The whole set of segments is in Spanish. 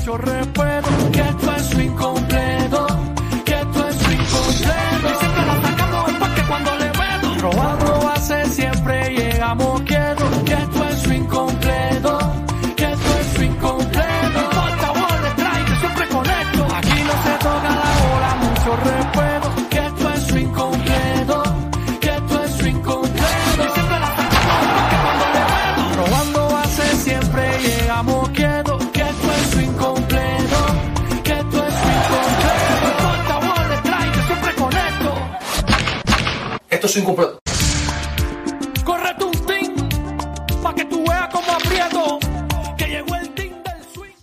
mucho respeto, que esto es incompleto, que esto es incompleto. Y siempre la sacamos el parque cuando le meto. Robando base siempre llegamos quietos, que esto es incompleto, que esto es incompleto. No importa bol, strike, que siempre conecto. Aquí no se toca la bola, mucho respeto, que esto es incompleto, que esto es incompleto. Y siempre la sacamos el parque cuando le meto. Robando base siempre llegamos quietos, que esto es incompleto, que esto es incompleto. No importa bol, strike, que siempre conecto. Esto es incompleto. Córrete un team, pa' que tú veas como aprieto, que llegó el team del swing.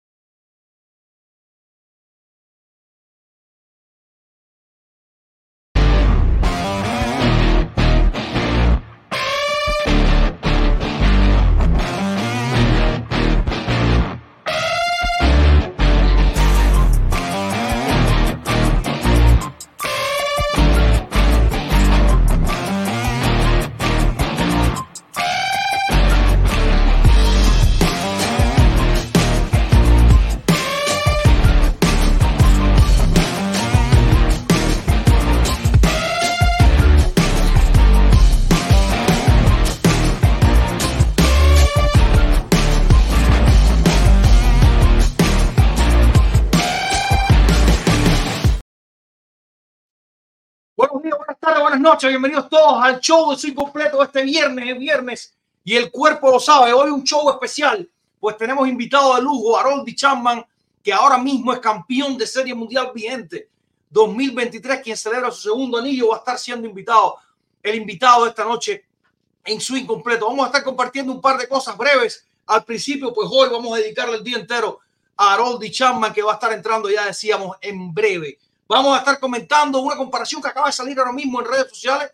Buenos días, buenas tardes, buenas noches, bienvenidos todos al show de Swing Completo este viernes, y el cuerpo lo sabe. Hoy un show especial, pues tenemos invitado de lujo a Harold Chapman, que ahora mismo es campeón de Serie Mundial vigente 2023, quien celebra su segundo anillo. Va a estar siendo el invitado de esta noche en Swing Completo. Vamos a estar compartiendo un par de cosas breves al principio, pues hoy vamos a dedicarle el día entero a Harold Chapman, que va a estar entrando, ya decíamos, en breve. Vamos a estar comentando una comparación que acaba de salir ahora mismo en redes sociales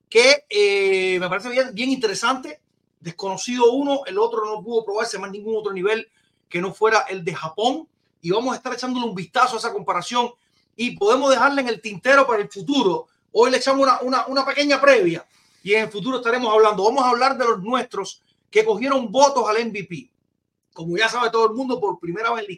que me parece bien interesante. Desconocido uno, el otro no pudo probarse más ningún otro nivel que no fuera el de Japón. Y vamos a estar echándole un vistazo a esa comparación y podemos dejarla en el tintero para el futuro. Hoy le echamos una pequeña previa y en el futuro estaremos hablando. Vamos a hablar de los nuestros que cogieron votos al MVP. Como ya sabe todo el mundo, por primera vez en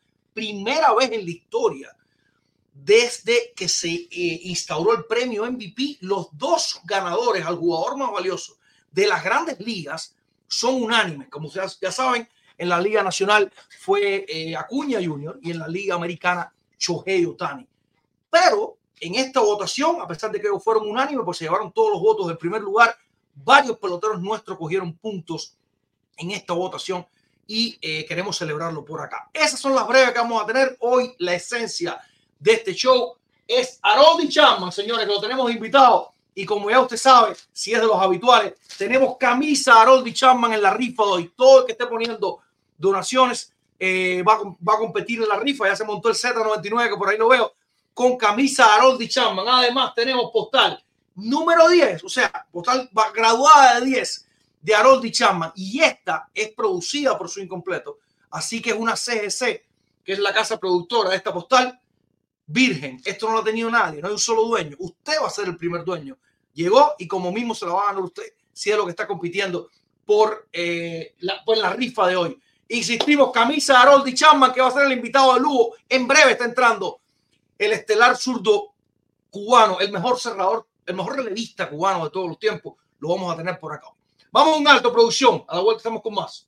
la historia, desde que se instauró el premio MVP, los dos ganadores al jugador más valioso de las grandes ligas son unánimes. Como ya saben, en la Liga Nacional fue Acuña Jr. y en la Liga Americana Shohei Ohtani. Pero en esta votación, a pesar de que fueron unánimes, pues se llevaron todos los votos del primer lugar. Varios peloteros nuestros cogieron puntos en esta votación y queremos celebrarlo por acá. Esas son las breves que vamos a tener hoy. La esencia de este show es Harold Chapman, señores, que lo tenemos invitado. Y como ya usted sabe, si es de los habituales, tenemos camisa Harold Chapman en la rifa de hoy. Todo el que esté poniendo donaciones va a competir en la rifa. Ya se montó el Z99, que por ahí lo veo, con camisa Harold Chapman. Además, tenemos postal número 10, o sea, postal graduada de 10 de Harold Chapman. Y esta es producida por Swing Completo. Así que es una CGC, que es la casa productora de esta postal. Virgen, esto no lo ha tenido nadie, no hay un solo dueño. Usted va a ser el primer dueño. Llegó y como mismo se la va a ganar usted, si es lo que está compitiendo por la rifa de hoy. Insistimos, camisa de Harold Chapman, que va a ser el invitado de lujo. En breve está entrando el estelar zurdo cubano, el mejor cerrador, el mejor relevista cubano de todos los tiempos. Lo vamos a tener por acá. Vamos a un alto, producción. A la vuelta estamos con más.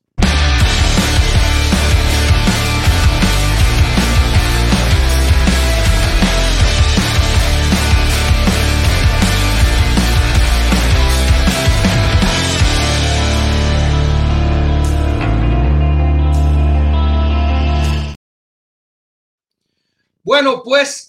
Bueno, pues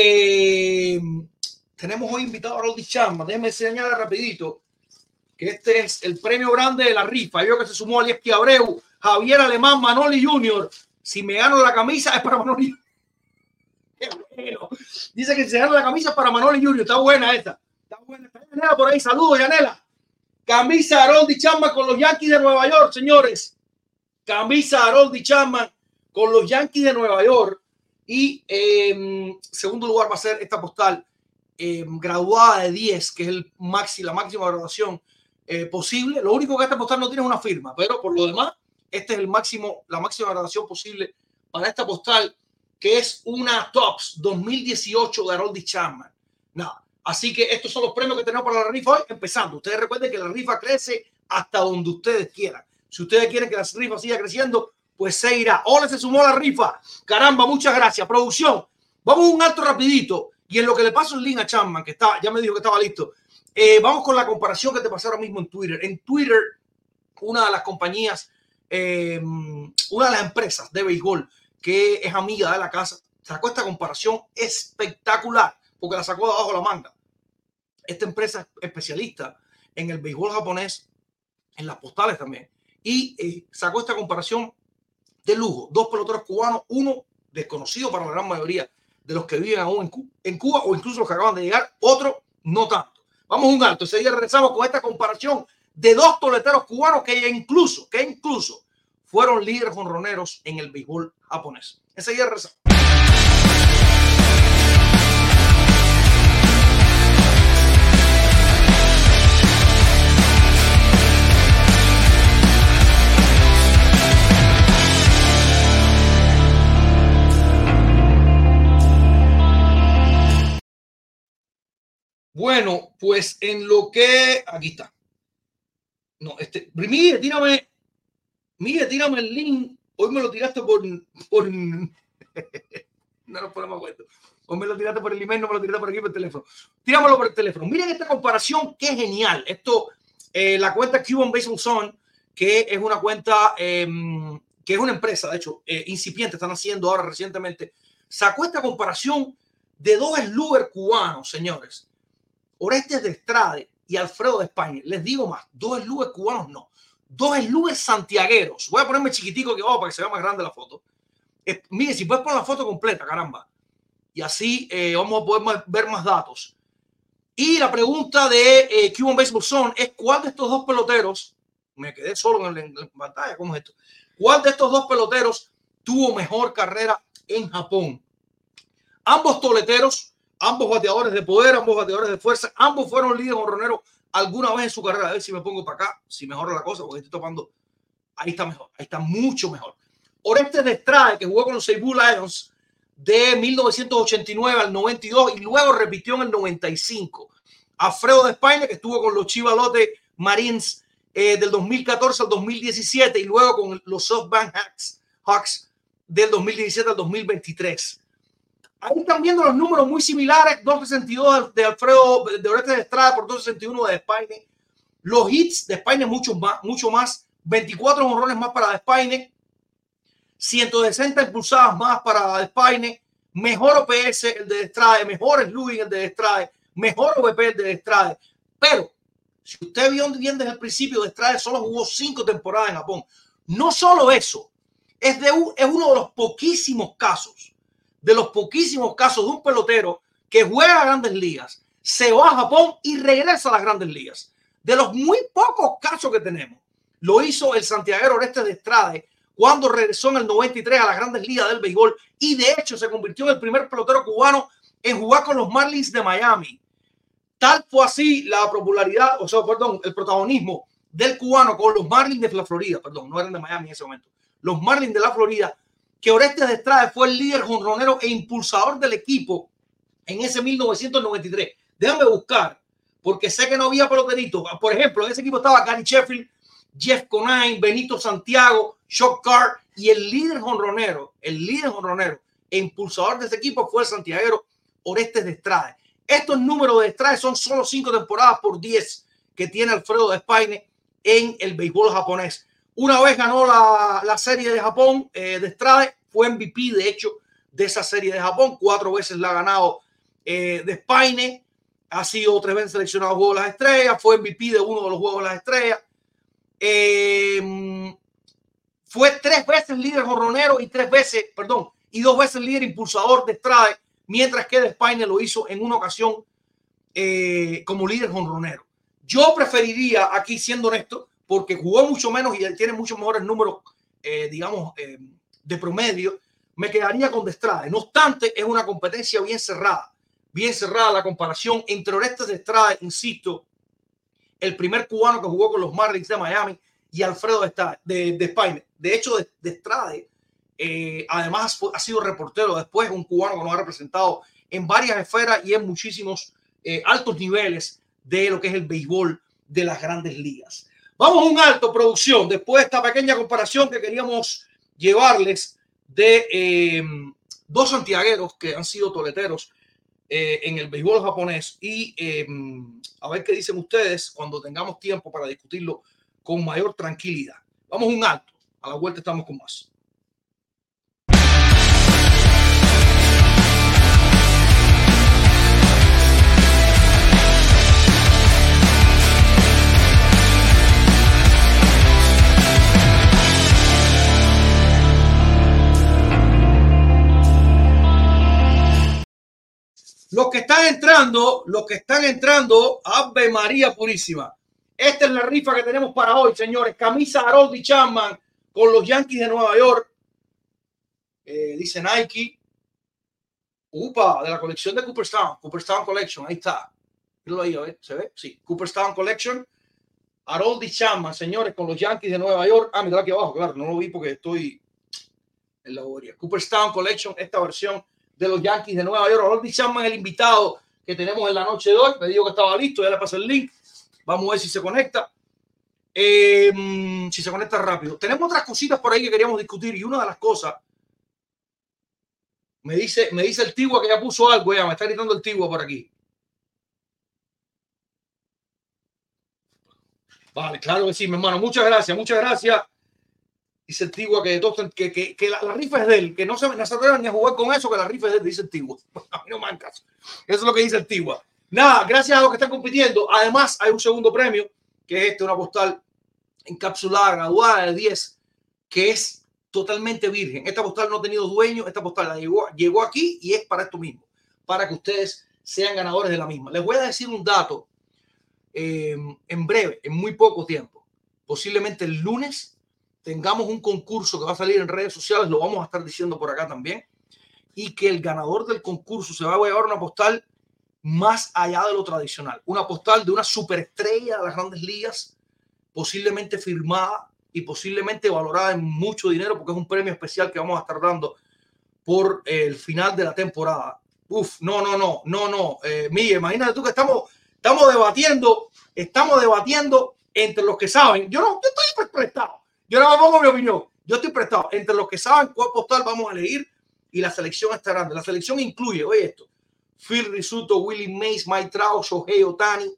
tenemos hoy invitado a Harold Chapman. Déjenme enseñarle rapidito que este es el premio grande de la rifa. Yo que se sumó Alieski Abreu, Javier Alemán, Manoli Jr. Si me gano la camisa es para Manoli. Qué bueno. Dice que si se gana la camisa es para Manoli Jr. Está buena esta. Está buena. Está Yanela por ahí. Saludos, Yanela. Camisa Harold Chapman con los Yankees de Nueva York, señores. Camisa Harold Chapman con los Yankees de Nueva York. Y segundo lugar va a ser esta postal graduada de 10, que es la máxima graduación posible. Lo único que esta postal no tiene es una firma, pero por lo demás, este es la máxima graduación posible para esta postal, que es una Topps 2018 de Harold Chapman. Nada. Así que estos son los premios que tenemos para la rifa hoy, empezando. Ustedes recuerden que la rifa crece hasta donde ustedes quieran. Si ustedes quieren que la rifa siga creciendo, pues se irá. Hola, se sumó la rifa. Caramba, muchas gracias. Producción, vamos un alto rapidito. Y en lo que le paso el link a Chapman, que está, ya me dijo que estaba listo, vamos con la comparación que te pasé ahora mismo en Twitter. En Twitter, una de las compañías, una de las empresas de béisbol que es amiga de la casa, sacó esta comparación espectacular, porque la sacó de abajo la manga. Esta empresa es especialista en el béisbol japonés, en las postales también, y sacó esta comparación de lujo. Dos peloteros cubanos, uno desconocido para la gran mayoría de los que viven aún en Cuba o incluso los que acaban de llegar, otro no tanto. Vamos a un alto, ese día regresamos con esta comparación de dos toleteros cubanos que incluso fueron líderes jonroneros en el béisbol japonés. Ese día regresamos. Bueno, pues en lo que... Aquí está. No, Miguel, tírame el link. Hoy me lo tiraste por... no nos ponemos acuerdo. Hoy me lo tiraste por el email, no me lo tiraste por aquí por el teléfono. Tíramelo por el teléfono. Miren esta comparación, qué genial. Esto, la cuenta Cuban Baseball Zone, que es una cuenta, que es una empresa, de hecho, incipiente, están haciendo ahora recientemente, sacó esta comparación de dos sluggers cubanos, señores. Orestes Destrade y Alfredo Despaigne. Les digo más, dos sluggers cubanos no. Dos sluggers santiagueros. Voy a ponerme chiquitico aquí abajo para que se vea más grande la foto. Mire, si puedes poner la foto completa, caramba. Y así vamos a poder ver más datos. Y la pregunta de Cuban Baseball Zone es: ¿cuál de estos dos peloteros, me quedé solo en la pantalla, ¿cómo es esto? ¿Cuál de estos dos peloteros tuvo mejor carrera en Japón? Ambos toleteros, ambos bateadores de poder, ambos bateadores de fuerza, ambos fueron líderes jonroneros alguna vez en su carrera. A ver si me pongo para acá, si mejora la cosa, porque estoy topando. Ahí está mejor, ahí está mucho mejor. Orestes Destrade, que jugó con los Cebu Lions de 1989 al 92 y luego repitió en el 95. Alfredo Despaigne, que estuvo con los Chivalote Marines del 2014 al 2017 y luego con los SoftBank Hawks del 2017 al 2023. Ahí están viendo los números muy similares: 262 de Orestes Destrade por 261 de Despaigne. Los hits de Despaigne mucho más, 24 jonrones más para Despaigne, 160 impulsadas más para Despaigne, mejor OPS el de Destrade, mejor slugging el de Destrade, mejor OVP el de Destrade. Pero si usted vio bien desde el principio, Destrade solo jugó 5 temporadas en Japón. No solo eso, es uno de los poquísimos casos de un pelotero que juega a grandes ligas, se va a Japón y regresa a las grandes ligas. De los muy pocos casos que tenemos, lo hizo el santiaguero Orestes Destrade cuando regresó en el 93 a las grandes ligas del béisbol y de hecho se convirtió en el primer pelotero cubano en jugar con los Marlins de Miami. Tal fue así la popularidad, el protagonismo del cubano con los Marlins de la Florida, no eran de Miami en ese momento, los Marlins de la Florida, que Orestes Destrade fue el líder jonronero e impulsador del equipo en ese 1993. Déjame buscar, porque sé que no había peloteritos. Por ejemplo, en ese equipo estaba Gary Sheffield, Jeff Conine, Benito Santiago, Shock Carr, y el líder jonronero e impulsador de ese equipo fue el santiaguero Orestes Destrade. Estos números de Destrade son solo 5 temporadas por 10 que tiene Alfredo Despaigne en el béisbol japonés. Una vez ganó la serie de Japón, Destrade fue MVP, de hecho, de esa serie de Japón. 4 veces la ha ganado Despaigne. Ha sido 3 veces seleccionado al Juego de las Estrellas. Fue MVP de uno de los Juegos de las Estrellas. Fue 3 veces líder jonronero y 2 veces líder impulsador de Destrade, mientras que Despaigne lo hizo en una ocasión como líder jonronero. Yo preferiría, aquí siendo honesto, porque jugó mucho menos y tiene muchos mejores números, de promedio, me quedaría con Destrade. No obstante, es una competencia bien cerrada la comparación entre Orestes Destrade, insisto, el primer cubano que jugó con los Marlins de Miami, y Alfredo Despaigne. De hecho, Destrade Además, ha sido reportero después, un cubano que nos ha representado en varias esferas y en muchísimos altos niveles de lo que es el béisbol de las grandes ligas. Vamos a un alto, producción, después de esta pequeña comparación que queríamos llevarles de dos santiagueros que han sido toleteros en el béisbol japonés y a ver qué dicen ustedes cuando tengamos tiempo para discutirlo con mayor tranquilidad. Vamos a un alto, a la vuelta estamos con más. Los que están entrando, Ave María Purísima. Esta es la rifa que tenemos para hoy, señores. Camisa Harold Chapman con los Yankees de Nueva York. Dice Nike. Upa, de la colección de Cooperstown Collection. Ahí está. Míralo ahí, a ver, ¿se ve? Sí, Cooperstown Collection. Harold Chapman, señores, con los Yankees de Nueva York. Ah, mira aquí abajo, claro, no lo vi porque estoy en la bobería. Cooperstown Collection, esta versión de los Yankees de Nueva York. Harold Chapman, el invitado que tenemos en la noche de hoy. Me dijo que estaba listo, ya le pasé el link. Vamos a ver si se conecta. Si se conecta rápido. Tenemos otras cositas por ahí que queríamos discutir y una de las cosas, me dice el Tigua que ya puso algo, ya me está gritando el Tigua por aquí. Vale, claro que sí, mi hermano. Muchas gracias. Dice el Tigua que la rifa es de él, que no se atrevan ni a jugar con eso, que la rifa es de él, dice el Tigua. A mí no me hagan caso. Eso es lo que dice el Tigua. Nada, gracias a los que están compitiendo. Además, hay un segundo premio, que es una postal encapsulada, graduada de 10, que es totalmente virgen. Esta postal no ha tenido dueño, esta postal llegó aquí y es para esto mismo, para que ustedes sean ganadores de la misma. Les voy a decir un dato en breve, en muy poco tiempo. Posiblemente el lunes tengamos un concurso que va a salir en redes sociales, lo vamos a estar diciendo por acá también, y que el ganador del concurso se va a llevar una postal más allá de lo tradicional, una postal de una superestrella de las grandes ligas, posiblemente firmada y posiblemente valorada en mucho dinero, porque es un premio especial que vamos a estar dando por el final de la temporada. Uf, no. Miguel, imagínate tú que estamos debatiendo entre los que saben. Yo estoy prestado. Yo no me pongo mi opinión. Yo estoy prestado. Entre los que saben cuál postal vamos a elegir y la selección está grande. La selección incluye, oye esto, Phil Rizzuto, Willie Mays, Mike Trout, Shohei Ohtani.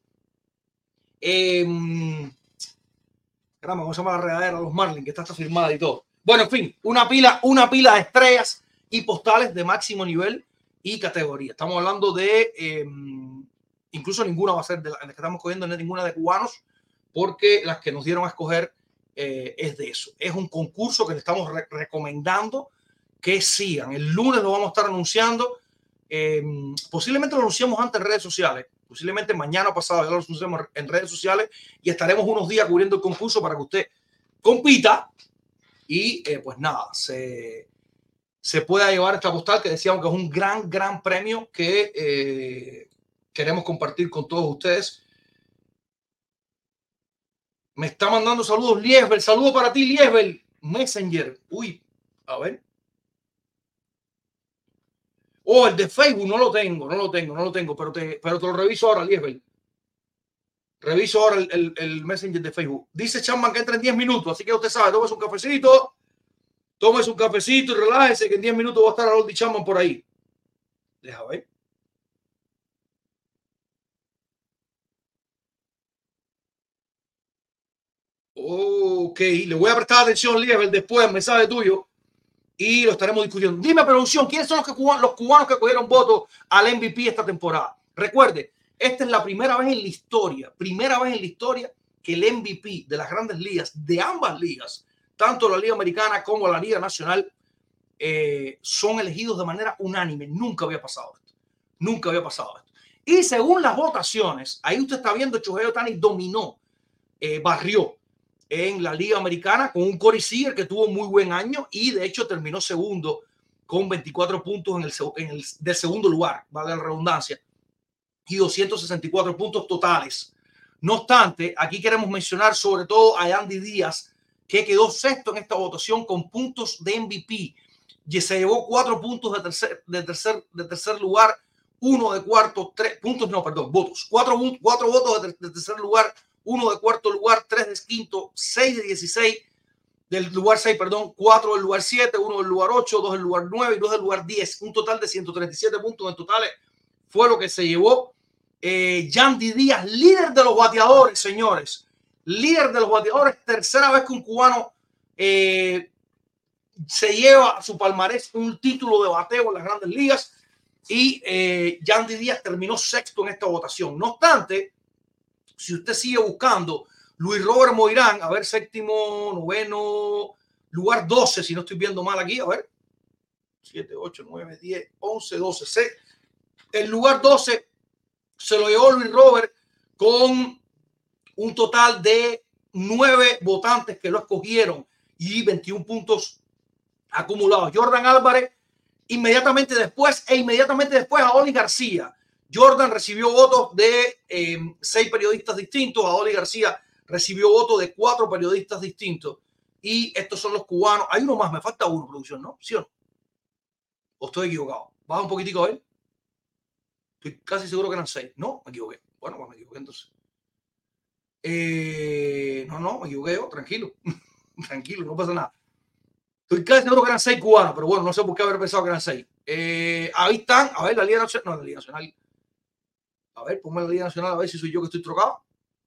Caramba, ¿cómo se llama la regadera? Los Marlins, que está firmada y todo. Bueno, en fin, una pila de estrellas y postales de máximo nivel y categoría. Estamos hablando de, incluso ninguna va a ser de las que estamos cogiendo, no es ninguna de cubanos, porque las que nos dieron a escoger es de eso. Es un concurso que le estamos recomendando que sigan. El lunes lo vamos a estar anunciando. Posiblemente lo anunciamos antes en redes sociales. Posiblemente mañana o pasado ya lo anunciamos en redes sociales y estaremos unos días cubriendo el concurso para que usted compita y pues nada, se pueda llevar esta postal que decíamos que es un gran premio que queremos compartir con todos ustedes. Me está mandando saludos Liesbel. Saludo para ti, Liesbel. Messenger. Uy, a ver. Oh, el de Facebook no lo tengo, pero te lo reviso ahora, Liesbel. Reviso ahora el Messenger de Facebook. Dice Chapman que entra en 10 minutos, así que usted sabe, tómese un cafecito y relájese, que en 10 minutos va a estar Harold Chapman por ahí. Deja ver. Ok, le voy a prestar atención, Liesbel, después del mensaje tuyo y lo estaremos discutiendo. Dime, producción, ¿quiénes son los cubanos que cogieron votos al MVP esta temporada? Recuerde, esta es la primera vez en la historia que el MVP de las grandes ligas, de ambas ligas, tanto la Liga Americana como la Liga Nacional, son elegidos de manera unánime. Nunca había pasado esto. Y según las votaciones, ahí usted está viendo, Shohei Ohtani dominó, barrió en la Liga Americana con un Corey Seager que tuvo muy buen año y de hecho terminó segundo con 24 puntos del segundo lugar, vale la redundancia, y 264 puntos totales. No obstante, aquí queremos mencionar sobre todo a Yandy Díaz, que quedó sexto en esta votación con puntos de MVP y se llevó 4 puntos de tercer lugar, 1 de cuarto, 3 puntos, no, perdón, votos. 4 votos de tercer lugar, 1 de cuarto lugar, 3 de quinto, 6 de 16 del lugar 6, perdón, 4 del lugar 7, 1 del lugar 8, 2 del lugar 9 y 2 del lugar 10. Un total de 137 puntos en totales fue lo que se llevó Yandy Díaz, líder de los bateadores, señores. Líder de los bateadores, tercera vez que un cubano se lleva a su palmarés un título de bateo en las grandes ligas, y Yandy Díaz terminó sexto en esta votación. No obstante, si usted sigue buscando, Luis Robert Moirán, a ver, séptimo, noveno, lugar 12, si no estoy viendo mal aquí, a ver, 7, 8, 9, 10, 11, 12, 6. El lugar 12 se lo llevó Luis Robert con un total de 9 votantes que lo escogieron y 21 puntos acumulados. Jordan Álvarez inmediatamente después a Oli García. Jordan recibió votos de 6 periodistas distintos, a Oli García recibió votos de 4 periodistas distintos, y estos son los cubanos. Hay uno más, me falta uno, producción, ¿no? ¿Sí o no? ¿O estoy equivocado? Baja un poquitico a ver. Estoy casi seguro que eran 6. No, me equivoqué. Bueno, pues me equivoqué entonces. No, me equivoqué yo, tranquilo. Tranquilo, no pasa nada. Estoy casi seguro que eran 6 cubanos, pero bueno, no sé por qué haber pensado que eran 6. Ahí están, a ver, la Liga Nacional. No, la Liga Nacional. A ver, ponme la Liga Nacional a ver si soy yo que estoy trocado.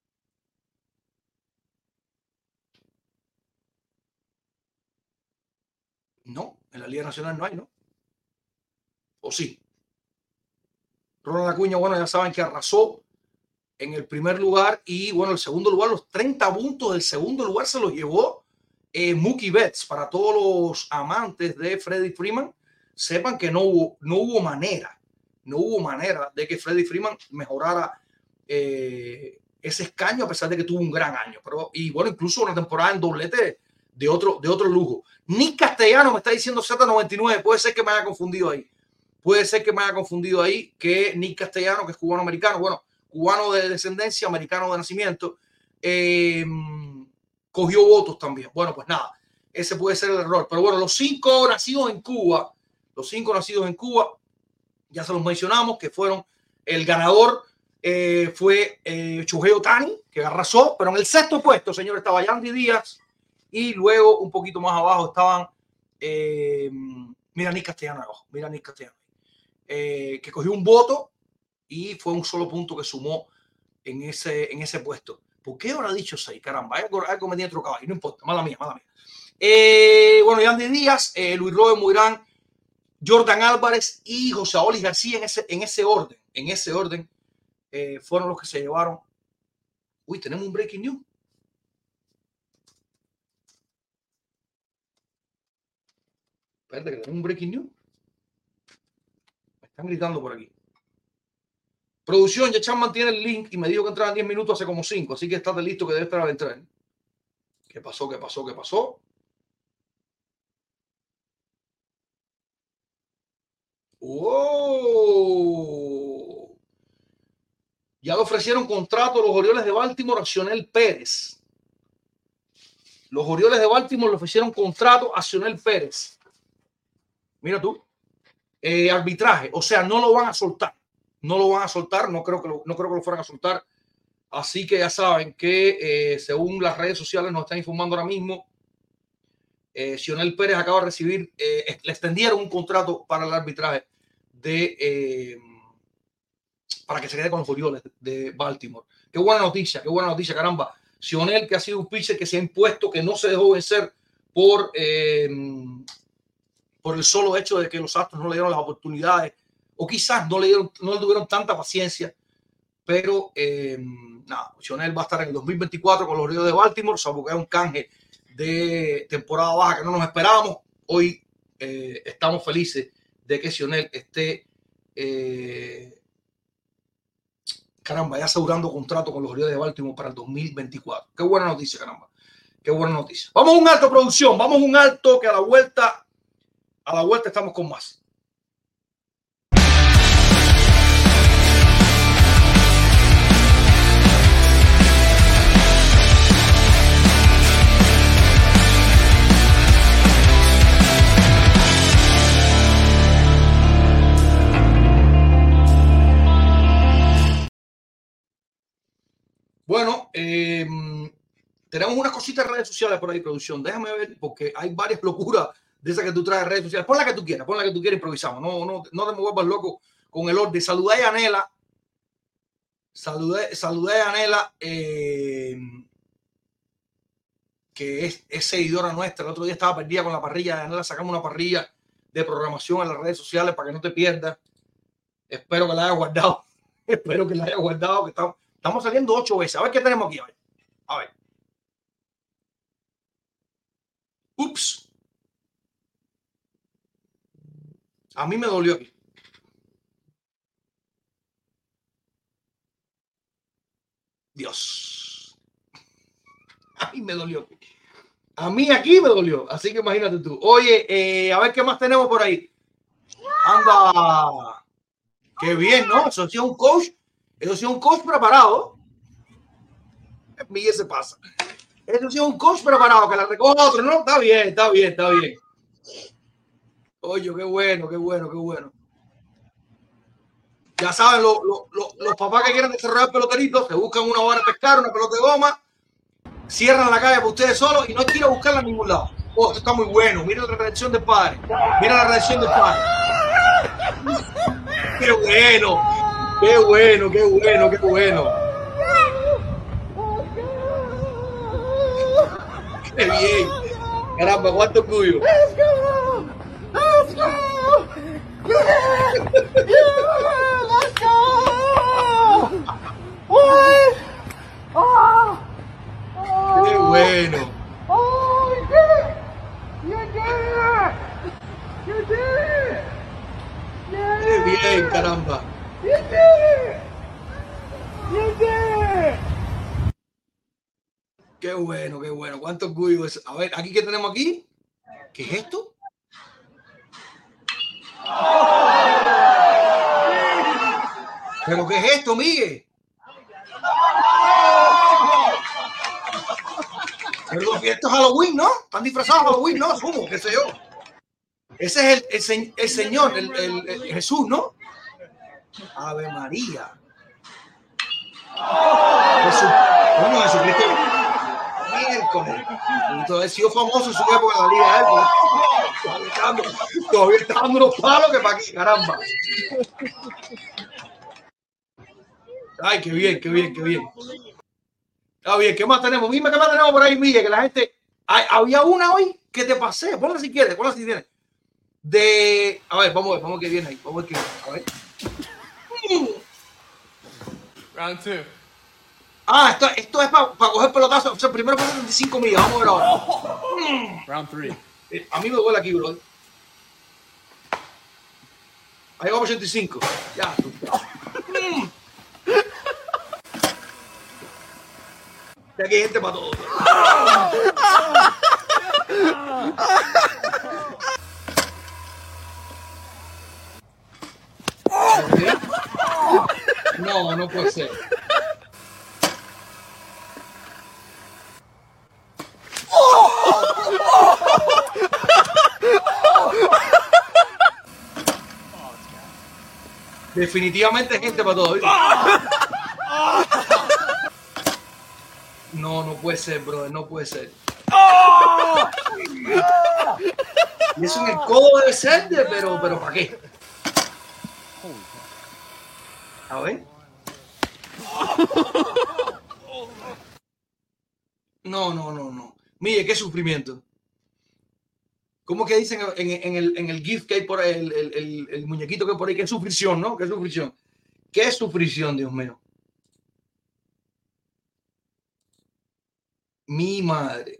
No, en la Liga Nacional no hay, ¿no? ¿O sí? Ronald Acuña, bueno, ya saben que arrasó en el primer lugar, y bueno, el segundo lugar, los 30 puntos del segundo lugar se los llevó Mookie Betts. Para todos los amantes de Freddie Freeman, sepan que no hubo manera de que Freddie Freeman mejorara ese escaño, a pesar de que tuvo un gran año. Y bueno, incluso una temporada en doblete de otro lujo. Nick Castellano me está diciendo Z99, puede ser que me haya confundido ahí, que Nick Castellano, que es cubano-americano, bueno, cubano de descendencia, americano de nacimiento, cogió votos también. Bueno, pues nada, ese puede ser el error. Pero bueno, los 5 nacidos en Cuba, ya se los mencionamos, que fueron el ganador, fue Shohei Ohtani, que arrasó, pero en el sexto puesto, señor, estaba Yandy Díaz, y luego un poquito más abajo estaban, mira Nick Castellano abajo, que cogió un voto y fue un solo punto que sumó en ese puesto. ¿Por qué habrá dicho 6? Caramba, algo me tiene trocado ahí, no importa, mala mía. Bueno, Yandy Díaz, Luis Robert Moirán, Jordan Álvarez y José Oli García, en ese orden fueron los que se llevaron. Uy, tenemos un breaking news. Espérate, que tenemos un breaking news. Me están gritando por aquí. Producción, ya Chapman tiene el link y me dijo que entraba en 10 minutos hace como 5, así que estate listo que debe estar al entrar. ¿Qué pasó? ¡Oh! Ya le ofrecieron contrato a los Orioles de Baltimore a Cionel Pérez. Los Orioles de Baltimore le ofrecieron contrato a Cionel Pérez. Mira tú. Arbitraje. O sea, no lo van a soltar. No creo que lo fueran a soltar. Así que ya saben que según las redes sociales nos están informando ahora mismo, Cionel Pérez acaba de recibir, le extendieron un contrato para el arbitraje para que se quede con los Orioles de Baltimore. Qué buena noticia, caramba. Cionel, que ha sido un pitcher que se ha impuesto, que no se dejó vencer por el solo hecho de que los Astros no le dieron las oportunidades, o quizás no le tuvieron tanta paciencia, pero nada, Cionel va a estar en el 2024 con los Orioles de Baltimore, salvo que es un canje de temporada baja que no nos esperábamos. Hoy estamos felices de que Cionel esté caramba, ya asegurando contrato con los Orioles de Baltimore para el 2024. Qué buena noticia, caramba. Qué buena noticia. Vamos a un alto, producción. Vamos a un alto, que a la vuelta estamos con más. Tenemos unas cositas de redes sociales por ahí, producción. Déjame ver, porque hay varias locuras de esas que tú traes de redes sociales. Pon la que tú quieras, improvisamos. No te me vuelvas loco con el orden. Saludé a Anela. Saludé a Anela, que es seguidora nuestra. El otro día estaba perdida con la parrilla de Anela. Sacamos una parrilla de programación en las redes sociales para que no te pierdas. Espero que la haya guardado. Espero que la haya guardado. Que estamos saliendo 8 veces. A ver qué tenemos aquí. A ver. Ups. A mí me dolió aquí. Dios. A mí me dolió aquí. A mí aquí me dolió. Así que imagínate tú. Oye, a ver qué más tenemos por ahí. Anda. Qué bien, ¿no? Eso sí es un coach. Eso sí es un coach preparado. Miguel se pasa. Eso sí es un coach preparado. Que la recoja otro, ¿no? Está bien, está bien, está bien. Oye, qué bueno, qué bueno, qué bueno. Ya saben, los papás que quieren desarrollar peloteritos, se buscan una hora de pescar, una pelota de goma, cierran la calle para ustedes solos y no hay que ir a buscarla a ningún lado. Oh, esto está muy bueno. Mira la reacción del padre. Mira la reacción del padre. Qué bueno. Qué bueno, qué bueno, qué bueno. Qué bien. Caramba, cuánto orgullo. Let's go! Let's go! Yeah! Yeah! Let's go! What? Oh! Oh! Qué bueno. Oh, you did it! You did it! You did it! Yeah! Qué bien, caramba. You did it! You did it! Qué bueno, qué bueno. Cuánto orgullo es. A ver, aquí qué tenemos aquí. ¿Qué es esto? ¿Pero qué es esto, Miguel? Pero esto es Halloween, ¿no? Están disfrazados de Halloween, ¿no? Asumo, qué sé yo. Ese es el Señor, el Jesús, ¿no? Ave María. Jesús. Bueno, Jesucristo. Miércoles. Entonces, sido famoso en su época en la liga, ¿eh? Todavía está dando unos palos que para aquí, caramba. Ay, qué bien, qué bien, qué bien. Está bien, ¿qué más tenemos? Dime qué más tenemos por ahí, Miguel, que la gente... Había una hoy que te pasé, ponla si quieres, ponla si tienes. A ver, vamos a ver qué viene ahí, vamos a ver qué viene. A ver. Round 2. Ah, esto es para coger pelotazos. O sea, primero por 75 millas, vamos a ver ahora. Round 3. A mí me duele aquí, bro. Ahí vamos 85. Ya. Ya aquí hay gente para todo. No, no puede ser. Definitivamente gente para todo. No, no puede ser, brother, no puede ser. Y eso en el codo debe ser, pero ¿para qué? A ver. No. Mire, qué sufrimiento. ¿Cómo que dicen en el GIF que hay por ahí, el muñequito que hay por ahí? Qué sufrición, ¿no? Qué sufrición. Qué sufrición, Dios mío. Mi madre.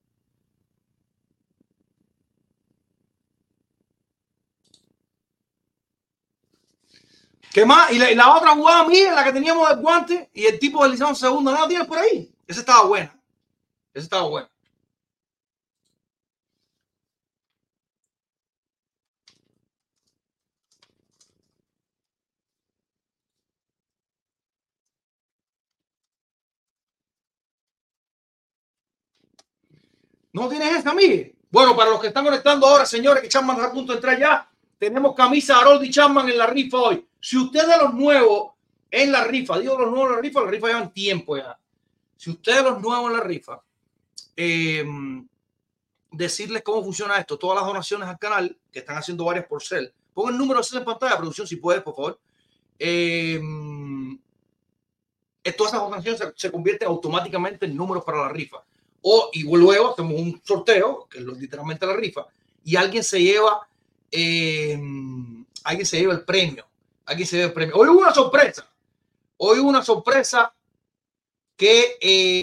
¿Qué más? Y la otra jugada mía, la que teníamos del guante y el tipo deslizando segundo, ¿no la tienes por ahí? Esa estaba buena. Esa estaba buena. ¿No tienes esa, Miguel? Bueno, para los que están conectando ahora, señores, que Chapman está a punto de entrar ya, tenemos camisa Harold y Chapman en la rifa hoy. Si usted de los nuevos en la rifa, digo los nuevos en la rifa llevan tiempo ya. Si usted de los nuevos en la rifa, decirles cómo funciona esto. Todas las donaciones al canal, que están haciendo varias por Cel. Pon el número de Cel en pantalla, producción, si puedes, por favor. Todas esas donaciones se convierten automáticamente en números para la rifa. Y luego hacemos un sorteo, que es literalmente la rifa, y alguien se lleva el premio. Alguien se lleva el premio. Hoy hubo una sorpresa. Que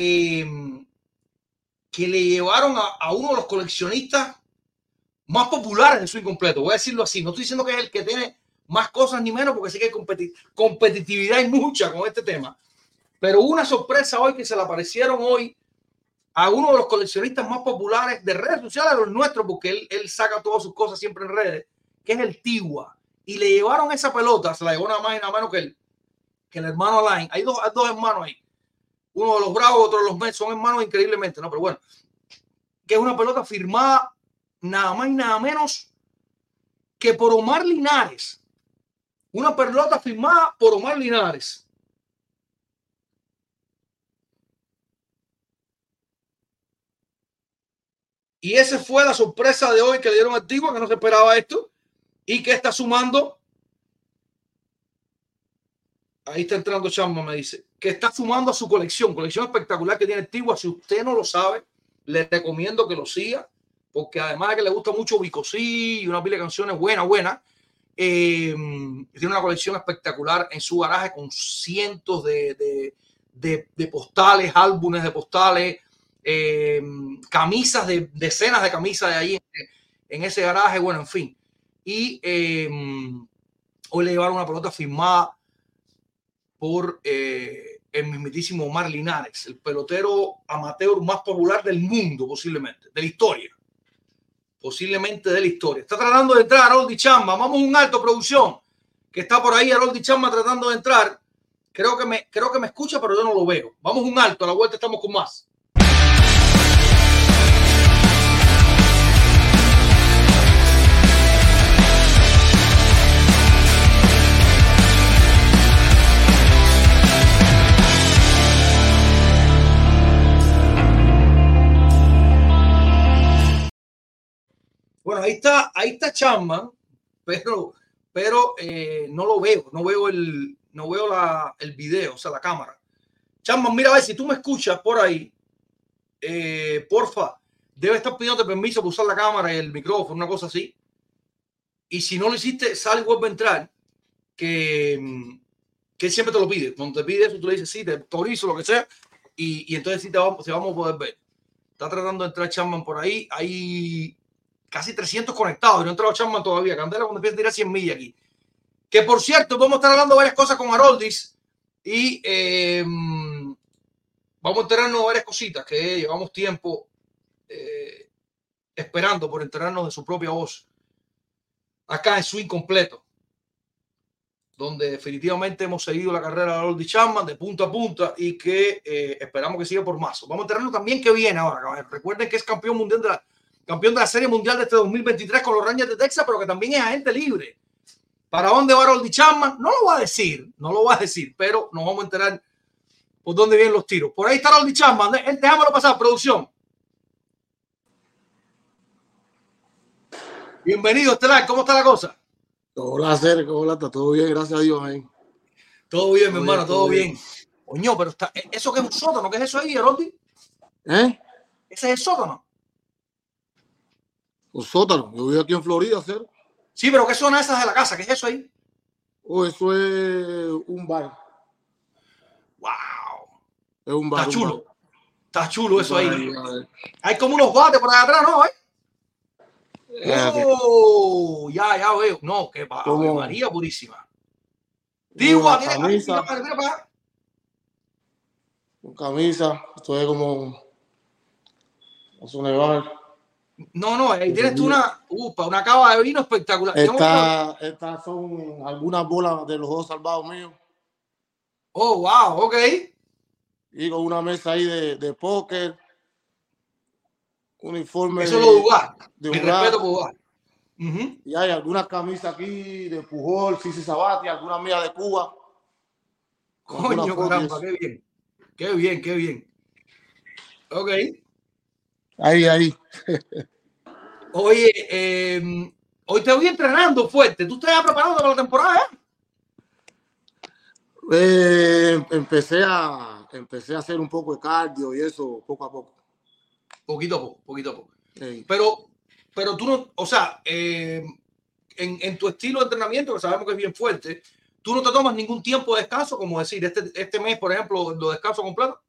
le llevaron a uno de los coleccionistas más populares de Swing Completo. Voy a decirlo así. No estoy diciendo que es el que tiene más cosas ni menos, porque sí que hay competitividad y mucha con este tema. Pero una sorpresa hoy que se le aparecieron hoy a uno de los coleccionistas más populares de redes sociales, los nuestros, porque él saca todas sus cosas siempre en redes, que es el Tigua. Y le llevaron esa pelota, se la llevó nada más y nada menos que el hermano Alain. Hay dos hermanos ahí. Uno de los Bravos, otro de los Mets, son hermanos increíblemente, ¿no? Pero bueno, que es una pelota firmada nada más y nada menos que por Omar Linares. Una pelota firmada por Omar Linares. Y esa fue la sorpresa de hoy que le dieron al Tigua, que no se esperaba esto, y que está sumando. Ahí está entrando Chamba, me dice, que está sumando a su colección espectacular que tiene el Tigua. Si usted no lo sabe, le recomiendo que lo siga, porque además de que le gusta mucho Bicosí y una pila de canciones buenas, tiene una colección espectacular en su garaje con cientos de postales, álbumes de postales, camisas, decenas de camisas de ahí en ese garaje, bueno, en fin. Y hoy le llevaron una pelota firmada por el mismitísimo Omar Linares, el pelotero amateur más popular del mundo, posiblemente, de la historia. Posiblemente de la historia. Está tratando de entrar Haroldy Chamba. Vamos a un alto, producción, que está por ahí Haroldy Chamba tratando de entrar. Creo que me escucha, pero yo no lo veo. Vamos a un alto, a la vuelta estamos con más. Bueno, ahí está Chapman, pero no lo veo, no veo el video, o sea, la cámara. Chapman, mira a ver si tú me escuchas por ahí, porfa, debe estar pidiendo permiso para usar la cámara y el micrófono, una cosa así. Y si no lo hiciste, sal y vuelve a entrar, que él siempre te lo pide. Cuando te pide eso, tú le dices, sí, te autorizo, lo que sea, y entonces sí te vamos a poder ver. Está tratando de entrar Chapman por ahí, hay casi 300 conectados, no ha entrado Chapman todavía. Candela cuando empieza a tirar 100 millas aquí. Que por cierto, vamos a estar hablando varias cosas con Haroldis y vamos a enterarnos de varias cositas que llevamos tiempo esperando por enterarnos de su propia voz acá en Swing Completo, donde definitivamente hemos seguido la carrera de Haroldis Chapman de punta a punta y que esperamos que siga por más. Vamos a enterarnos también que viene ahora. Recuerden que es campeón de la Serie Mundial de este 2023 con los Rangers de Texas, pero que también es agente libre. ¿Para dónde va Haroldis Chapman? No lo va a decir, pero nos vamos a enterar por dónde vienen los tiros. Por ahí está Haroldis Chapman. Déjamelo pasar, producción. Bienvenido, Estelar. ¿Cómo está la cosa? Hola, Sergio. Hola, está todo bien, gracias a Dios. Todo bien, mi hermano, todo bien. Coño, pero ¿eso qué es un sótano? ¿Qué es eso ahí, Haroldis? ¿Ese es el sótano? Un sótano. Yo vivo aquí en Florida, Sergio. Sí, pero ¿qué son esas de la casa? ¿Qué es eso ahí? Eso es un bar. ¡Wow! Es un bar. Está chulo. Está chulo eso ahí. Hay como unos bates por allá atrás, ¿no? Oh, ya veo. No, que María purísima. Digo, camisa. Con camisa. Esto es como un nevar. No, ahí tienes tú una cava de vino espectacular. Estas son algunas bolas de los juegos salvados míos. Oh, wow, ok. Y con una mesa ahí de póker. Uniforme. Eso es lo de Ugar. Mi respeto por Ugar. Y hay algunas camisas aquí de Pujol, Cici Sabati, algunas mías de Cuba. Coño, caramba, qué bien. Ok. Ahí. Oye, hoy te voy entrenando fuerte. ¿Tú estás preparado para la temporada? Empecé a hacer un poco de cardio y eso poco a poco. Poquito a poco, poquito a poco. Sí. Pero tú no, o sea, en tu estilo de entrenamiento, que sabemos que es bien fuerte, tú no te tomas ningún tiempo de descanso, como decir, este mes, por ejemplo, lo descanso completo.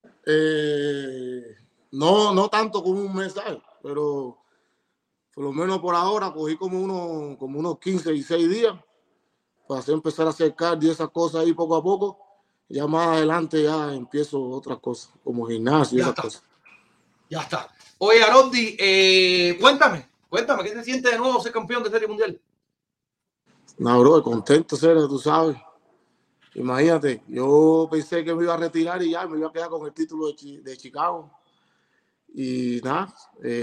No tanto como un mes, ¿sabes? Pero por lo menos por ahora cogí como unos 15 y 6 días para empezar a hacer cardio y esas cosas ahí poco a poco. Ya más adelante ya empiezo otras cosas, como gimnasio y esas cosas. Ya está. Oye, Haroldie, cuéntame, ¿qué se siente de nuevo ser campeón de Serie Mundial? No, bro, contento ser, tú sabes. Imagínate, yo pensé que me iba a retirar y ya me iba a quedar con el título de Chicago. Y nada,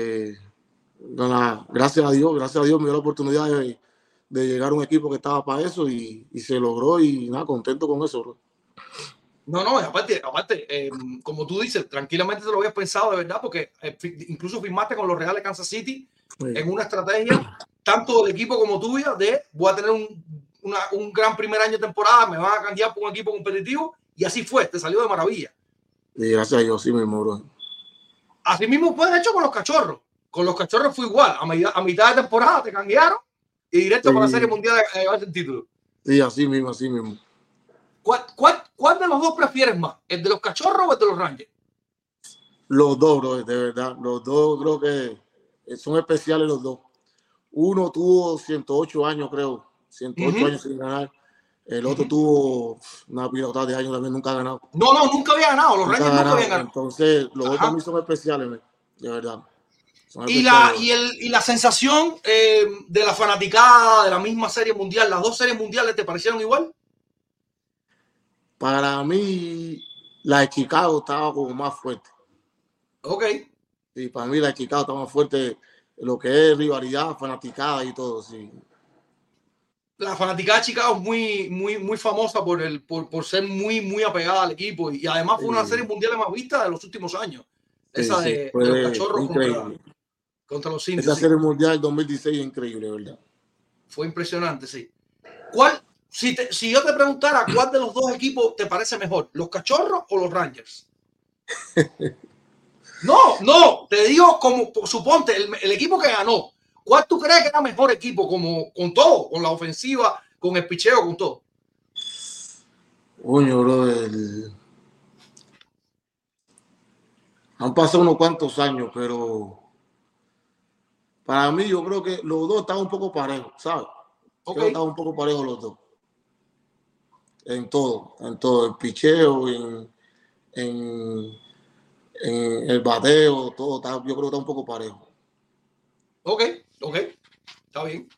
gracias a Dios me dio la oportunidad de llegar a un equipo que estaba para eso y se logró y nada, contento con eso, bro. No, aparte, como tú dices, tranquilamente te lo habías pensado de verdad, porque incluso firmaste con los Reales Kansas City en una estrategia, tanto del equipo como tuya, de voy a tener un gran primer año de temporada, me van a cambiar por un equipo competitivo, y así fue, te salió de maravilla. Y gracias a Dios, sí mismo, bro. Así mismo fue, de hecho, con los Cachorros. Con los Cachorros fue igual, a mitad de temporada te cambiaron y directo para la Serie Mundial a llevarse el título. Sí, así mismo. ¿Cuál de los dos prefieres más? ¿El de los Cachorros o el de los Rangers? Los dos, bro, de verdad. Los dos creo que son especiales los dos. Uno tuvo 108 años, creo. 108 años sin ganar. El otro tuvo una pilota de años también, nunca ha ganado. No, nunca había ganado. Los Rangers nunca habían ganado. Entonces, los dos también son especiales, de verdad. Y la sensación de la fanaticada de la misma Serie Mundial, las dos Series Mundiales, ¿te parecieron igual? Para mí, la de Chicago estaba como más fuerte. Ok. Sí, para mí la de Chicago estaba más fuerte, lo que es rivalidad, fanaticada y todo, sí. La fanaticada de Chicago es muy famosa por ser muy apegada al equipo, y además fue una Serie Mundial más vista de los últimos años. Esa de los Cachorros contra los Indios. Esa Serie Mundial 2016 es increíble, ¿verdad? Fue impresionante, sí. Si yo te preguntara cuál de los dos equipos te parece mejor, los Cachorros o los Rangers. No, te digo, como suponte, el equipo que ganó, ¿cuál tú crees que era mejor equipo, como con todo, con la ofensiva, con el picheo, con todo? Coño, bro, han pasado unos cuantos años, pero para mí yo creo que los dos están un poco parejos, ¿sabes? Creo que están un poco parejos los dos. En todo, el picheo, en el bateo, todo, yo creo que está un poco parejo. Ok, está bien.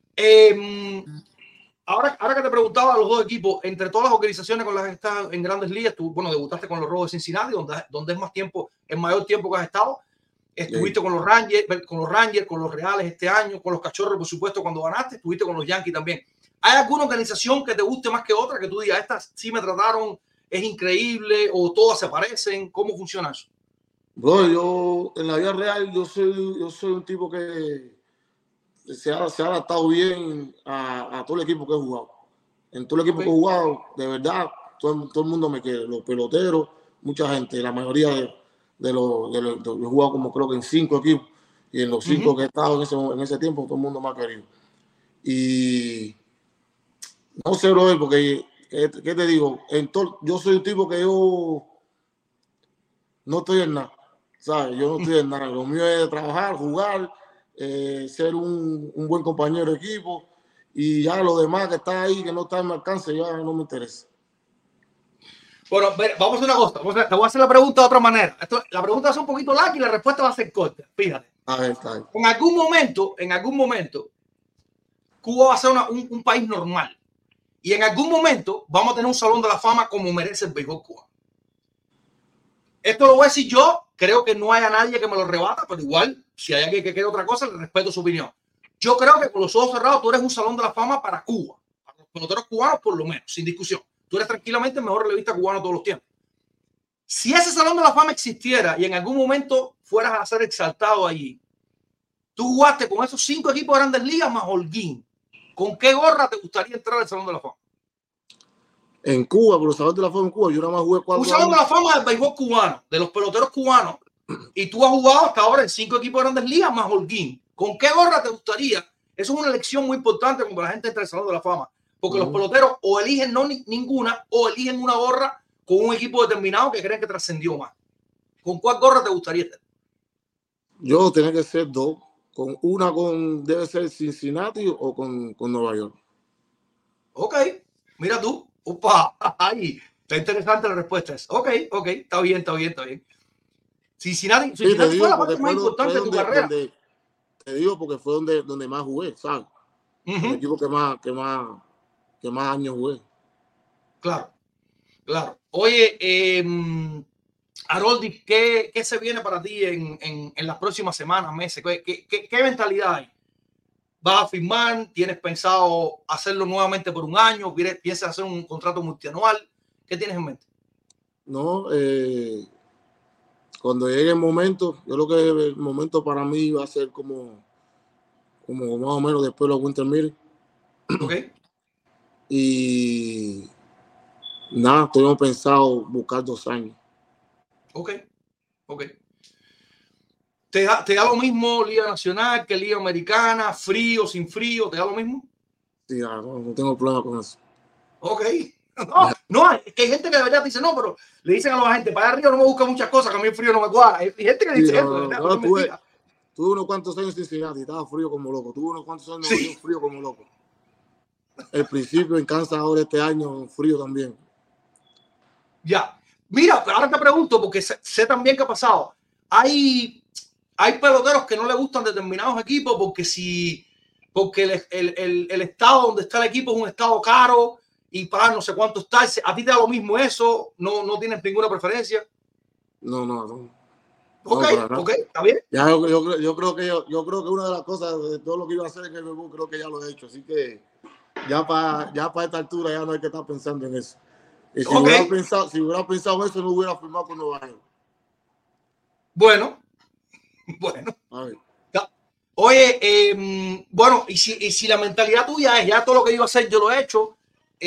Ahora que te preguntaba a los dos equipos, entre todas las organizaciones con las que estás en Grandes Ligas, tú, debutaste con los Rojos de Cincinnati, donde es mayor tiempo que has estado. Estuviste con los Rangers, con los Reales este año, con los Cachorros, por supuesto, cuando ganaste. Estuviste con los Yankees también. ¿Hay alguna organización que te guste más que otra, que tú digas, estas sí me trataron, es increíble, o todas se parecen? ¿Cómo funciona eso? Bro, yo en la vida real yo soy un tipo que se ha adaptado bien a todo el equipo que he jugado. En todo el equipo que he jugado, de verdad, todo el mundo me quiere. Los peloteros, mucha gente, la mayoría de los yo he jugado como creo que en 5 equipos, y en los 5 que he estado en ese tiempo, todo el mundo me ha querido. Y no sé, bro, porque, ¿qué te digo? Yo soy un tipo que yo no estoy en nada, ¿sabes? Yo no estoy en nada. Lo mío es trabajar, jugar, ser un buen compañero de equipo, y ya lo demás que está ahí, que no está en mi alcance, ya no me interesa. Bueno, vamos a hacer una cosa. Te voy a hacer la pregunta de otra manera. La pregunta va a ser un poquito larga y la respuesta va a ser corta. Fíjate. A ver, está bien. En algún momento, Cuba va a ser un país normal. Y en algún momento vamos a tener un salón de la fama como merece el béisbol cubano. Esto lo voy a decir yo. Creo que no haya nadie que me lo rebata, pero igual, si hay alguien que quiere otra cosa, le respeto su opinión. Yo creo que con los ojos cerrados tú eres un salón de la fama para Cuba. Para los peloteros cubanos, por lo menos, sin discusión. Tú eres tranquilamente el mejor relevista cubano de todos los tiempos. Si ese salón de la fama existiera y en algún momento fueras a ser exaltado allí, tú jugaste con esos 5 equipos de Grandes Ligas más Holguín, ¿con qué gorra te gustaría entrar al Salón de la Fama? En Cuba, por el Salón de la Fama en Cuba, yo nada más jugué 4 Un Salón de años. la Fama del béisbol cubano, de los peloteros cubanos, y tú has jugado hasta ahora en 5 equipos de Grandes Ligas más Holguín. ¿Con qué gorra te gustaría? Eso es una elección muy importante cuando la gente entra al Salón de la Fama, porque los peloteros o eligen ninguna o eligen una gorra con un equipo determinado que creen que trascendió más. ¿Con cuál gorra te gustaría estar? Yo tenía que ser 2. Con una debe ser Cincinnati o con Nueva York. Ok, mira tú. Opa, ahí. Está interesante la respuesta. Ok, está bien. Cincinnati Sí, te digo, fue la parte más importante de tu carrera. Te digo porque fue donde más jugué, ¿sabes? El equipo que más años jugué. Claro. Oye, Haroldi, ¿qué se viene para ti en las próximas semanas, meses? ¿Qué mentalidad hay? ¿Vas a firmar? ¿Tienes pensado hacerlo nuevamente por un año? ¿Piensas hacer un contrato multianual? ¿Qué tienes en mente? No, cuando llegue el momento, yo creo que el momento para mí va a ser como más o menos después de los Winter Meetings. Ok. Y nada, tengo pensado buscar 2 años. Ok. ¿Te da lo mismo Liga Nacional que Liga Americana? ¿Frío, sin frío? ¿Te da lo mismo? Sí, no tengo problema con eso. Ok. No, es que hay gente que de verdad dice, no, pero le dicen a los agentes, para arriba no me busca muchas cosas, que a mí el frío no me cuadra. Hay gente que dice eso. Tuve unos cuantos años en Cincinnati, estaba frío como loco. Tuve unos cuantos años frío como loco. El principio en Kansas ahora este año frío también. Ya. Mira, ahora te pregunto, porque sé también que ha pasado. Hay peloteros que no le gustan determinados equipos porque el estado donde está el equipo es un estado caro y para no sé cuánto está. ¿A ti te da lo mismo eso? ¿No tienes ninguna preferencia? No. Ok, está bien. Ya, yo creo que una de las cosas de todo lo que iba a hacer en el béisbol, creo que ya lo he hecho. Así que ya para esta altura ya no hay que estar pensando en eso. Y si hubiera pensado en eso, no hubiera firmado con Nueva York. Bueno. A ver. Oye, bueno, y si la mentalidad tuya es ya todo lo que iba a hacer, yo lo he hecho.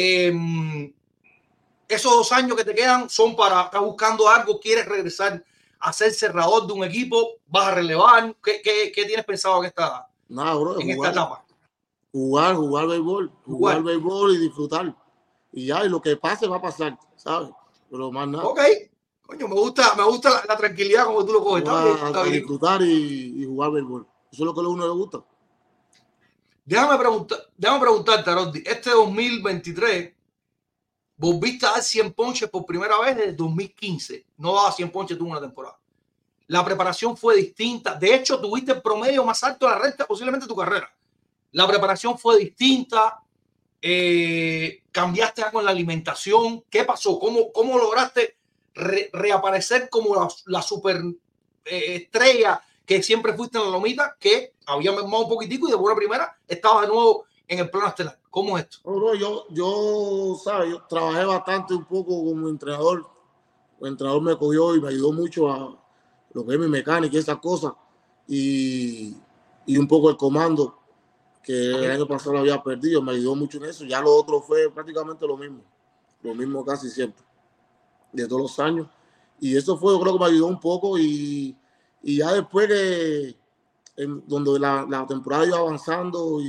Esos 2 años que te quedan son para estar buscando algo, quieres regresar a ser cerrador de un equipo, vas a relevar. ¿Qué tienes pensado en esta etapa? Jugar béisbol y disfrutar. Y ya, y lo que pase va a pasar, ¿sabes? Pero más nada. Ok, coño, me gusta la tranquilidad como tú lo coges. Está bien. Disfrutar y jugar béisbol. Eso es lo que a uno le gusta. Déjame preguntarte, Haroldi, este 2023 volviste a dar 100 ponches por primera vez desde 2015. No daba 100 ponches tú en una temporada. La preparación fue distinta. De hecho, tuviste el promedio más alto de la recta posiblemente de tu carrera. La preparación fue distinta. Cambiaste algo en la alimentación. ¿Qué pasó? ¿Cómo lograste reaparecer como la super estrella que siempre fuiste en la lomita, que había mermado un poquitico y de buena primera estabas de nuevo en el plano estelar? ¿Cómo es esto? Yo trabajé bastante un poco como entrenador. El entrenador me cogió y me ayudó mucho a lo que es mi mecánica y esas cosas. Y un poco el comando, que el año pasado lo había perdido, me ayudó mucho en eso. Ya lo otro fue prácticamente lo mismo casi siempre, de todos los años. Y eso fue, yo creo que me ayudó un poco. Y ya después donde la temporada iba avanzando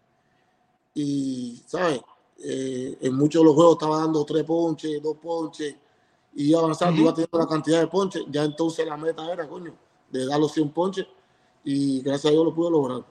y ¿sabes? En muchos de los juegos estaba dando 3 ponches, 2 ponches, y iba avanzando, iba teniendo la cantidad de ponches. Ya entonces la meta era, coño, de dar los 100 ponches, y gracias a Dios lo pude lograr.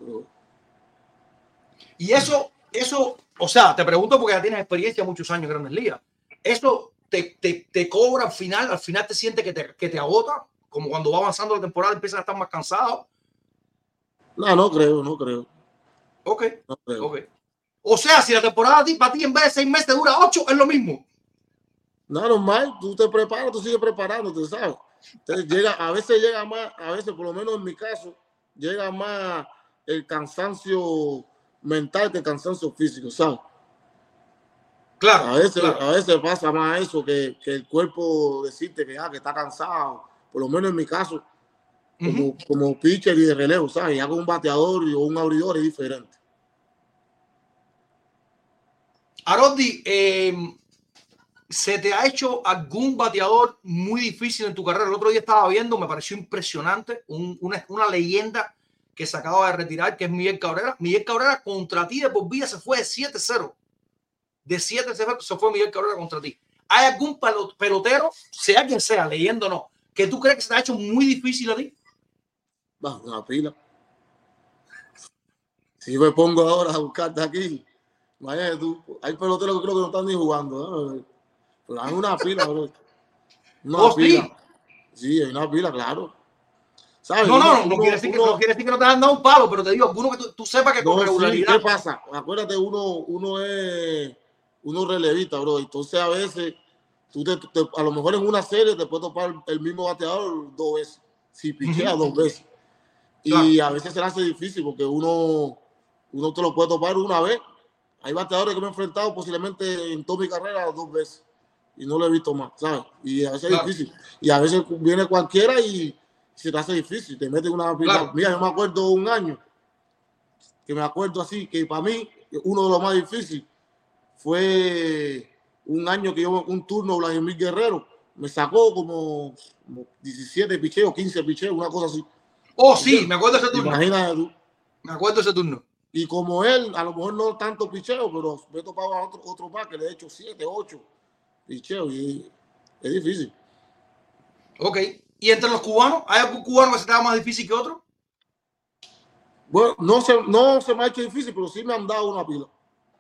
Y eso, o sea, te pregunto porque ya tienes experiencia muchos años en Grandes Ligas. ¿Eso te cobra al final te sientes que te agota? Como cuando va avanzando la temporada empiezas a estar más cansado. No creo. Ok. No creo. Ok. O sea, si la temporada para ti en vez de 6 meses dura 8, es lo mismo. No, normal, tú te preparas, tú sigues preparándote, ¿sabes? Entonces a veces llega más, por lo menos en mi caso, llega más el cansancio mental que el cansancio físico, ¿sabes? Claro. A veces pasa más eso que el cuerpo decirte que está cansado. Por lo menos en mi caso, como pitcher y de relevo, ¿sabes? Ya con un bateador o un abridor es diferente. Harold, ¿se te ha hecho algún bateador muy difícil en tu carrera? El otro día estaba viendo, me pareció impresionante, una leyenda que se acaba de retirar, que es Miguel Cabrera. Miguel Cabrera contra ti de por vida se fue de 7-0. De 7-0 se fue Miguel Cabrera contra ti. ¿Hay algún pelotero, sea quien sea, leyendo o no, que tú crees que se te ha hecho muy difícil a ti? Bajo una pila. Si me pongo ahora a buscarte aquí, imagínate tú, hay peloteros que creo que no están ni jugando, ¿eh? Pero hay una pila, bro. Una pila. Sí, hay una pila, claro. ¿Sabes? No quiere decir que no te han dado un palo, pero te digo, alguno que tú sepas que con regularidad. Sí, ¿qué pasa? Acuérdate, uno es relevista, bro. Entonces a veces a lo mejor en una serie te puede topar el mismo bateador 2 veces. Si pichea 2 veces. Y claro, a veces se le hace difícil porque uno te lo puede topar una vez. Hay bateadores que me he enfrentado posiblemente en toda mi carrera 2 veces. Y no lo he visto más, ¿sabes? Y a veces es difícil. Y a veces viene cualquiera y se te hace difícil. Te meten una pila. Claro. Mira, yo me acuerdo un año que me acuerdo así, que para mí uno de los más difíciles fue un año que yo, un turno, Vladimir Guerrero, me sacó como 17 picheos, 15 picheos, una cosa así. Oh, sí, me acuerdo de ese turno. Imagínate tú. Me acuerdo de ese turno. Y como él, a lo mejor no tanto picheo, pero me he topado a otro más que le he hecho 7, 8 picheos y es difícil. Ok. ¿Y entre los cubanos? ¿Hay algún cubano que se te haga más difícil que otro? Bueno, no se me ha hecho difícil, pero sí me han dado una pila.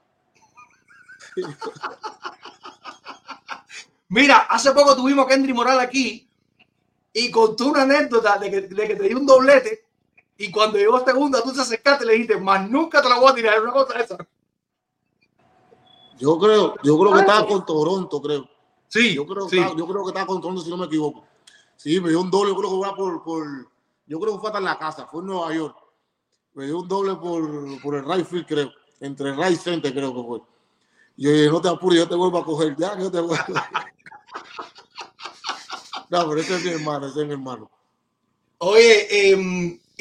Mira, hace poco tuvimos a Kendry Morales aquí y contó una anécdota de que te dio un doblete y cuando llegó a segunda tú te acercaste y le dijiste, más nunca te la voy a tirar, una cosa esa. Yo creo que estaba con Toronto, creo. Sí, yo creo sí. Que estaba con Toronto, si no me equivoco. Sí, me dio un doble, yo creo que yo creo que fue hasta en la casa, fue en Nueva York. Me dio un doble por el right field, creo. Entre el right center, creo que fue. Yo dije, no te apures, yo te vuelvo a coger. Ya, yo te vuelvo a coger. No, pero ese es mi hermano, Oye,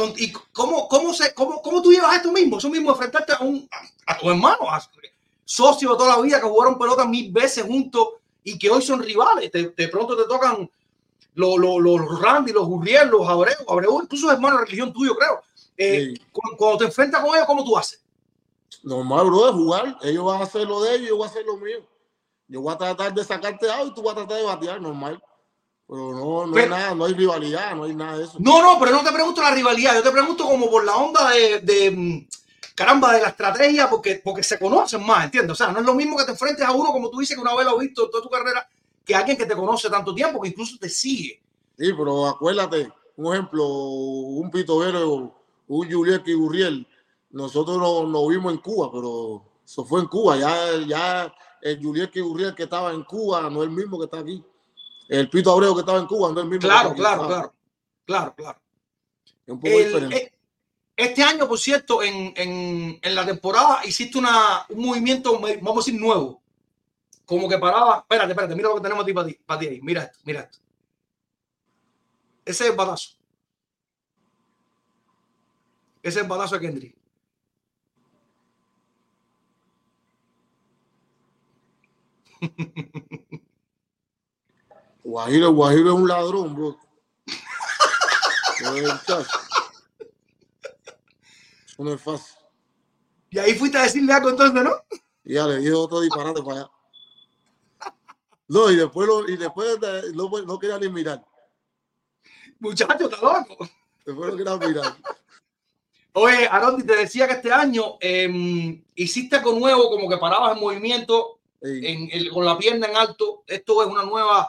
¿cómo tú llevas esto mismo? Eso mismo, enfrentarte a tu hermano, socio de toda la vida, que jugaron pelota 1000 veces juntos y que hoy son rivales. De pronto te tocan los Randy, los Gurriel, los Abreu, incluso hermanos de religión tuyo, creo. Sí. Cuando te enfrentas con ellos, ¿cómo tú haces? Normal, bro, de jugar. Ellos van a hacer lo de ellos y yo voy a hacer lo mío. Yo voy a tratar de sacarte algo y tú vas a tratar de batear, normal. Pero no hay nada, no hay rivalidad, no hay nada de eso. No, pero no te pregunto la rivalidad, yo te pregunto como por la onda caramba, de la estrategia, porque se conocen más, ¿entiendes? O sea, no es lo mismo que te enfrentes a uno, como tú dices, que una vez lo has visto en toda tu carrera, que alguien que te conoce tanto tiempo, que incluso te sigue. Sí, pero acuérdate, un ejemplo, un Pito Vero, un Juliet y Gurriel, nosotros nos vimos en Cuba, pero eso fue en Cuba. Ya el Juliet y Gurriel que estaba en Cuba no es el mismo que está aquí. El Pito Abreu que estaba en Cuba no es el mismo. Claro, que está aquí, claro. Es un poco diferente. Este año, por cierto, en la temporada hiciste un movimiento, vamos a decir, nuevo. Como que paraba. Espérate, mira lo que tenemos para ti ahí. Mira esto. Ese es el batazo. Ese es el batazo de Kendry. Guajiro es un ladrón, bro. Eso no es fácil. Y ahí fuiste a decirle algo entonces, ¿no? Y ya le dije otro disparate para allá. No, y después no quería ni mirar. Muchacho, está loco. Después no quería mirar. Oye, Arondi, te decía que este año hiciste algo nuevo, como que parabas en movimiento con la pierna en alto. Esto es una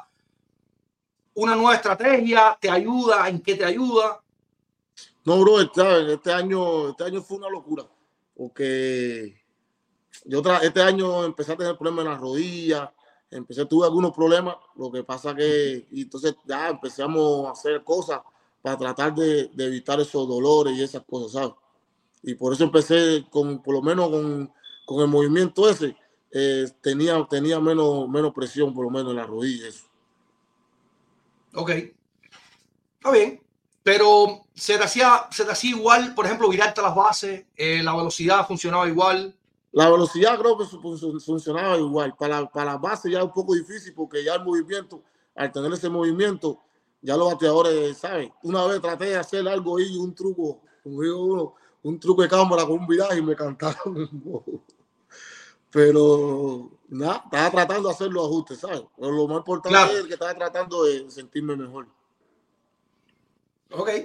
nueva estrategia. ¿Te ayuda? ¿En qué te ayuda? No, bro, este año fue una locura. Porque este año empecé a tener problemas en las rodillas. Tuve algunos problemas. Lo que pasa que y entonces ya empezamos a hacer cosas para tratar de evitar esos dolores y esas cosas, ¿sabes? Y por eso empecé por lo menos con el movimiento ese, tenía menos presión por lo menos en las rodillas. Ok, está bien. Pero se te hacía igual, por ejemplo, virarte a las bases, la velocidad funcionaba igual. La velocidad creo que funcionaba igual. Para las bases ya es un poco difícil porque ya el movimiento, al tener ese movimiento, ya los bateadores saben. Una vez traté de hacer algo ahí, un truco, como digo uno, un truco de cámara con un viraje y me cantaron. Pero nada, estaba tratando de hacer los ajustes, ¿sabes? Pero lo más importante Claro. es que estaba tratando de sentirme mejor. Ok.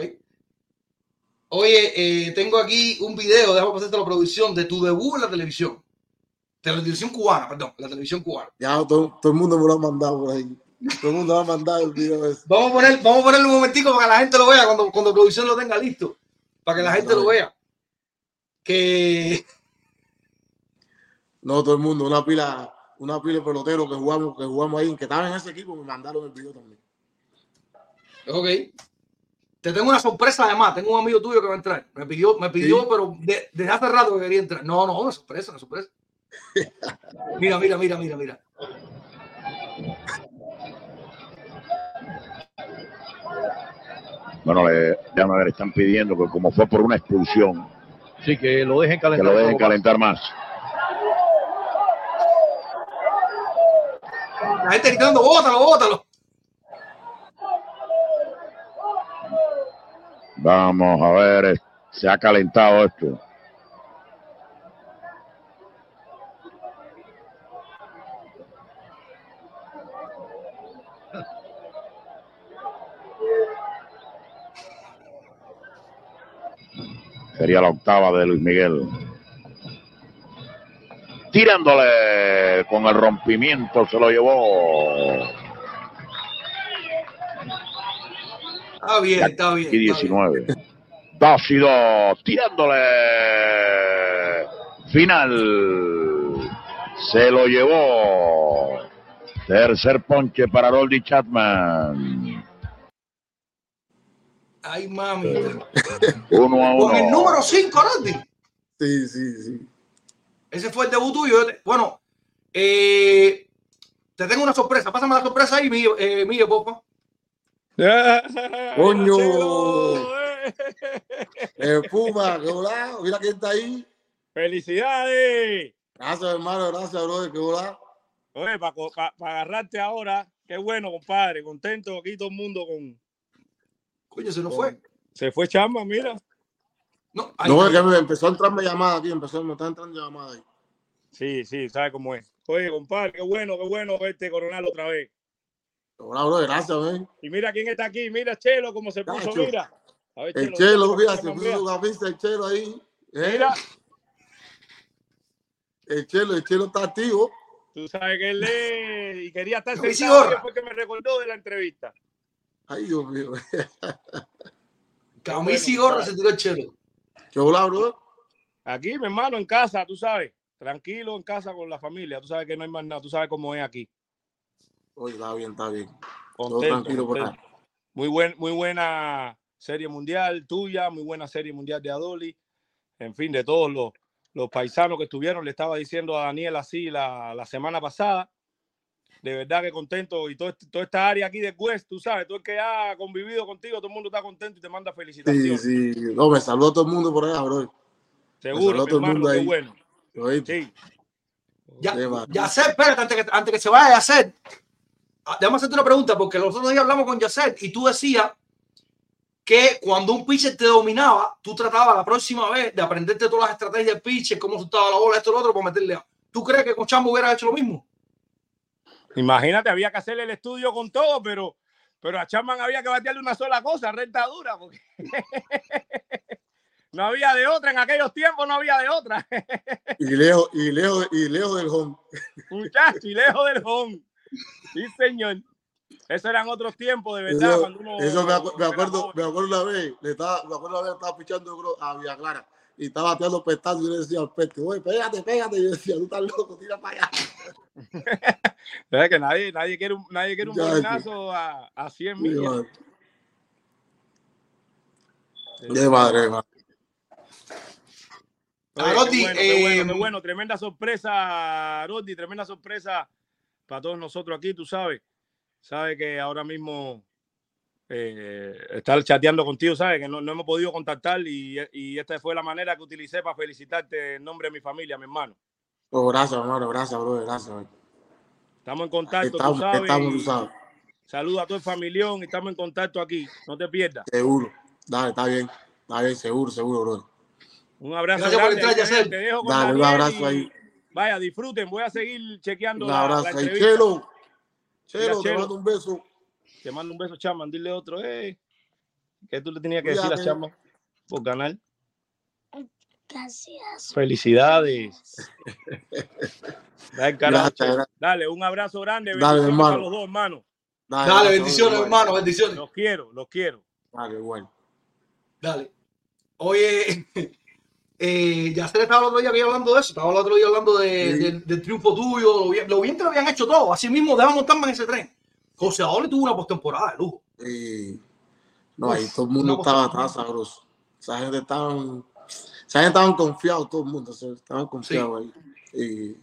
Oye, tengo aquí un video, déjame pasarte la producción de tu debut en la televisión. De la televisión cubana, perdón, la televisión cubana. Ya todo el mundo me lo ha mandado por ahí. Todo el mundo me ha mandado el video ese. Vamos a ponerle un momentico para que la gente lo vea cuando producción lo tenga listo. Para que la gente lo vea. Que no, todo el mundo, una pila de peloteros que jugamos ahí, que estaban en ese equipo, me mandaron el video también. Ok. Te tengo una sorpresa además. Tengo un amigo tuyo que va a entrar. Me pidió, ¿sí? Pero desde hace rato que quería entrar. No, una sorpresa. Mira. Bueno, ya no le están pidiendo que como fue por una expulsión. Sí, que lo dejen calentar. Que lo dejen calentar más. La gente gritando, bótalo. Vamos a ver, se ha calentado esto. Sería la octava de Luis Miguel. Tirándole con el rompimiento, se lo llevó. Está bien. Y 19. 2-2. Tirándole. Final. Se lo llevó. Tercer ponche para Aroldis Chapman. Ay, mamita. 1-1. Con el número 5, Aroldis. Sí. Ese fue el debut tuyo. Bueno, te tengo una sorpresa. Pásame la sorpresa ahí, Miguel, porfa. ¡Coño! Puma, qué volá. Mira quién está ahí. ¡Felicidades! Gracias, hermano. Gracias, brother. Qué volá. Oye, para agarrarte ahora, qué bueno, compadre. Contento aquí todo el mundo con... Coño, se nos fue. Se fue Chamba, mira. No, es que me empezó a entrarme llamada aquí. Me está entrando llamada ahí. Sí, sabe cómo es. Oye, compadre, qué bueno verte coronar otra vez. Hola, bro, gracias, man. Y mira quién está aquí. Mira, Chelo, cómo se puso, mira. A ver, el Chelo, mira, se puso su camisa, el Chelo ahí. Mira. El Chelo está activo. Tú sabes que él lee y quería estar sentado después que me recordó de la entrevista. Ay, Dios mío. Camisa y gorra se tiró el Chelo. ¿Qué hola, bro? Aquí, mi hermano, en casa, tú sabes. Tranquilo, en casa con la familia. Tú sabes que no hay más nada. Tú sabes cómo es aquí. Oye, está bien. Contento, todo tranquilo por acá. Muy buena serie mundial tuya, muy buena serie mundial de Adolis. En fin, de todos los paisanos que estuvieron. Le estaba diciendo a Daniel así la semana pasada. De verdad que contento. Y toda esta área aquí de West, tú sabes, todo el que ha convivido contigo, todo el mundo está contento y te manda felicitaciones. Sí. No, me saludó todo el mundo por allá, bro. Seguro, mi hermano, qué bueno. Sí. Yacet, espérate, antes que se vaya Yacet, déjame hacerte una pregunta, porque los otros días hablamos con Yacet y tú decías que cuando un pitcher te dominaba, tú tratabas la próxima vez de aprenderte todas las estrategias del pitcher, cómo soltaba la bola, esto y lo otro, para meterle a. ¿Tú crees que con Chambo hubiera hecho lo mismo? Imagínate, había que hacerle el estudio con todo, pero a Chapman había que batearle una sola cosa, recta dura, porque no había de otra, en aquellos tiempos no había de otra. y lejos del home. Muchacho, y lejos del home. Sí, señor. Esos eran otros tiempos, de verdad. Me acuerdo una vez, estaba pichando a Villa Clara y estaba bateando pestazo y yo le decía al peste, oye, pégate. Y yo decía, tú estás loco, tira para allá. Es que nadie quiere un bolinazo a 100 millas. De madre. Qué bueno. Tremenda sorpresa, Roddy, tremenda sorpresa para todos nosotros aquí, tú sabes. Sabes que ahora mismo estar chateando contigo, ¿sabes? Que no hemos podido contactar y esta fue la manera que utilicé para felicitarte en nombre de mi familia, mi hermano. Oh, gracias, hermano, gracias, bro, gracias. Bro. Estamos en contacto, Estamos, tú sabes. Saluda a todo el familión y estamos en contacto aquí. No te pierdas. Seguro. Dale, está bien, seguro, bro. Un abrazo. Gracias grande. por entrar, Yacel. Te dejo con Dale, Daniel un abrazo ahí. Vaya, disfruten. Voy a seguir chequeando Un abrazo la ahí. entrevista. Chelo, te mando un beso. Te mando un beso, Chapman. Dile otro, que tú le tenías que decir a Chapman por ganar. Gracias. Felicidades. Dale, Gracias. Dale, un abrazo grande. Dale, hermano. A los dos, hermano. Dale, bendiciones, hermano, bendiciones. Los quiero. Dale, igual. Dale. Oye, Yacel estaba el otro día hablando de eso. Estaba el otro día hablando del triunfo tuyo, lo bien que lo habían hecho todo. Así mismo, déjame montarme en ese tren. José Adoli tuvo una postemporada de lujo. No, ahí todo el mundo estaba sabroso. Esa gente estaban confiados, todo el mundo. Estaban confiados ahí.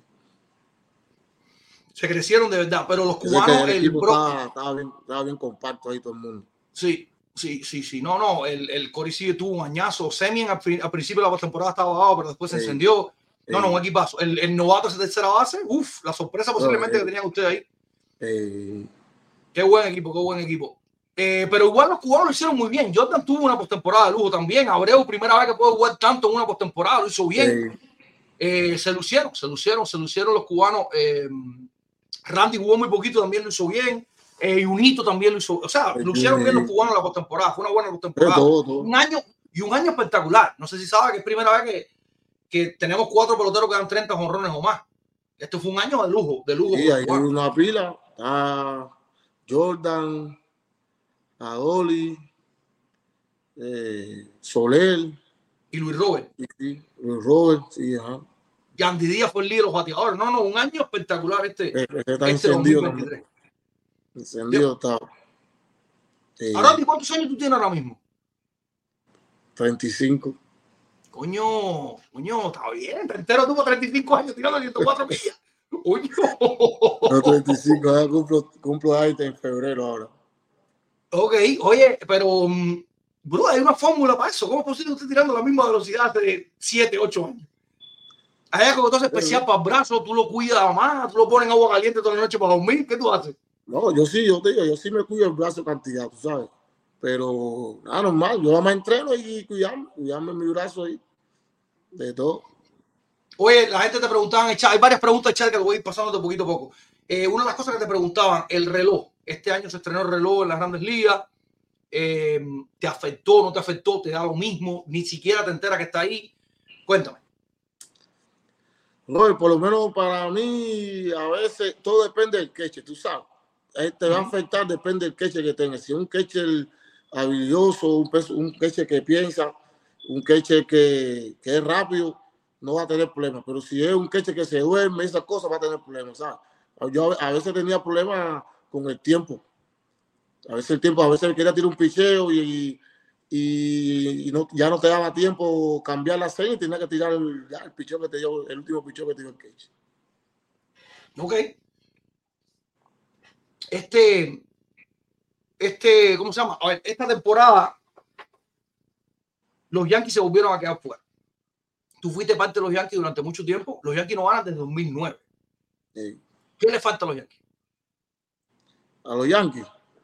Se crecieron de verdad, pero los cubanos... El equipo estaba bien compacto ahí todo el mundo. Sí. No, el Corey sí tuvo un añazo. Semien al principio de la postemporada estaba abajo, pero después se encendió. No, un equipazo. El novato esa tercera base, la sorpresa posiblemente que tenían ustedes ahí. Qué buen equipo. Pero igual los cubanos lo hicieron muy bien. Jordan tuvo una postemporada de lujo también. Abreu, primera vez que puede jugar tanto en una postemporada, lo hizo bien. Se lucieron los cubanos. Randy jugó muy poquito, también lo hizo bien. Junito también lo hizo. O sea, lucieron bien los cubanos en la postemporada. Fue una buena postemporada. Todo. Un año espectacular. No sé si sabes que es primera vez que tenemos 4 peloteros que dan 30 jonrones o más. Esto fue un año de lujo. Sí, hay una pila. Jordan, Adoli, Soler y Luis Robert. Luis Robert, sí, ajá. Yandy Díaz fue el líder de los bateadores. No, un año espectacular este encendido, 2023. Encendido está. Ahora, ¿cuántos años tú tienes ahora mismo? 35. Coño, está bien. Entero tuvo 35 años tirando 104 millas. Coño. No, 35, ya cumplo ahí en febrero ahora. Ok, oye, pero bro, hay una fórmula para eso. ¿Cómo es posible usted tirando la misma velocidad de 7, 8 años? Hay algo que tú haces especial para el brazo, tú lo cuidas más, tú lo pones en agua caliente toda la noche para dormir. ¿Qué tú haces? No, yo sí me cuido el brazo cantidad, tú sabes. Pero nada, normal, yo nada más entreno y cuidarme mi brazo ahí. De todo. Oye, la gente te preguntaba en el chat, hay varias preguntas en el chat que lo voy a ir pasando de poquito a poco. Una de las cosas que te preguntaban, el reloj. Este año se estrenó el reloj en las Grandes Ligas. ¿Te afectó, no te afectó? ¿Te da lo mismo? Ni siquiera te enteras que está ahí. Cuéntame. No, por lo menos para mí, a veces todo depende del catcher, tú sabes. Te va a afectar, depende del catcher que tengas. Si es un catcher habilidoso, un catcher que piensa, un catcher que es rápido, no va a tener problemas. Pero si es un catcher que se duerme, esas cosas va a tener problemas, ¿sabes? Yo a veces tenía problemas con el tiempo. A veces quería tirar un picheo y ya no te daba tiempo cambiar la serie y tenía que tirar el picheo que te dio, el último picheo que te dio el catcher. Ok. ¿Cómo se llama? A ver, esta temporada los Yankees se volvieron a quedar fuera. Tú fuiste parte de los Yankees durante mucho tiempo. Los Yankees no ganan desde 2009. Sí. ¿Qué le falta a los Yankees? ¿A los Yankees?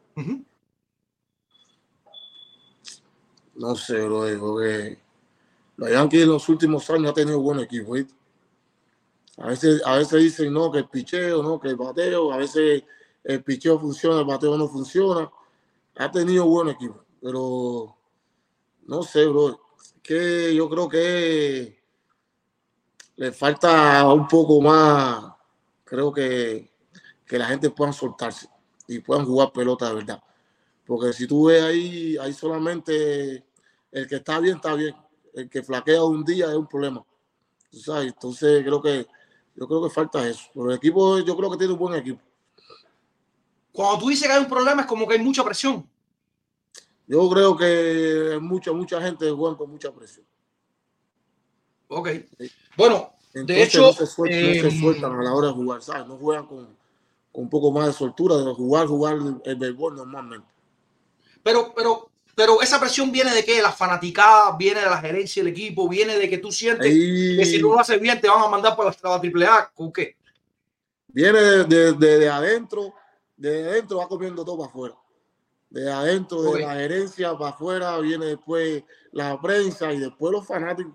No sé, bro, porque los Yankees en los últimos años han tenido buen equipo, ¿viste? A veces dicen no, que el picheo, no, que el bateo, a veces el picheo funciona, el bateo no funciona. Ha tenido buen equipo, pero no sé, bro, que yo creo que le falta un poco más, creo que la gente pueda soltarse y puedan jugar pelota de verdad. Porque si tú ves ahí solamente el que está bien, el que flaquea un día es un problema, ¿tú sabes? Entonces yo creo que falta eso, pero el equipo yo creo que tiene un buen equipo. Cuando tú dices que hay un problema es como que hay mucha presión. Yo creo que mucha gente juega con mucha presión. Ok. Bueno, entonces, de hecho, no se sueltan a la hora de jugar, ¿sabes? No juegan con un poco más de soltura de jugar el béisbol normalmente. Pero esa presión viene de qué? La fanaticada, viene de la gerencia del equipo, viene de que tú sientes que si no lo haces bien te van a mandar para la AAA. ¿Con qué? Viene de adentro, va comiendo todo para afuera. De adentro, de la gerencia para afuera, viene después la prensa y después los fanáticos.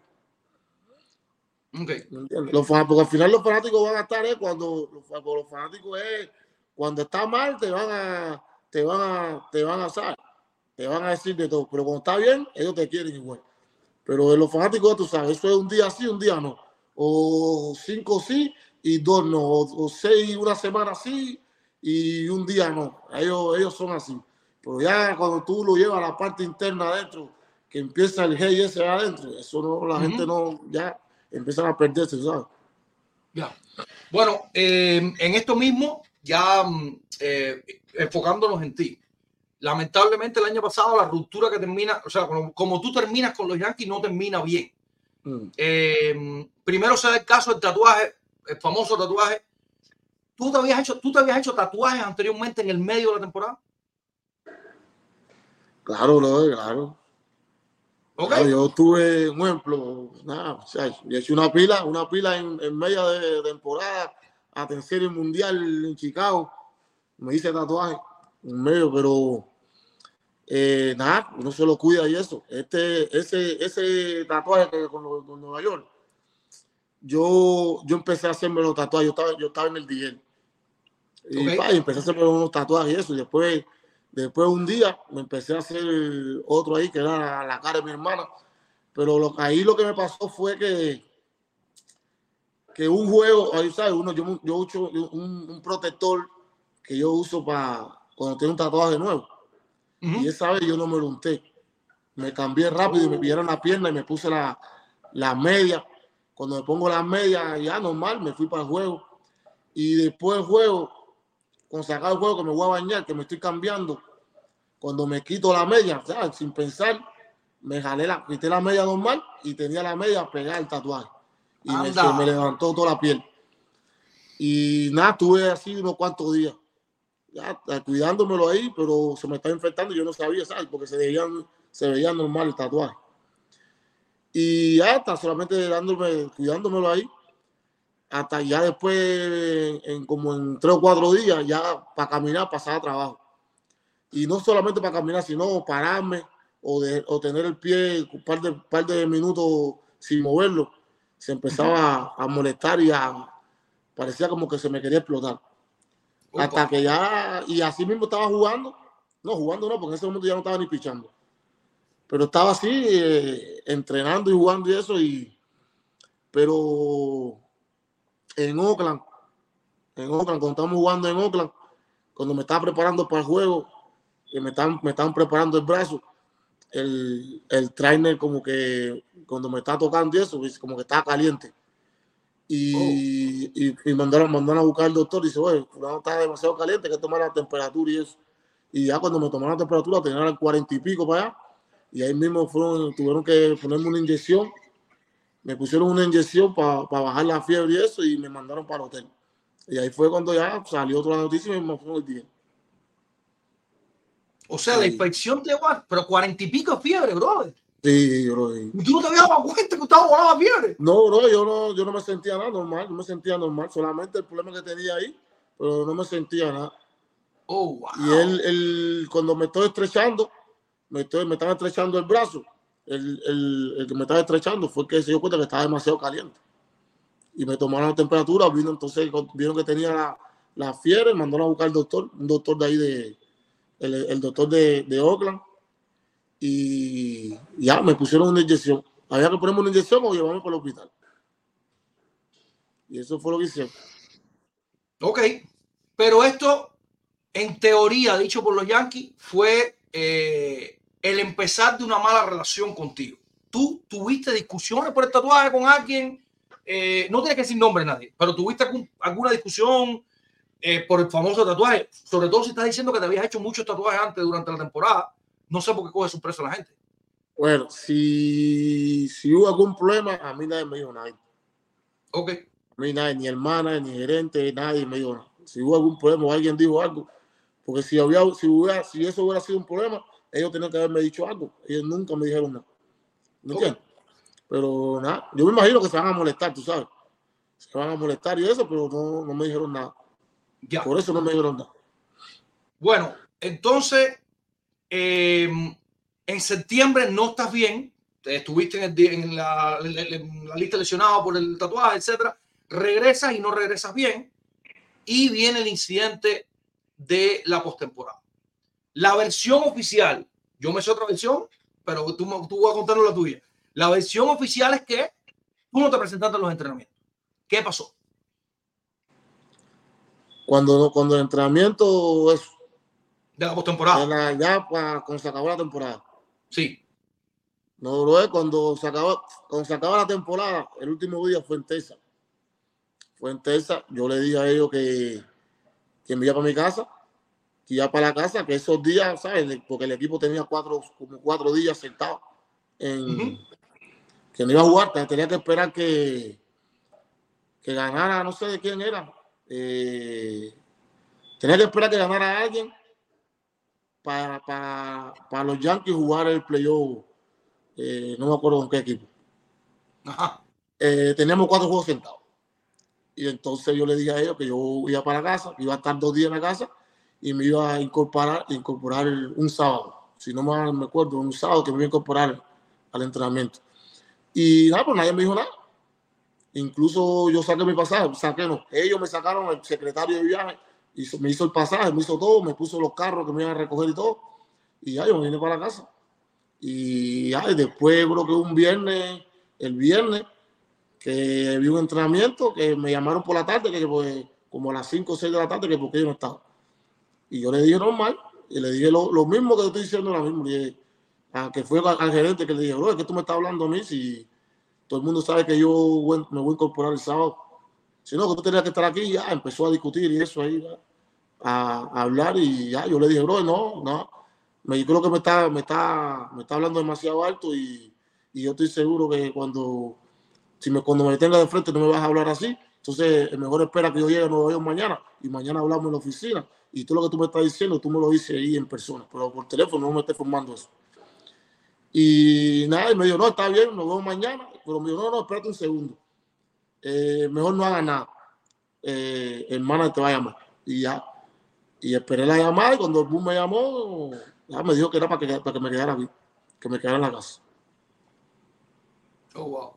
Okay. Porque al final los fanáticos van a estar cuando los fanáticos cuando está mal te van a decir de todo, pero cuando está bien ellos te quieren igual. Pero de los fanáticos tú sabes, eso es un día sí, un día no, o 5 sí y 2 no, o 6 una semana sí y un día no. Ellos son así. Pero ya cuando tú lo llevas a la parte interna adentro, que empieza el hey ese adentro, eso no, la gente no, ya empiezan a perderse, ¿sabes? Ya. Bueno, en esto mismo, ya enfocándonos en ti. Lamentablemente el año pasado la ruptura que termina, o sea, como tú terminas con los Yankees no termina bien. Primero se da el caso del tatuaje, el famoso tatuaje. ¿Tú te habías hecho tatuajes anteriormente en el medio de la temporada? Claro, claro. Okay. Claro, yo tuve un ejemplo, o sea, yo he hecho una pila en media de temporada a tercer mundial en Chicago. Me hice tatuaje en medio, pero uno se lo cuida y eso. Ese tatuaje que con Nueva York, yo empecé a hacerme los tatuajes. Yo estaba en el DL. Y empecé a hacerme unos tatuajes y eso. Y después un día me empecé a hacer otro ahí que era la cara de mi hermana. Pero ahí lo que me pasó fue que un juego, ahí sabes, yo uso un protector que yo uso para cuando tengo un tatuaje nuevo. Y esa vez yo no me lo unté. Me cambié rápido y me pillaron la pierna y me puse la media. Cuando me pongo las medias, ya normal, me fui para el juego. Y después del juego, cuando se acaba el juego, que me voy a bañar, que me estoy cambiando, cuando me quito la media, ¿sabes? Sin pensar, quité la media normal y tenía la media pegada al tatuaje. Y me levantó toda la piel. Y nada, estuve así unos cuantos días. Ya cuidándomelo ahí, pero se me estaba infectando y yo no sabía, ¿sabes? Porque se veía normal el tatuaje. Y ya está, solamente cuidándomelo ahí, hasta ya después, como en 3 o 4 días, ya para caminar, pasaba trabajo. Y no solamente para caminar, sino pararme o tener el pie un par de minutos sin moverlo. Se empezaba a molestar y parecía como que se me quería explotar. Hasta que ya, y así mismo estaba jugando no, porque en ese momento ya no estaba ni pichando. Pero estaba así, entrenando y jugando y eso, pero en Oakland, cuando estábamos jugando en Oakland, cuando me estaba preparando para el juego, que me estaban preparando el brazo, el trainer como que cuando me estaba tocando y eso, como que estaba caliente. Y mandaron a buscar al doctor y dice, oye, fulano está demasiado caliente, hay que tomar la temperatura y eso. Y ya cuando me tomaron la temperatura tenía el 40 y pico para allá. Y ahí mismo tuvieron que ponerme una inyección. Me pusieron una inyección para bajar la fiebre y eso y me mandaron para el hotel. Y ahí fue cuando ya salió otra noticia y me fue el día. O sea, la infección te va, pero 40 y pico de fiebre, brother. Sí, bro. ¿Y tú no te habías dado cuenta que estaba volando la fiebre? No, bro, yo no me sentía nada normal, no me sentía normal, solamente el problema que tenía ahí, pero no me sentía nada. Oh, wow. Y él cuando me estoy estrechando, me estaba estrechando el brazo, el que me estaba estrechando fue que se dio cuenta que estaba demasiado caliente. Y me tomaron la temperatura, vieron que tenía la fiebre, mandaron a buscar al doctor, un doctor de ahí, el doctor de Oakland. Y ya me pusieron una inyección. Había que ponerme una inyección o llevarme para el hospital. Y eso fue lo que hicieron. Ok, pero esto, en teoría, dicho por los Yankees, fue el empezar de una mala relación contigo. ¿Tú tuviste discusiones por el tatuaje con alguien? No tienes que decir nombre nadie, pero ¿tuviste alguna discusión por el famoso tatuaje? Sobre todo si estás diciendo que te habías hecho muchos tatuajes antes durante la temporada. No sé por qué coge sorpresa a la gente. Bueno, si hubo algún problema, a mí nadie me dijo nada. Ok. A mí nadie, ni hermana, ni gerente, nadie me dijo nada. Si hubo algún problema o alguien dijo algo, porque si eso hubiera sido un problema, ellos tenían que haberme dicho algo. Ellos nunca me dijeron nada. ¿Me entiendes? Pero nada, yo me imagino que se van a molestar, tú sabes. Se van a molestar y eso, pero no me dijeron nada. Ya. Por eso no me dijeron nada. Bueno, entonces, en septiembre no estás bien. Estuviste en la lista lesionada por el tatuaje, etcétera. Regresas y no regresas bien. Y viene el incidente de la postemporada. La versión oficial, yo me sé otra versión, pero tú vas a contarnos la tuya. La versión oficial es que tú no te presentaste en los entrenamientos. ¿Qué pasó? Cuando el entrenamiento es De la postemporada. ya cuando se acabó la temporada. Sí. No, bro, cuando se acabó la temporada, el último día fue en Texas. Yo le dije a ellos que me iba para mi casa, que iba para la casa, que esos días, ¿sabes? Porque el equipo tenía como 4 días sentado que no iba a jugar, tenía que esperar que ganara, no sé de quién era. Tenía que esperar que ganara a alguien para los Yankees jugar el playoff. No me acuerdo con qué equipo. Ajá. Teníamos 4 juegos sentados. Y entonces yo le dije a ellos que yo iba para la casa, iba a estar 2 días en la casa y me iba a incorporar un sábado. Si no me acuerdo, un sábado que me iba a incorporar al entrenamiento. Y nada, pues nadie me dijo nada. Incluso yo saqué mi pasaje, ellos me sacaron, el secretario de viaje, me hizo el pasaje, me hizo todo, me puso los carros que me iban a recoger y todo. Y ya yo me vine para la casa. Y ya, después creo que el viernes, que vi un entrenamiento, que me llamaron por la tarde, que pues, como a las 5 o 6 de la tarde, que porque yo no estaba. Y yo le dije normal, y le dije lo mismo que te estoy diciendo ahora mismo. Le dije, que fue al gerente que le dije, bro, es que tú me estás hablando a mí, si todo el mundo sabe que yo me voy a incorporar el sábado. Si no, que tú tenías que estar aquí, y ya empezó a discutir y eso ahí, a hablar, y ya yo le dije, bro, no. Yo creo que me está hablando demasiado alto y yo estoy seguro que cuando me tenga de frente no me vas a hablar así. Entonces, mejor espera que yo llegue a Nueva York mañana y mañana hablamos en la oficina. Y todo lo que tú me estás diciendo, tú me lo dices ahí en persona, pero por teléfono no me estés formando eso. Y nada, y me dijo, no, está bien, nos vemos mañana. Pero me dijo, no, espérate un segundo. Mejor no hagas nada. El manager te va a llamar. Y ya. Y esperé la llamada y cuando el bus me llamó, ya me dijo que era para que me quedara aquí, que me quedara en la casa. Oh, wow.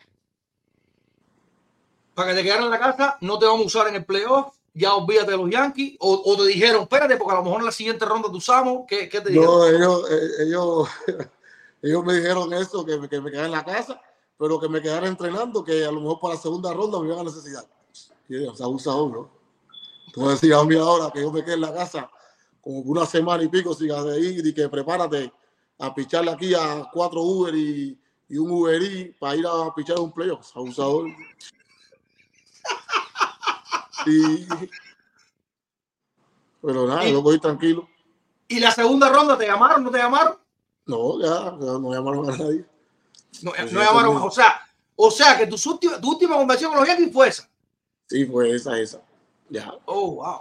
Para que te quedaran en la casa, no te vamos a usar en el playoff, ya olvídate de los Yankees, o te dijeron, espérate, porque a lo mejor en la siguiente ronda te usamos. ¿Qué te dijeron? No, ellos me dijeron eso, que me quedara en la casa, pero que me quedara entrenando, que a lo mejor para la segunda ronda me iban a necesitar. Y yo, o sea, abusador, ¿no? Tú me decías a mí ahora que yo me quedé en la casa como una semana y pico sin ir y que prepárate a picharle aquí a 4 Uber y un Uber Eats para ir a pichar un playoff. Abusador. Pero nada, yo voy tranquilo. ¿Y la segunda ronda te llamaron? ¿No te llamaron? No, ya no llamaron a nadie. No llamaron. O sea que tu última conversación con los Yankees fue esa. Sí, fue esa. Ya. Oh, wow.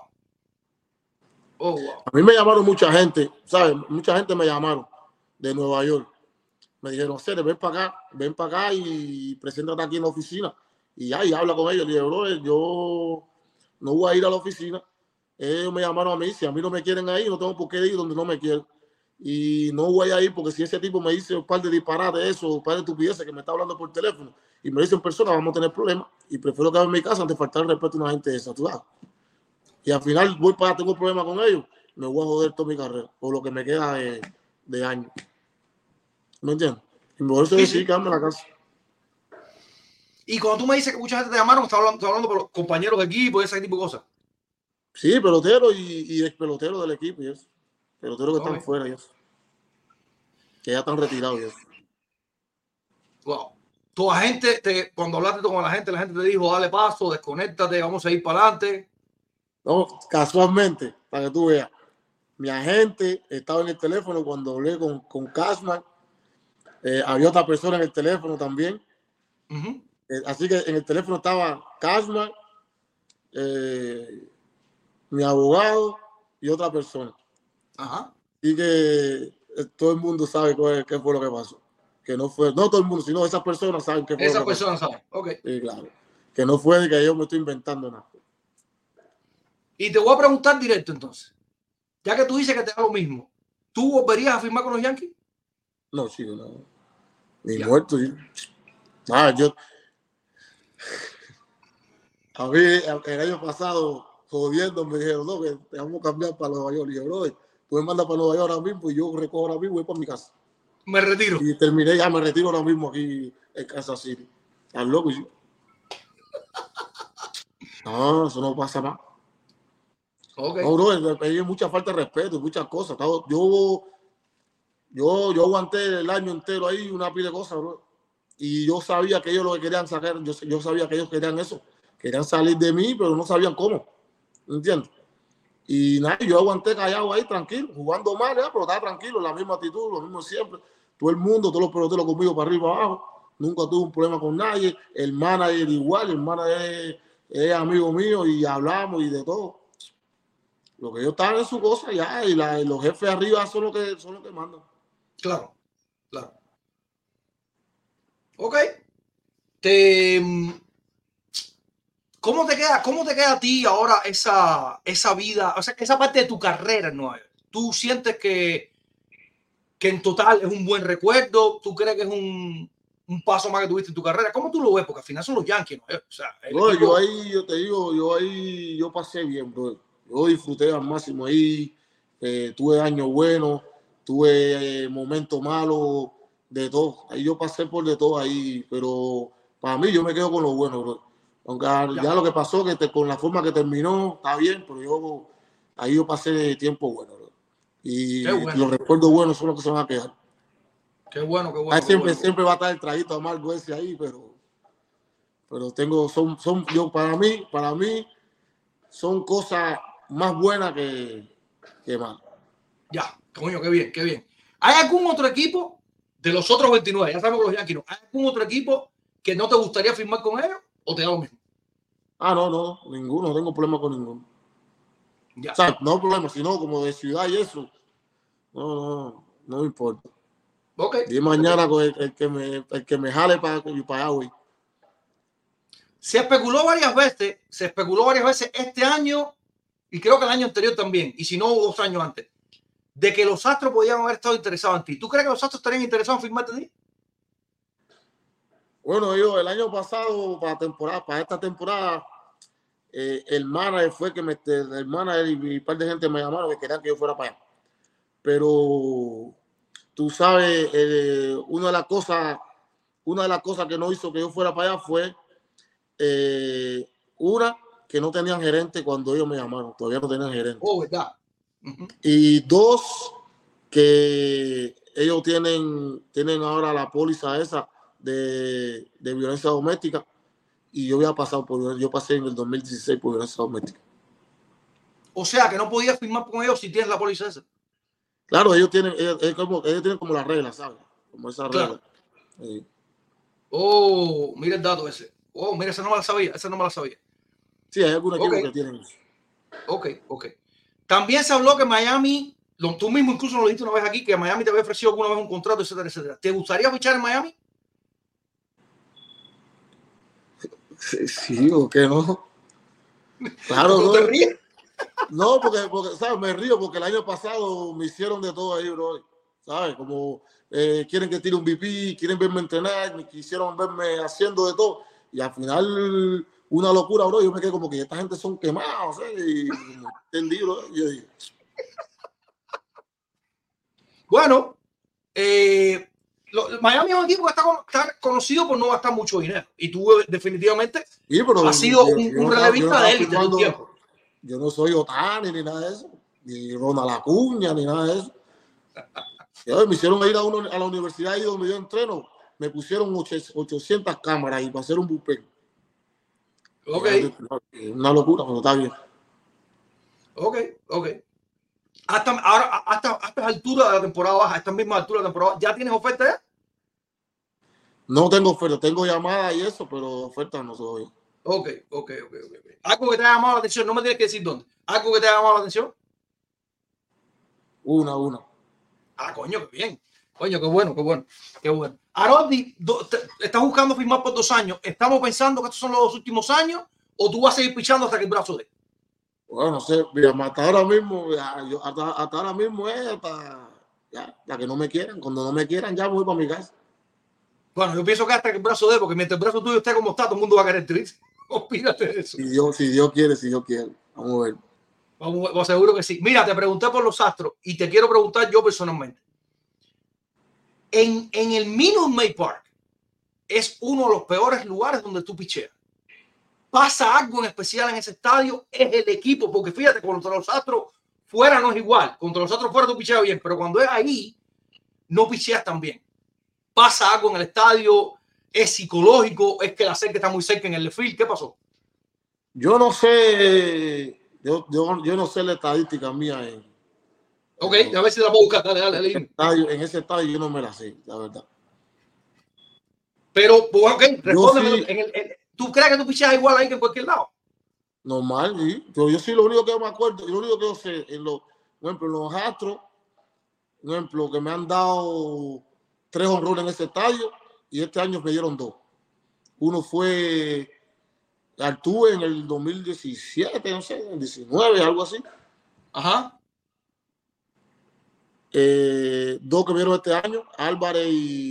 A mí me llamaron mucha gente, ¿sabes? Mucha gente me llamaron de Nueva York. Me dijeron, Cere, ven para acá y preséntate aquí en la oficina. Y habla con ellos. Le dije, bro, yo no voy a ir a la oficina. Ellos me llamaron a mí. Si a mí no me quieren ahí, no tengo por qué ir donde no me quieren. Y no voy a ir porque si ese tipo me dice un par de disparates, un par de estupideces que me está hablando por teléfono y me dice en persona, vamos a tener problemas. Y prefiero quedarme en mi casa antes de faltar el respeto a una gente de esa. Y al final tengo problemas con ellos, me voy a joder toda mi carrera, por lo que me queda de años. ¿Me entiendes? Y por eso decidí quedarme en la casa. Y cuando tú me dices que mucha gente te llamaron, estás hablando por los compañeros de equipo y ese tipo de cosas. Sí, pelotero y ex pelotero del equipo y eso. Peloteros que están fuera y eso. Que ya están retirados y eso. Wow. Tu agente, cuando hablaste con la gente te dijo, dale paso, desconéctate, vamos a ir para adelante. No, casualmente, para que tú veas, mi agente estaba en el teléfono cuando hablé con Cashman. Había otra persona en el teléfono también. Así que en el teléfono estaba Cashman, mi abogado y otra persona. Ajá. Y que todo el mundo sabe qué fue lo que pasó. Que no fue, no todo el mundo, sino esas personas saben qué fue. Esas personas saben. Ok. Sí, claro. Que no fue de que yo me estoy inventando nada. Y te voy a preguntar directo entonces. Ya que tú dices que te da lo mismo, ¿tú volverías a firmar con los Yankees? No, chico, no. Ni Ya. muerto. Nada, a mí el año pasado, jodiendo, me dijeron, no, que te vamos a cambiar para Nueva York. Y yo, bro, tú me mandas para Nueva York ahora mismo y yo recojo ahora mismo y voy para mi casa. Me retiro. Y terminé, ya me retiro ahora mismo aquí en Kansas City. ¿Estás loco? No, eso no pasa más. Okay. No, bro, hay mucha falta de respeto, muchas cosas. Yo aguanté el año entero ahí una pila de cosas, bro. Y yo sabía que ellos lo que querían sacar, yo sabía que ellos querían eso. Querían salir de mí, pero no sabían cómo. ¿Entiendes? Y nada, yo aguanté callado ahí, tranquilo, jugando mal, pero estaba tranquilo, la misma actitud, lo mismo siempre. Todo el mundo, todos los peloteros conmigo para arriba abajo. Nunca tuve un problema con nadie. El manager igual, el manager es amigo mío y hablamos y de todo. Lo que yo estaba en su cosa ya, y los jefes arriba son los que mandan. Claro, claro. Ok. ¿Cómo te queda a ti ahora esa vida, o sea, esa parte de tu carrera en Nueva York? ¿Tú sientes que en total es un buen recuerdo? ¿Tú crees que es un paso más que tuviste en tu carrera? ¿Cómo tú lo ves? Porque al final son los Yankees, ¿no? O sea, Bro, equipo... yo te digo, yo pasé bien, bro. Yo disfruté al máximo ahí, tuve años buenos, tuve momentos malos, de todo. Ahí yo pasé por de todo ahí, pero para mí yo me quedo con lo bueno, bro. Aunque ya lo que pasó, con la forma que terminó, está bien, pero ahí yo pasé tiempo bueno, bro. Y bueno. los recuerdos buenos son los que se van a quedar. Qué bueno, qué bueno. Ahí siempre va a estar el traguito amargo ese ahí, pero para mí, son cosas más buenas que malas. Ya, coño, qué bien, qué bien. ¿Hay algún otro equipo de los otros 29? Ya sabemos que los Yankees no. ¿Hay algún otro equipo que no te gustaría firmar con ellos o te da lo mismo? No, ninguno, no tengo problema con ninguno. Ya. O sea, no problema, sino como de ciudad y eso. No me importa. Ok. Y mañana el que me jale para allá, güey. Se especuló varias veces este año y creo que el año anterior también, y si no 2 años antes, de que los Astros podían haber estado interesados en ti. ¿Tú crees que los Astros estarían interesados en firmarte a ti? Bueno, yo el año pasado, para esta temporada, el manager fue el manager y un par de gente me llamaron que querían que yo fuera para allá. Pero tú sabes, una de las cosas que no hizo que yo fuera para allá fue una, que no tenían gerente cuando ellos me llamaron, todavía no tenían gerente. Oh, verdad. Y 2, que ellos tienen ahora la póliza esa de violencia doméstica, y yo pasé en el 2016 por violencia doméstica. O sea, que no podías firmar con ellos si tienes la póliza esa. Claro, ellos tienen como las reglas, ¿sabes? Como esa regla. Claro. Sí. Oh, mira el dato ese. Oh, mira, esa no me la sabía. Sí, hay algunos equipos que tienen eso. Ok. También se habló que Miami, tú mismo incluso lo dijiste una vez aquí, que Miami te había ofrecido alguna vez un contrato, etcétera. ¿Te gustaría fichar en Miami? Sí, ¿o qué no? Claro, ¿No te ríes? No, porque, ¿sabes? Me río porque el año pasado me hicieron de todo ahí, bro. ¿Sabes? Como quieren que tire un VP, quieren verme entrenar, quisieron verme haciendo de todo. Y al final, una locura, bro. Yo me quedé como que esta gente son quemados, ¿sabes? Y entendí, bro. Yo dije. Bueno, Miami es un equipo que está conocido por no gastar mucho dinero. Y tú definitivamente has sido un relevista de élite de un tiempo. Yo no soy Otani ni nada de eso, ni Ronald Acuña ni nada de eso. Me hicieron ir a la universidad ahí donde yo entreno, me pusieron 800 cámaras y para hacer un bullpen. Ok. Una locura, pero está bien. Ok. Hasta esta altura de la temporada baja, a esta misma altura de la temporada, ¿ya tienes oferta ya? No tengo oferta, tengo llamada y eso, pero oferta no soy. Ok. ¿Algo que te haya llamado la atención? No me tienes que decir dónde. ¿Algo que te haya llamado la atención? Una. Ah, coño, qué bien. Coño, qué bueno, qué bueno, qué bueno. Harold, estás buscando firmar por 2 años. ¿Estamos pensando que estos son los 2 últimos años o tú vas a seguir pichando hasta que el brazo dé? Bueno, no sé, mira, hasta ahora mismo, hasta ahora mismo es hasta que no me quieran. Cuando no me quieran, ya voy para mi casa. Bueno, yo pienso que hasta que el brazo dé, porque mientras el brazo tuyo esté como está, todo el mundo va a querer triste. Olvídate de eso. Si Dios quiere. Vamos a ver. Vamos, seguro que sí. Mira, te pregunté por los Astros y te quiero preguntar yo personalmente. En el Minute Maid Park es uno de los peores lugares donde tú picheas. ¿Pasa algo en especial en ese estadio? Es el equipo, porque fíjate, contra los Astros fuera no es igual. Contra los Astros fuera tú picheas bien, pero cuando es ahí, no picheas tan bien. ¿Pasa algo en el estadio? ¿Es psicológico? ¿Es que la cerca está muy cerca en el field? ¿Qué pasó? Yo no sé, yo no sé la estadística mía. Ok, a ver si la puedo buscar. Dale. En ese estadio yo no me la sé, la verdad. Pero, ok, respóndeme. Sí. ¿Tú crees que tú picheas igual ahí que en cualquier lado? Normal, sí. Yo sí, lo único que me acuerdo, lo único que yo sé, por ejemplo, en los Astros, por ejemplo, que me han dado 3 honrones en ese estadio y este año me dieron 2. Uno fue Altuve en el 2017, no sé, en el 19, algo así. Ajá. 2 que me dieron este año, Álvarez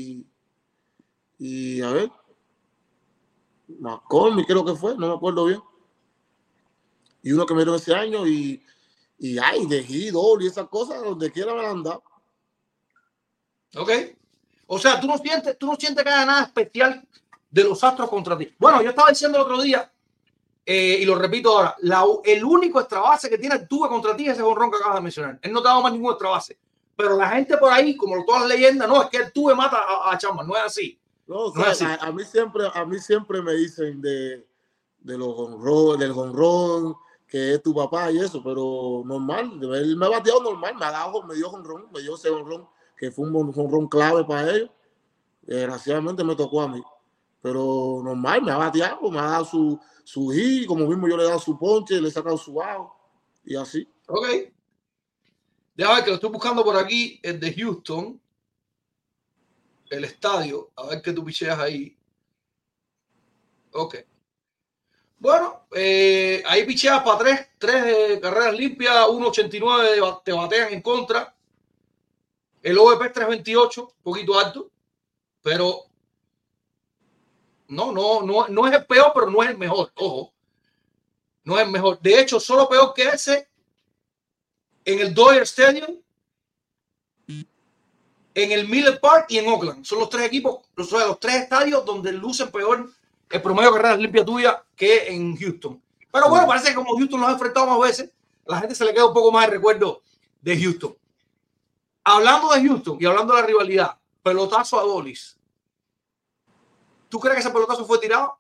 y a ver, McCormick creo que fue, no me acuerdo bien. Y uno que me dieron ese año y de Gidol y esas cosas, donde quiera me la han dado. Ok. O sea, tú no sientes que haya nada especial de los Astros contra ti. Bueno, yo estaba diciendo el otro día, y lo repito ahora, el único extra base que tiene Altuve contra ti es ese jonrón que acabas de mencionar. Él no te ha dado más ningún extra base. Pero la gente por ahí, como todas las leyendas, no, es que Altuve mata a Chapman. No es así. No, no es así. A mí siempre me dicen del jonrón, que es tu papá y eso, pero normal. Él me ha bateado normal, me dio jonrón, me dio ese jonrón, que fue un jonrón clave para ellos. Desgraciadamente me tocó a mí. Pero normal, me ha bateado, me ha dado su hit, como mismo yo le he dado su ponche, le he sacado su bajo y así. Ok. Déjame ver que lo estoy buscando por aquí, el de Houston, el estadio, a ver qué tú picheas ahí. Ok. Bueno, ahí picheas para 3 carreras limpias, 1.89 te batean en contra. El OVP es 3.28, un poquito alto, pero no es el peor, pero no es el mejor. Ojo, no es el mejor. De hecho, solo peor que ese en el Dodger Stadium, en el Miller Park y en Oakland. Son los 3 equipos, los 3 estadios donde lucen peor el promedio de carreras limpias tuya que en Houston. Pero bueno, parece que como Houston los ha enfrentado más veces, la gente se le queda un poco más el recuerdo de Houston. Hablando de Houston y hablando de la rivalidad, pelotazo a Adolis. ¿Tú crees que ese pelotazo fue tirado?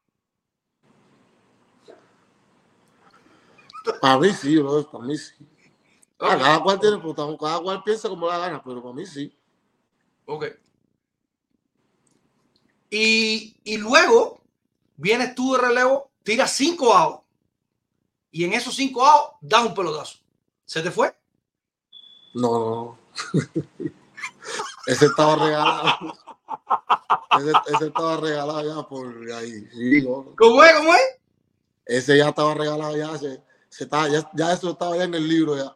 Para mí sí, bro, para mí sí. Okay. Cada cual piensa como la gana, pero para mí sí. Ok. Y luego vienes tú de relevo, tiras 5 outs. Y en esos 5 outs das un pelotazo. ¿Se te fue? No. Ese estaba regalado. Ese estaba regalado ya por ahí. Sí, no. ¿Cómo es? Ese ya estaba regalado ya. Ya eso estaba ya en el libro ya.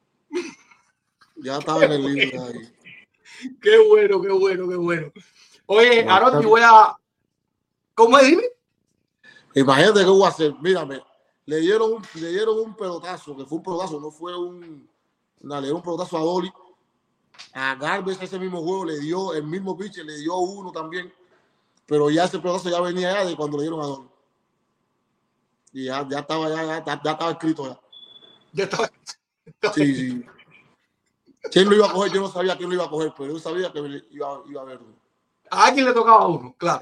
Ya estaba en el libro ahí. Qué bueno. Oye, Aaron, voy a... ¿Cómo es? Dime. Imagínate qué voy a hacer. Mírame, le dieron un pelotazo, que fue un pelotazo, no fue le dieron un pelotazo a Dolly. A Garbage ese mismo juego le dio, el mismo pitcher le dio uno también. Pero ya ese pelotazo ya venía ya de cuando le dieron a Dolly. Y ya estaba escrito ya. Ya estaba. Sí. ¿Quién lo iba a coger? Yo no sabía quién lo iba a coger, pero yo sabía que iba a haber uno. A quién le tocaba uno, claro.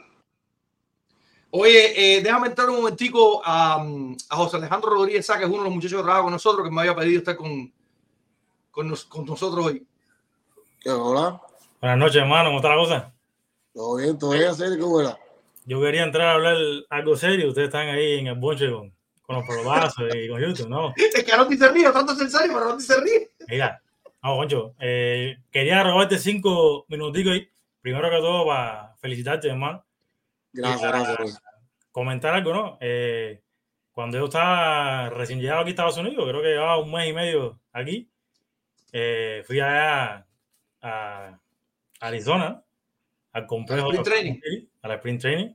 Oye, déjame entrar un momentico a José Alejandro Rodríguez, que es uno de los muchachos que trabaja con nosotros, que me había pedido estar con nosotros hoy. Hola. Buenas noches, hermano. ¿Cómo está la cosa? Todo bien, serio, ¿qué buena? Yo quería entrar a hablar algo serio. Ustedes están ahí en el bonche con los pelotazos y con YouTube, ¿no? Es que no te se ríe, tanto es en serio, pero no te se ríe. Mira, No, Concho, quería robarte 5 minuticos ahí. Primero que todo, para felicitarte, hermano. Gracias, bro. Comentar algo, ¿no? Cuando yo estaba recién llegado aquí a Estados Unidos, creo que llevaba un mes y medio aquí, fui allá a Arizona, al complejo Al sprint training. al sprint training,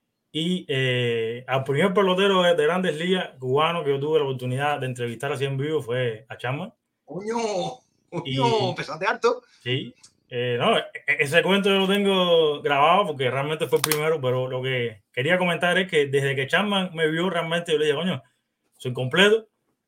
y al primer pelotero de Grandes Ligas cubano que yo tuve la oportunidad de entrevistar así en vivo fue a Chapman. Coño, Y- pesaste alto. Sí, no, ese cuento yo lo tengo grabado porque realmente fue el primero, pero lo que quería comentar es que desde que Chapman me vio realmente, yo le dije, coño, soy completo.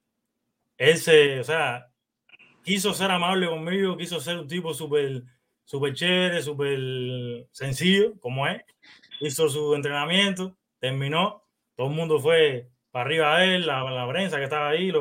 Él o sea, quiso ser amable conmigo, quiso ser un tipo súper chévere, súper sencillo, como es. Hizo su entrenamiento, terminó, todo el mundo fue para arriba de él, la prensa que estaba ahí,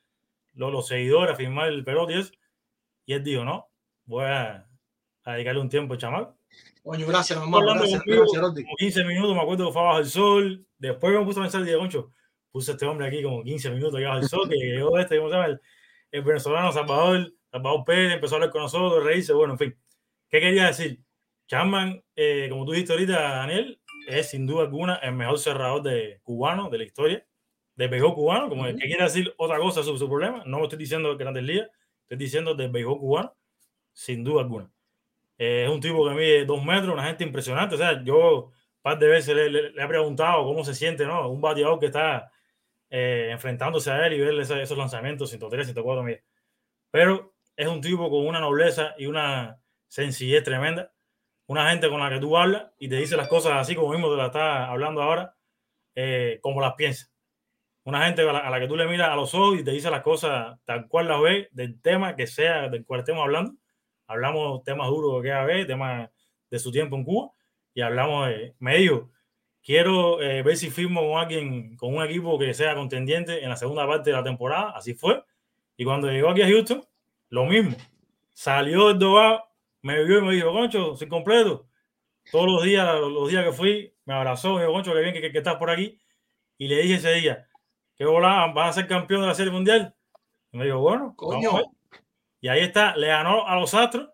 los seguidores a firmar el pelota y eso. Y él dijo, no, voy a dedicarle un tiempo, chaval. Coño, gracias, Estuvo hermano. hablando Gracias, conmigo Rodri. como 15 minutos, me acuerdo que fue abajo el sol. Después me puse a pensar, dije, concho, puse a este hombre aquí como 15 minutos aquí abajo el sol, que llegó ¿cómo se llama? El venezolano Salvador Pérez, empezó a hablar con nosotros, reírse, bueno, en fin. ¿Qué quería decir? Chapman, como tú dijiste ahorita, Daniel, es sin duda alguna el mejor cerrador cubano de la historia, del béisbol cubano, como el que quiere decir otra cosa sobre su problema. No estoy diciendo de Grandes Ligas, estoy diciendo del béisbol cubano, sin duda alguna. Es un tipo que mide 2 metros, una gente impresionante. O sea, yo un par de veces le he preguntado cómo se siente, ¿no? Un bateador que está enfrentándose a él y ver esos lanzamientos 103, 104 millas. Pero es un tipo con una nobleza y una sencillez tremenda. Una gente con la que tú hablas y te dice las cosas así como mismo te la está hablando ahora, como las piensas. Una gente a la que tú le miras a los ojos y te dice las cosas tal cual las ves, del tema que sea del cual estemos hablando. Hablamos temas duros que ver, temas de su tiempo en Cuba, y hablamos me dijo, quiero ver si firmo con alguien, con un equipo que sea contendiente en la segunda parte de la temporada. Así fue. Y cuando llegó aquí a Houston, lo mismo. Salió del dogado, me vio y me dijo, concho, soy completo. Todos los días que fui, me abrazó, me dijo, concho, qué bien que estás por aquí. Y le dije ese día, ¿qué volá? ¿Vas a ser campeón de la Serie Mundial? Y me dijo, bueno, vamos a ver. Y ahí está, le ganó a los Astros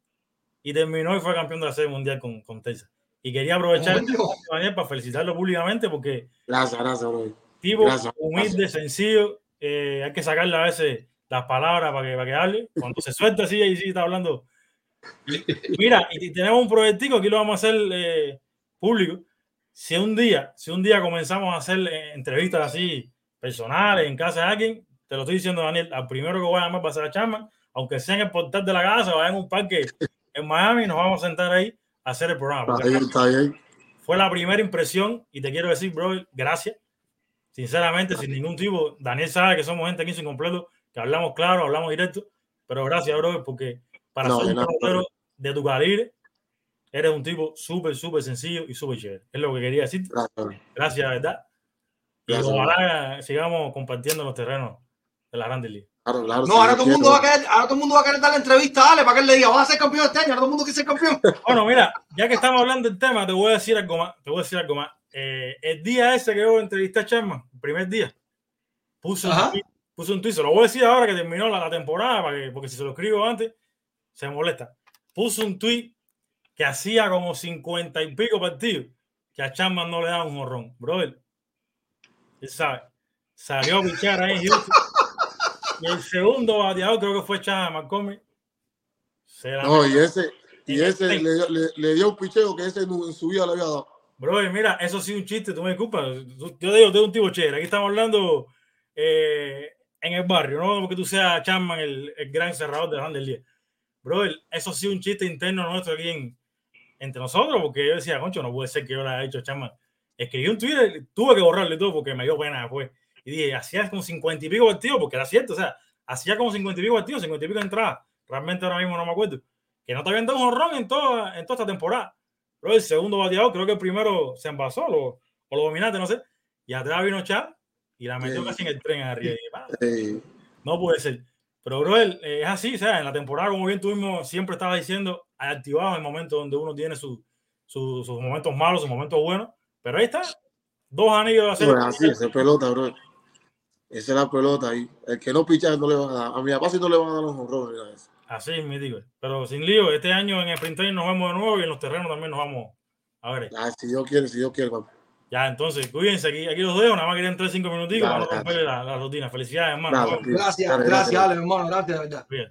y terminó y fue campeón de la Serie Mundial con Texas. Y quería aprovechar para felicitarlo públicamente porque Gracias, bro. tipo humilde, sencillo, hay que sacarle a veces las palabras para que hable. Cuando se suelta así, ahí sí está hablando. Y mira, y tenemos un proyectico, aquí lo vamos a hacer público. Si un día comenzamos a hacer entrevistas así personales en casa de alguien, te lo estoy diciendo, Daniel, al primero que voy a llamar va a ser a Chapman, aunque sea en el portal de la casa o en un parque en Miami, nos vamos a sentar ahí a hacer el programa. Está bien. Fue la primera impresión y te quiero decir, bro, gracias. Sinceramente, sin ningún tipo. Daniel sabe que somos gente aquí sin completo, que hablamos claro, hablamos directo, pero gracias, bro, porque para ser un pelotero de tu calibre, eres un tipo súper sencillo y súper chévere. Es lo que quería decir. Gracias, ¿verdad? Y ojalá sigamos compartiendo los terrenos de la Grandes Ligas. Claro, no, ahora todo el mundo va a querer dar la entrevista a Ale para que él le diga, vas a ser campeón este año, ahora todo el mundo quiere ser campeón. Bueno, mira, ya que estamos hablando del tema, te voy a decir algo más. El día ese que yo entrevisté a Chapman, el primer día, puse un tweet, se lo voy a decir ahora que terminó la temporada, porque si se lo escribo antes, se molesta. Puse un tweet que hacía como 50 y pico partidos que a Chapman no le daba un jorrón. Brother, él sabe, salió a pichar ahí en Houston. Y el segundo bateador creo que fue Chapman McCormick. No, y ese le dio un picheo que ese en su vida le había dado. Brother, mira, eso sí un chiste, tú me disculpas. Yo digo, de un tipo chévere. Aquí estamos hablando en el barrio, no porque tú seas Chapman, el gran cerrador de la Grandes Ligas. Brother, eso sí un chiste interno nuestro aquí entre nosotros, porque yo decía, concho, no puede ser que yo lo haya hecho Chapman. Escribí un Twitter, tuve que borrarle todo porque me dio pena después. Y dije, hacía como 50 y pico partidos, porque era cierto, o sea, hacía como 50 y pico partidos, 50 y pico entradas. Realmente ahora mismo no me acuerdo. Que no te habían dado un jorrón en toda esta temporada. Pero el segundo bateador, creo que el primero se envasó o lo dominaste, no sé. Y atrás vino Chap y la metió casi en el tren arriba. No puede ser. Pero, bro, es así, o sea, en la temporada, como bien tú mismo siempre estabas diciendo, activado en el momento donde uno tiene sus momentos malos, sus momentos buenos. Pero ahí está, 2 anillos de hacer. Así, esa pelota, bro. Esa es la pelota ahí. El que no picha no le van a dar. A mi papá sí no le van a dar los honrones. Así me digo. Pero sin lío, este año en el sprint training nos vemos de nuevo y en los terrenos también nos vamos a ver. Si Dios quiere, papi. Ya, entonces, cuídense, aquí los dejo, nada más querían 3-5 minuticos para no romper la rutina. Felicidades, hermano. Gracias, Ale, hermano, gracias, de verdad. Bien.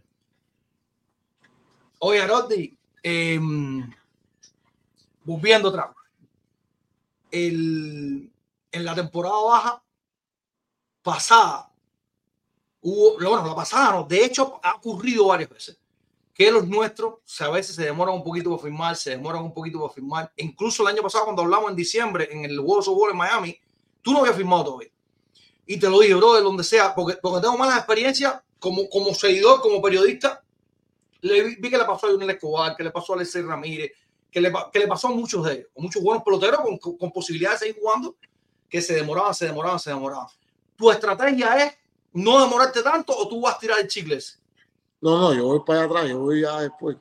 Oye, Roddy, volviendo atrás, en la temporada baja pasada, la pasada no, de hecho ha ocurrido varias veces que los nuestros a veces se demoran un poquito para firmar, incluso el año pasado cuando hablamos en diciembre en el World of War en Miami, tú no habías firmado todavía. Y te lo digo, bro, de donde sea, porque tengo malas experiencias como seguidor, como periodista. Vi que le pasó a Junior Escobar, que le pasó a Alexei Ramírez, que le pasó a muchos de ellos, a muchos buenos peloteros con posibilidades de seguir jugando, que se demoraban. ¿Tu estrategia es no demorarte tanto o tú vas a tirar el chicle ese? No, yo voy para allá atrás, yo voy ya después.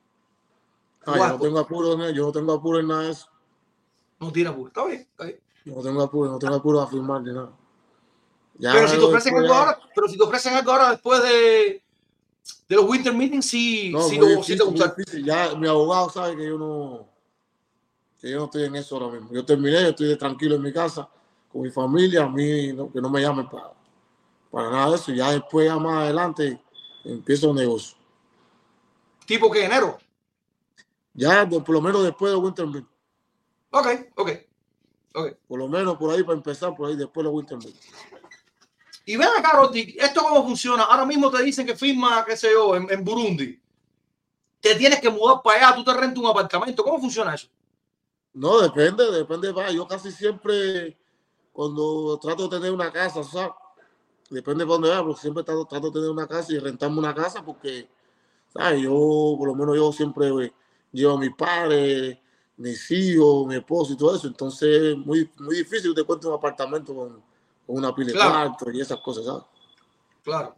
Yo no tengo apuro en nada de eso. No tira apuro, está bien. Yo no tengo apuro a firmar ni nada. Ya pero si te ofrecen algo ahora, después de los winter meetings, sí te gusta. Ya mi abogado sabe que yo no estoy en eso ahora mismo. Yo terminé, yo estoy tranquilo en mi casa con mi familia, a mí que no me llamen para nada de eso. Ya después, ya más adelante, empiezo un negocio. ¿Tipo qué, enero? Ya, por lo menos después de winter meeting. Ok. Por lo menos por ahí, para empezar, por ahí después de winter meeting. Y ven acá, Roddy, ¿esto cómo funciona? Ahora mismo te dicen que firma, qué sé yo, en Burundi. Te tienes que mudar para allá, tú te rentas un apartamento. ¿Cómo funciona eso? No, depende. Yo casi siempre, cuando trato de tener una casa, ¿sabes? Depende de dónde vaya, porque siempre trato de tener una casa y rentarme una casa porque, ¿sabes? Por lo menos yo siempre llevo a mis padres, mis hijos, mi esposo y todo eso. Entonces es muy difícil que te encuentres un apartamento con una pila de cuartos y esas cosas, ¿sabes? Claro.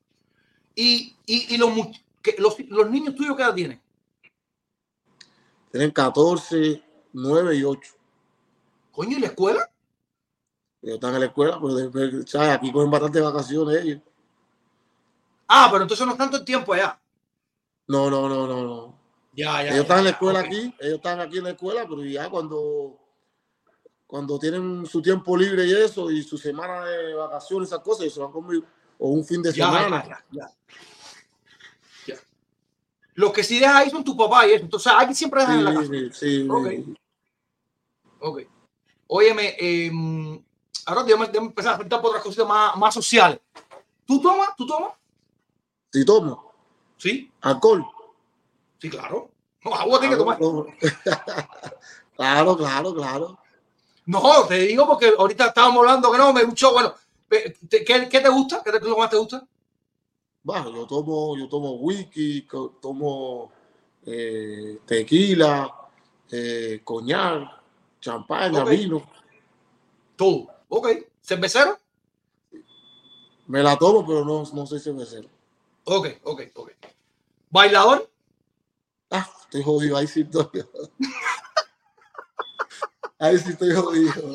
¿Y los niños tuyos qué edad tienen? Tienen 14, 9 y 8. Coño, ¿y la escuela? Ellos están en la escuela, pero después, ¿sabes? Aquí cogen bastante vacaciones ellos. Pero entonces no es tanto el tiempo allá. No. Ya. Ellos están en la escuela aquí, ellos están aquí en la escuela, pero ya cuando tienen su tiempo libre y eso, y su semana de vacaciones, esas cosas, y se van conmigo, o un fin de semana. Ya. Los que sí dejan ahí son tu papá y eso. Entonces, aquí siempre dejan en la casa. Sí. Ok. Óyeme, ahora déjame empezar a preguntar por otras cositas más sociales. ¿Tú tomas? Sí, tomo. ¿Sí? ¿Alcohol? Sí, claro. No, agua tienes que tomar. Claro. No, te digo porque ahorita estábamos hablando que no, me gustó. Bueno, ¿qué te gusta? ¿Qué es lo que más te gusta? Bueno, yo tomo whisky, tomo tequila, coñac, champaña, vino. Todo. Ok. ¿Cervecero? Me la tomo, pero no soy cervecero. Ok. ¿Bailador? Estoy jodido, ahí sí estoy. Ahí sí estoy jodido.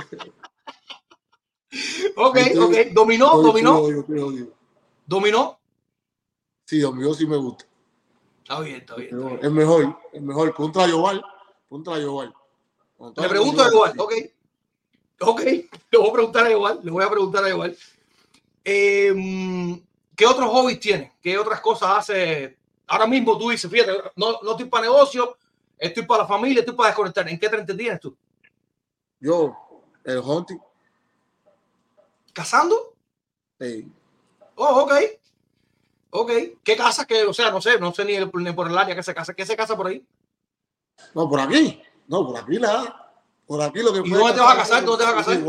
Ok. ¿Dominó? Estoy jodido. ¿Dominó? Sí, dominó sí me gusta. Está bien. Es mejor. Contra Yoval. Le pregunto a Yoval. Ok. Le voy a preguntar a Yoval. ¿Qué otros hobbies tienes? ¿Qué otras cosas haces? Ahora mismo tú dices, fíjate, no estoy para negocio, estoy para la familia, estoy para desconectar. ¿En qué te entretienes tú? Yo, el hunting. ¿Cazando? Sí. Oh, ok. ¿Qué casa? O sea, no sé ni por el área que se casa. ¿Qué se casa por ahí? No, por aquí. No, por aquí nada. Por aquí lo que ¿Y dónde te vas a casar? ¿Dónde te vas a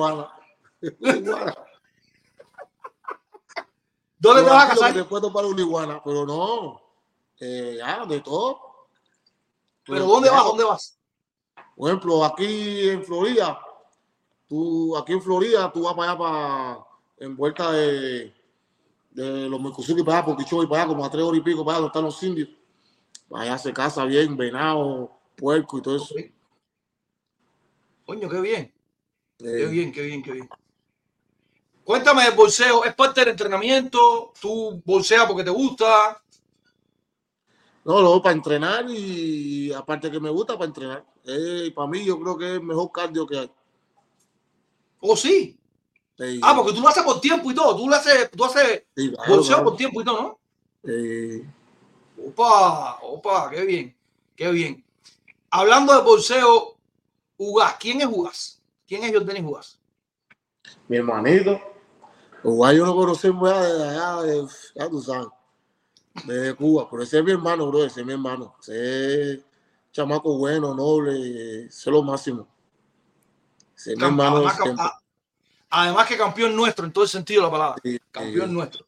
casar? Te puedo para una iguana, pero no. Ya, de todo. ¿Pero dónde vas? Por ejemplo, aquí en Florida, tú vas para allá, en vuelta de los Mercusuki para allá, por Quichoy, para allá, como a 3 horas y pico, para allá donde están los indios. Allá se casa bien, venado, puerco y todo eso. Okay. Coño, qué bien. Qué bien. Cuéntame del bolseo. ¿Es parte del entrenamiento? ¿Tú bolseas porque te gusta? No, para entrenar y aparte que me gusta para entrenar. Para mí yo creo que es el mejor cardio que hay. ¿Oh, sí? Sí. Porque tú lo haces por tiempo y todo. Tú haces Sí, claro, bolseo claro. por tiempo y todo, ¿no? Opa, qué bien, qué bien. Hablando de bolseo, Ugas, ¿quién es Ugas? ¿Quién es Yordenis Ugas? Mi hermanito. Ugas yo lo conocemos ya de allá, ya tú sabes, de Cuba, pero ese es mi hermano, bro, ese es mi hermano. Ese es chamaco bueno, noble, ese es lo máximo. Ese es mi hermano siempre. Además que campeón nuestro en todo el sentido de la palabra. Sí, campeón nuestro.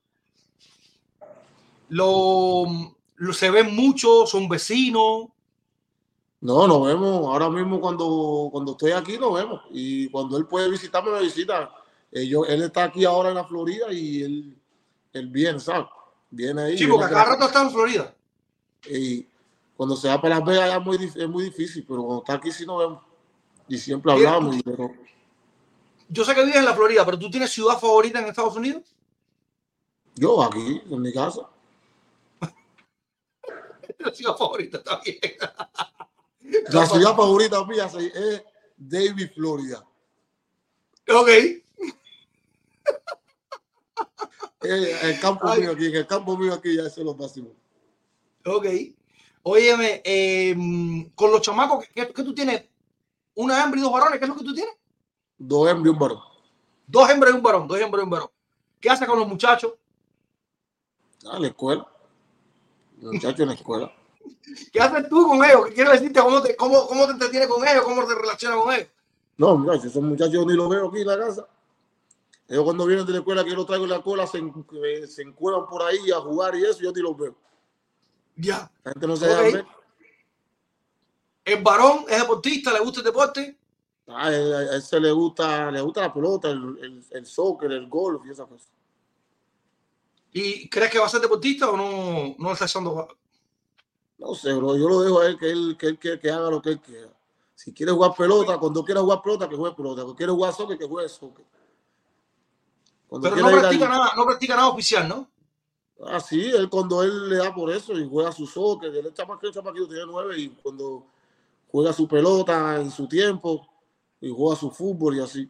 Lo se ven mucho, son vecinos. No, nos vemos ahora mismo cuando estoy aquí, nos vemos. Y cuando él puede visitarme, me visita. Él está aquí ahora en la Florida y él viene, ¿sabes? Viene ahí. Sí, porque cada rato está en Florida. Y cuando se va para Las Vegas es muy difícil, pero cuando está aquí sí nos vemos. Y siempre hablamos. Yo sé que vives en la Florida, pero ¿tú tienes ciudad favorita en Estados Unidos? Yo aquí, en mi casa. La ciudad favorita también. La ciudad favorita mía es Davie, Florida. Ok. El campo mío aquí, en el campo mío aquí ya eso es lo máximo. Ok. Óyeme, con los chamacos, ¿qué tú tienes? ¿Una hembra y dos varones? ¿Qué es lo que tú tienes? 2 hembras y un varón. 2 hembras y un varón, 2 hembras y un varón. ¿Qué haces con los muchachos? A la escuela. Muchachos en la escuela. ¿Qué haces tú con ellos? ¿Qué quiero decirte? ¿Cómo te entretienes con ellos? ¿Cómo te relacionas con ellos? No, muchachos, esos muchachos yo ni los veo aquí en la casa. Ellos cuando vienen de la escuela, que yo los traigo en la cola, se encuelan por ahí a jugar y eso, yo ni los veo. Ya. La gente no se deja ver. ¿El varón es deportista? ¿Le gusta el deporte? A él se le gusta la pelota, el soccer, el golf y esas cosas. ¿Y crees que va a ser deportista o no está echando? No sé, bro, yo lo dejo a él que haga lo que él quiera. Si quiere jugar pelota, cuando quiera jugar pelota, que juegue pelota. Cuando quiere jugar soccer, que juegue soccer. Pero no practica nada oficial, ¿no? Sí, cuando él le da por eso y juega su soccer, el chamaquito tiene 9 y cuando juega su pelota en su tiempo y juega su fútbol y así.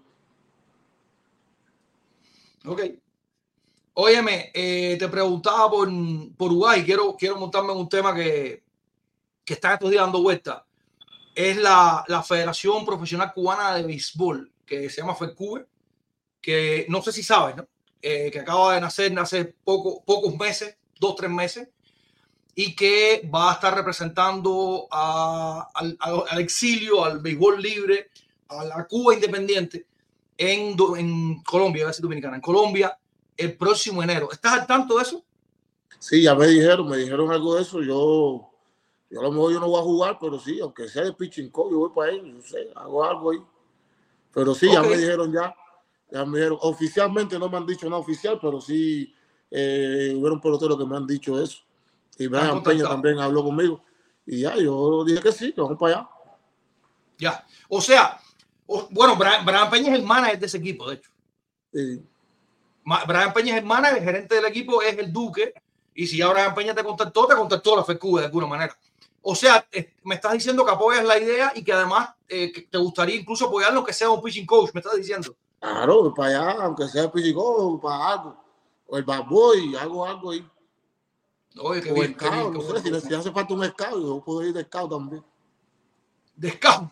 Ok. Óyeme, te preguntaba por Uruguay, quiero montarme en un tema que está estos días dando vuelta. Es la Federación Profesional Cubana de Béisbol, que se llama FECUBE, que no sé si sabes, ¿no? Que acaba de nacer hace pocos meses, 2-3 meses, y que va a estar representando al exilio, al béisbol libre, a la Cuba independiente en Colombia, Dominicana, en Colombia, el próximo enero. ¿Estás al tanto de eso? Sí, ya me dijeron algo de eso. Yo a lo mejor yo no voy a jugar, pero sí, aunque sea de pitching coach, yo voy para ahí, no sé, hago algo ahí. Pero sí, ya me dijeron ya me dijeron, oficialmente no me han dicho nada oficial, pero sí hubieron peloteros que me han dicho eso. Y Brian Peña también habló conmigo. Y ya, yo dije que sí, que vamos para allá. Ya, o sea, bueno, Brian Peña es el manager de ese equipo, de hecho. Sí. Brian Peña es el manager, el gerente del equipo es el Duque, y si ya Brian Peña te contactó la FECUBE de alguna manera. O sea, me estás diciendo que apoyas la idea y que además que te gustaría incluso apoyarlo que sea un pitching coach, me estás diciendo. Claro, para allá, aunque sea el pitching coach, para algo. O el bad boy, hago algo ahí. Oye, qué o bien, el scout, no sé, si hace falta un scout, yo puedo ir de scout también. ¿De scout?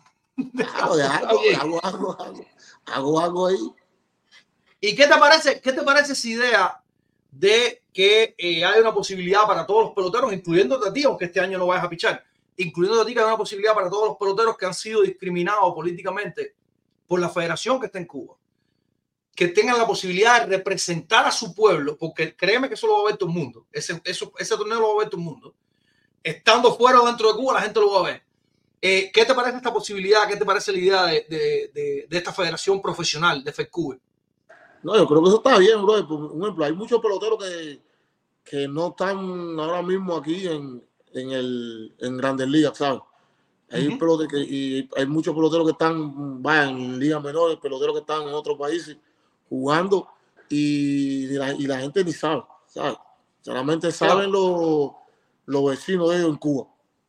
Hago algo ahí. ¿Y qué te parece esa idea de que hay una posibilidad para todos los peloteros, incluyéndote a ti, aunque este año no vayas a pichar, incluyéndote a ti, que hay una posibilidad para todos los peloteros que han sido discriminados políticamente por la federación que está en Cuba, que tengan la posibilidad de representar a su pueblo, porque créeme que eso lo va a ver todo el mundo, ese torneo lo va a ver todo el mundo, estando fuera o dentro de Cuba, la gente lo va a ver. ¿Qué te parece esta posibilidad? ¿Qué te parece la idea de esta federación profesional de FECUBE? No, yo creo que eso está bien, bro. Por ejemplo, hay muchos peloteros que no están ahora mismo aquí en Grandes Ligas, ¿sabes? Hay hay muchos peloteros que están en ligas menores, peloteros que están en otros países jugando y la gente ni sabe, ¿sabes? Solamente saben los vecinos de ellos en Cuba.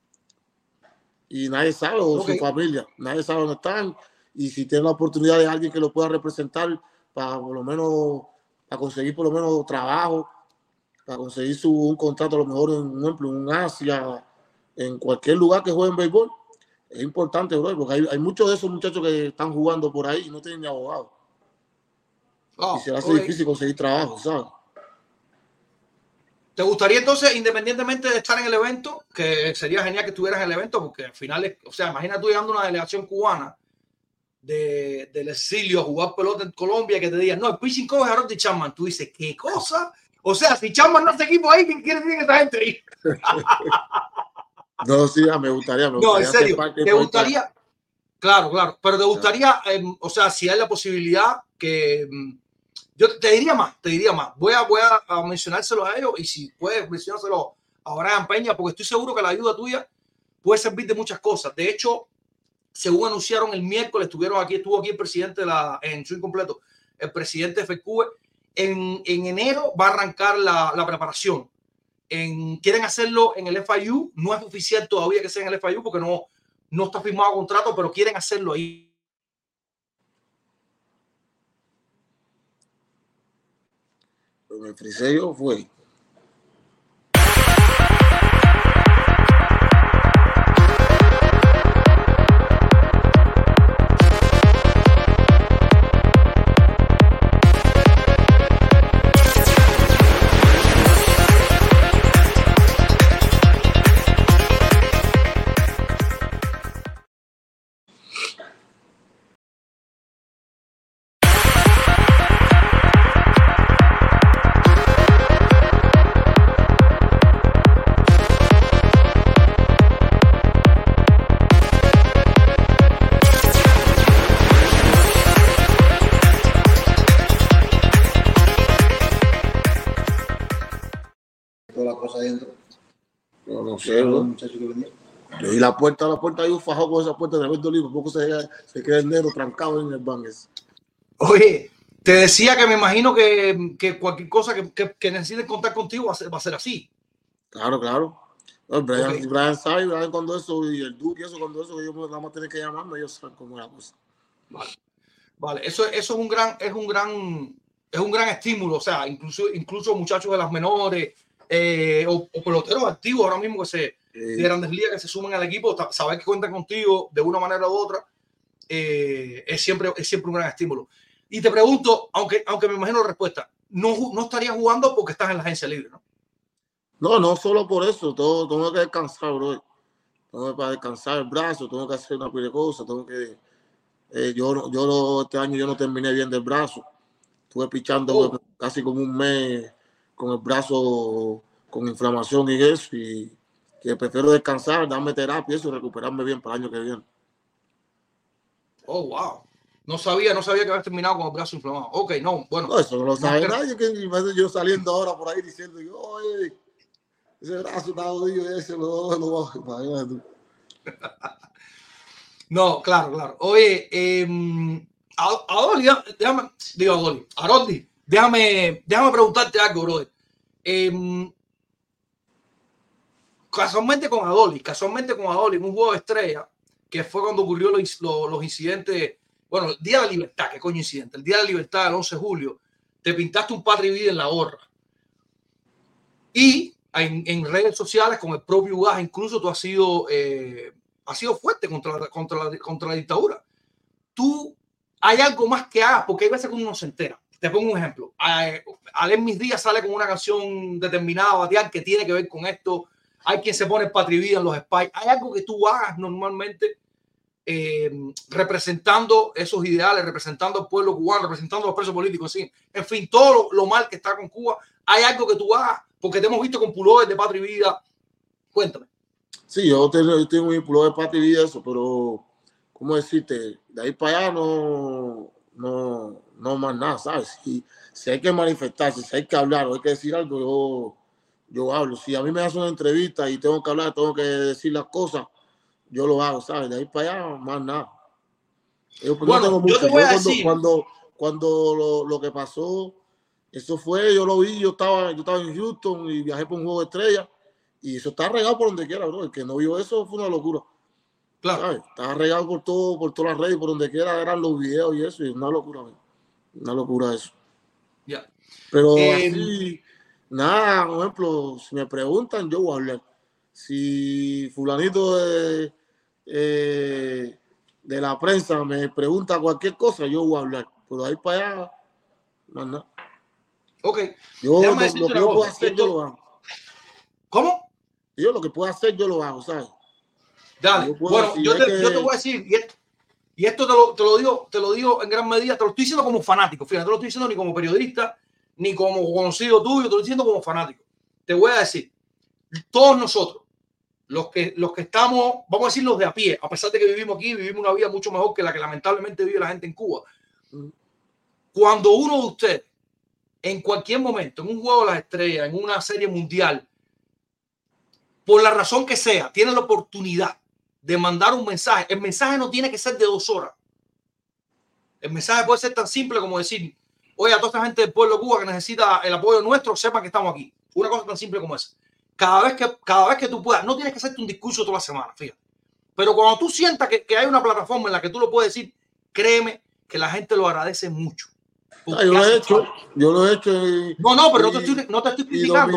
Y nadie sabe, o su familia, nadie sabe dónde están. Y si tienen la oportunidad de alguien que lo pueda representar para por lo menos, para conseguir por lo menos trabajo, para conseguir un contrato a lo mejor en un ejemplo, en Asia, en cualquier lugar que jueguen béisbol, es importante, bro, porque hay muchos de esos muchachos que están jugando por ahí y no tienen ni abogado. Y se hace difícil conseguir trabajo, ¿sabes? ¿Te gustaría entonces, independientemente de estar en el evento, que sería genial que estuvieras en el evento, porque al final, o sea, imagina tú llegando a una delegación cubana del exilio a jugar pelota en Colombia, que te digan, no, el pitching coach es Harold Chapman. Tú dices, ¿qué cosa? O sea, si Chapman no hace equipo ahí, ¿quién quiere decir esta gente ahí? No, sí, me gustaría. No, en serio, ¿te gustaría? Claro, pero te gustaría, o sea, si hay la posibilidad que... Yo te diría más. Voy a mencionárselo a ellos y si puedes mencionárselo a Brian Peña, porque estoy seguro que la ayuda tuya puede servir de muchas cosas. De hecho, según anunciaron el miércoles, estuvo aquí el presidente en su incompleto, el presidente de FECUBE, en enero va a arrancar la preparación. Quieren hacerlo en el FIU, no es oficial todavía que sea en el FIU porque no está firmado contrato, pero quieren hacerlo ahí. Me frisé yo, fue. No sé, ¿no? Y la puerta hay un fajado con esa puerta de Alberto Olivo, poco se queda el negro trancado en el banco. Oye, te decía que me imagino que cualquier cosa que necesiten contar contigo va a ser así. Claro. No, Brian sabe, Brian cuando eso, y el Duque, cuando eso, ellos nada más tienen que llamarme, ellos saben cómo es la cosa. Vale, eso es un gran estímulo, o sea, incluso muchachos de las menores o peloteros activos ahora mismo de Grandes Ligas que se suman al equipo, saber que cuentan contigo de una manera u otra es siempre un gran estímulo. Y te pregunto, aunque me imagino la respuesta, no estarías jugando porque estás en la agencia libre, ¿no? No solo por eso, tengo que descansar, bro. Tengo que descansar el brazo, tengo que hacer una pila de cosas, tengo que... este año yo no terminé bien del brazo. Estuve pichando casi como un mes con el brazo con inflamación y eso, y que prefiero descansar, darme terapia y eso, y recuperarme bien para el año que viene. Oh, wow. No sabía que habías terminado con el brazo inflamado. Ok, no, bueno. No, eso no lo sabe nadie, que yo saliendo ahora por ahí diciendo, oye, ese brazo está jodido, ese lo imagínate tú. No, claro. Oye, Haroldi, déjame preguntarte algo, brother. Casualmente con Adolis, en un juego de estrella, que fue cuando ocurrió los incidentes, bueno, el Día de la Libertad, ¿qué coño incidente? El Día de la Libertad del 11 de julio, te pintaste un Patria y Vida en la gorra. Y en redes sociales, con el propio Ugas, incluso tú has sido fuerte contra la dictadura. Hay algo más que hagas, porque hay veces que uno no se entera. Te pongo un ejemplo. Alem Mis Díaz sale con una canción determinada, batear, que tiene que ver con esto. Hay quien se pone Patria y Vida en los spies. Hay algo que tú hagas normalmente representando esos ideales, representando al pueblo cubano, representando a los presos políticos, ¿sí? En fin, todo lo mal que está con Cuba. Hay algo que tú hagas, porque te hemos visto con pullovers de Patria y Vida. Cuéntame. Sí, yo tengo mi pullover de Patria y Vida, eso, pero ¿cómo decirte? De ahí para allá no más nada, ¿sabes? Si hay que manifestarse, si hay que hablar o hay que decir algo, yo hablo. Si a mí me hacen una entrevista y tengo que hablar, tengo que decir las cosas, yo lo hago, ¿sabes? De ahí para allá, más nada. Yo tengo mucho. Yo te voy a decir. Cuando lo que pasó Eso fue, yo lo vi, yo estaba en Houston y viajé por un juego de estrellas y eso está regado por donde quiera, bro. El que no vio eso fue una locura. Claro. ¿Sabes? Estaba regado por todas las redes, por donde quiera eran los videos y eso, y una locura, bro. Una locura eso. Ya. Pero así, nada, por ejemplo, si me preguntan, yo voy a hablar. Si fulanito de la prensa me pregunta cualquier cosa, yo voy a hablar. Pero ahí para allá, no, no. Ok. Yo Déjame lo decirte que una yo cosa. puedo hacer, yo lo hago. ¿Cómo? Yo lo que puedo hacer, yo lo hago, ¿sabes? Dale. Bueno, yo te voy a decir, y esto te lo digo en gran medida, te lo estoy diciendo como fanático. Fíjate, no te lo estoy diciendo ni como periodista, ni como conocido tuyo, te lo estoy diciendo como fanático. Te voy a decir, todos nosotros, los que estamos, vamos a decir los de a pie, a pesar de que vivimos aquí, vivimos una vida mucho mejor que la que lamentablemente vive la gente en Cuba. Cuando uno de ustedes, en cualquier momento, en un juego de las estrellas, en una serie mundial, por la razón que sea, tiene la oportunidad de mandar un mensaje, el mensaje no tiene que ser de 2 horas. El mensaje puede ser tan simple como decir, oye, a toda esta gente del pueblo de Cuba que necesita el apoyo nuestro, sepan que estamos aquí. Una cosa tan simple como esa. Cada vez que tú puedas, no tienes que hacerte un discurso toda la semana, fíjate. Pero cuando tú sientas que hay una plataforma en la que tú lo puedes decir, créeme que la gente lo agradece mucho. Yo lo he hecho. No, pero no te estoy criticando.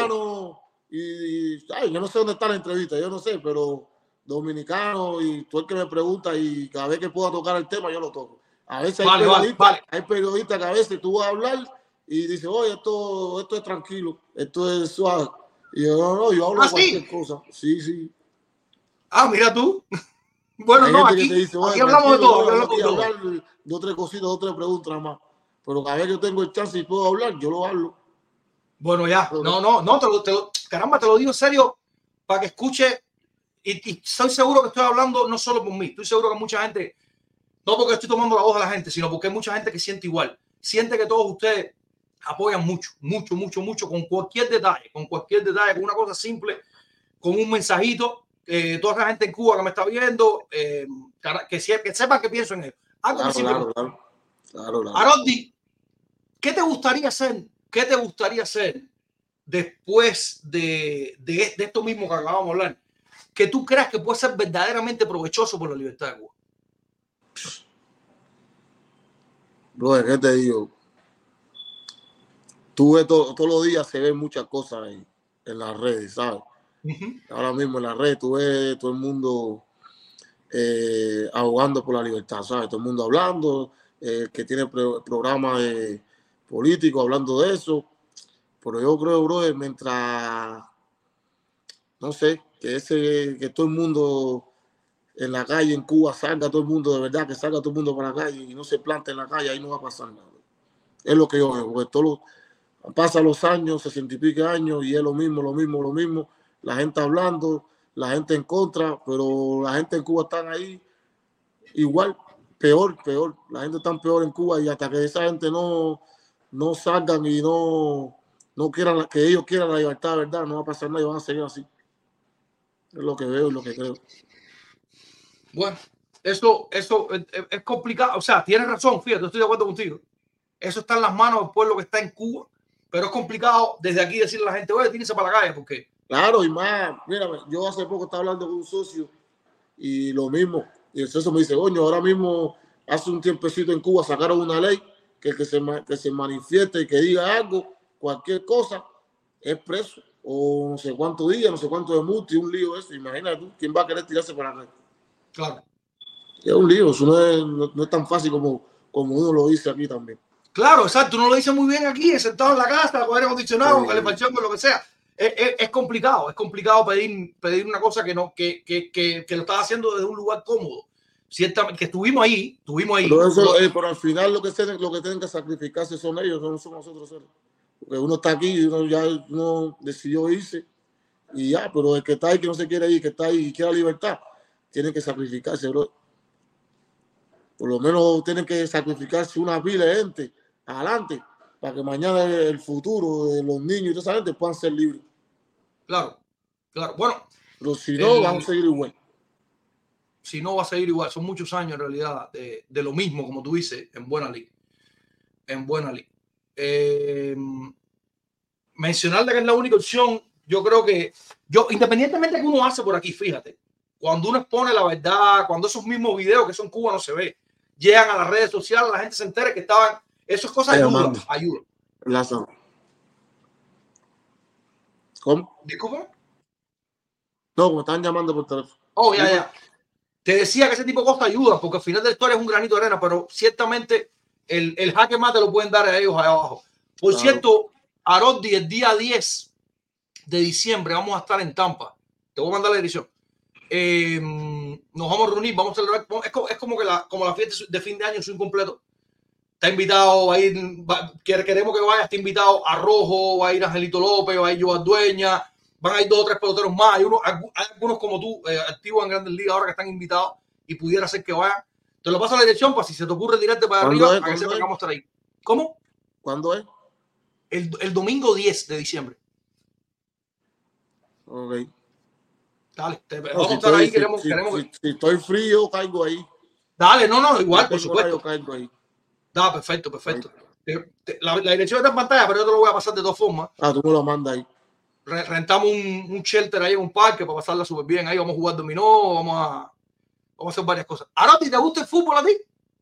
Yo no sé dónde está la entrevista, yo no sé, pero dominicano y tú el que me pregunta y cada vez que pueda tocar el tema yo lo toco. A veces hay periodistas que a veces tú vas a hablar y dices, oye, esto es tranquilo, esto es suave. Y yo yo hablo de cualquier cosa. Sí. Ah, mira tú. Bueno, hay no, gente aquí, que te dice, aquí hablamos de todo. Hablar 2 o 3 cositas, 2 o 3 preguntas nada más. Pero cada vez que yo tengo el chance y puedo hablar, yo lo hablo. Bueno, ya. No, caramba, te lo digo en serio para que escuche. Y estoy seguro que estoy hablando no solo por mí. Estoy seguro que mucha gente, no porque estoy tomando la voz de la gente, sino porque hay mucha gente que siente igual. Siente que todos ustedes apoyan mucho con cualquier detalle, con una cosa simple, con un mensajito. Toda la gente en Cuba que me está viendo, que sepan que pienso en ellos. Claro. Haroldi, ¿qué te gustaría hacer? ¿Qué te gustaría hacer después de esto mismo que acabamos de hablar? Que tú creas que puede ser verdaderamente provechoso por la libertad de Cuba. Bro, ¿qué te digo? Tú ves todos los días, se ven muchas cosas en las redes, ¿sabes? Ahora mismo en las redes tú ves todo el mundo abogando por la libertad, ¿sabes? Todo el mundo hablando, que tiene programas políticos hablando de eso. Pero yo creo, bro, mientras, no sé, que todo el mundo en la calle en Cuba salga todo el mundo de verdad, que salga todo el mundo para la calle y no se plante en la calle, ahí no va a pasar nada. Es lo que yo veo, porque pasan los años, 60 y pico años y es lo mismo. La gente hablando, la gente en contra, pero la gente en Cuba están ahí igual, peor. La gente está peor en Cuba y hasta que esa gente no salgan y no quieran, que ellos quieran la libertad, ¿verdad? No va a pasar nada y van a seguir así. Es lo que veo y lo que creo. Bueno, eso es complicado. O sea, tienes razón, fíjate, estoy de acuerdo contigo. Eso está en las manos del pueblo que está en Cuba, pero es complicado desde aquí decirle a la gente, oye, tírese para la calle, porque... Claro, y más, mira, yo hace poco estaba hablando con un socio y lo mismo, y el socio me dice, coño, ahora mismo hace un tiempecito en Cuba sacaron una ley que se manifieste y que diga algo, cualquier cosa, es preso, o no sé cuántos días, no sé cuánto de multa y un lío eso. Imagínate tú, ¿quién va a querer tirarse para acá? Claro. Es un lío, eso no es tan fácil como uno lo dice aquí también. Claro, exacto, uno lo dice muy bien aquí, sentado en la casa, con aire acondicionado, con el panchón, con lo que sea. Es complicado pedir una cosa que lo estás haciendo desde un lugar cómodo. Ciertamente, que estuvimos ahí. Pero al final lo que tienen que sacrificarse son ellos, no son nosotros. Porque uno está aquí, uno decidió irse y ya, pero el que está ahí, que no se quiere ir, que está ahí y quiere libertad, tiene que sacrificarse, bro. Por lo menos tienen que sacrificarse una pila de gente adelante para que mañana el futuro de los niños y toda esa gente puedan ser libres. Claro. Bueno. Pero si no, vamos a seguir igual. Si no, va a seguir igual. Son muchos años en realidad de lo mismo, como tú dices, en Buena Liga. mencionarle que es la única opción. Yo creo que independientemente de que uno hace por aquí, fíjate, cuando uno expone la verdad, cuando esos mismos videos que son cubanos se ve, llegan a las redes sociales, la gente se entera que estaban, esas cosas ayudan. ¿Cómo? Disculpa. No, me están llamando por teléfono. Oh, ya. Te decía que ese tipo de cosas ayuda, porque al final de la historia es un granito de arena, pero ciertamente el jaque mate lo pueden dar a ellos allá abajo. Por cierto, Haroldi, el día 10 de diciembre vamos a estar en Tampa. Te voy a mandar la dirección. Nos vamos a reunir, vamos a celebrar. Es como la fiesta de fin de año, soy incompleto. Está invitado, va a ir, queremos que vaya, está invitado a Rojo, va a ir Angelito López, va a ir Joan Dueña, van a ir 2 o 3 peloteros más. Hay algunos como tú, activos en Grandes Ligas ahora que están invitados y pudiera ser que vayan. Te lo paso a la dirección para si se te ocurre tirarte para arriba, a que sepa que vamos a estar ahí. ¿Cómo? ¿Cuándo es? El domingo 10 de diciembre. Ok. Dale, vamos a estar ahí. Si estoy frío, caigo ahí. Dale, no, igual, por supuesto. Yo caigo ahí. Da, perfecto. La dirección está en pantalla, pero yo te lo voy a pasar de todas formas. Tú me lo mandas ahí. Rentamos un shelter ahí en un parque para pasarla súper bien. Ahí vamos a jugar dominó, vamos a hacer varias cosas. Ahora, ¿te gusta el fútbol a ti?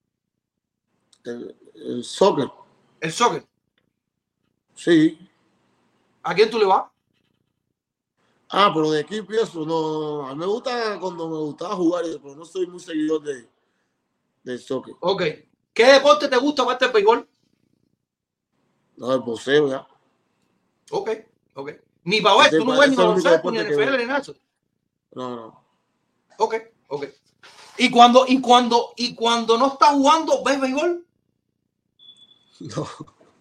El soccer. ¿El soccer? Sí. ¿A quién tú le vas? Pero de equipo y eso, no. A mí me gusta cuando me gustaba jugar, pero no soy muy seguidor del soccer. Ok. ¿Qué deporte te gusta aparte del béisbol? No, el boxeo ya. Ok. Ni para ver, tú no ves ni baloncesto, ni NFL, ni nada. No. Ok. ¿Y cuando no estás jugando, ves béisbol? No.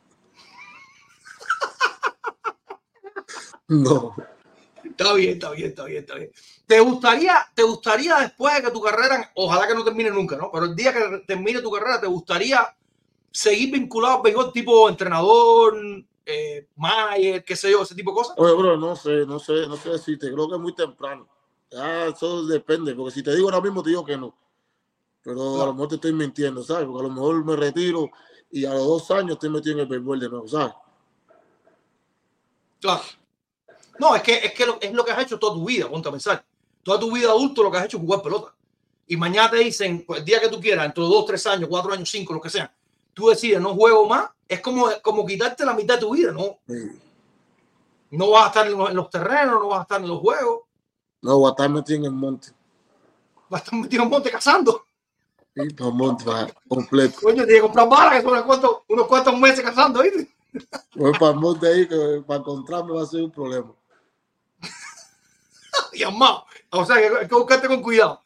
No. Está bien. ¿Te gustaría después de que tu carrera, ojalá que no termine nunca, ¿no? Pero el día que termine tu carrera, ¿te gustaría seguir vinculado al béisbol tipo entrenador, manager, qué sé yo, ese tipo de cosas? Oye, bro, no sé decirte, creo que es muy temprano. Ya, eso depende, porque si te digo ahora mismo, te digo que no. Pero a lo mejor te estoy mintiendo, ¿sabes? Porque a lo mejor me retiro y a los 2 años estoy metido en el béisbol de nuevo, ¿sabes? Claro. No, es que es lo que has hecho toda tu vida, ponte a pensar. Toda tu vida adulto lo que has hecho es jugar pelota. Y mañana te dicen, pues el día que tú quieras, dentro de 2, 3 años, 4 años, 5, lo que sea, tú decides, no juego más, es como quitarte la mitad de tu vida, ¿no? Sí. No vas a estar en los terrenos, no vas a estar en los juegos. No, voy a estar metido en el monte. Vas a estar metido en el monte cazando. Sí, para el monte, completo. Coño, tiene que comprar balas, que son unos cuantos meses cazando, ¿viste? Voy para el monte ahí, que para encontrarme va a ser un problema. Y amado. O sea, hay que buscarte con cuidado.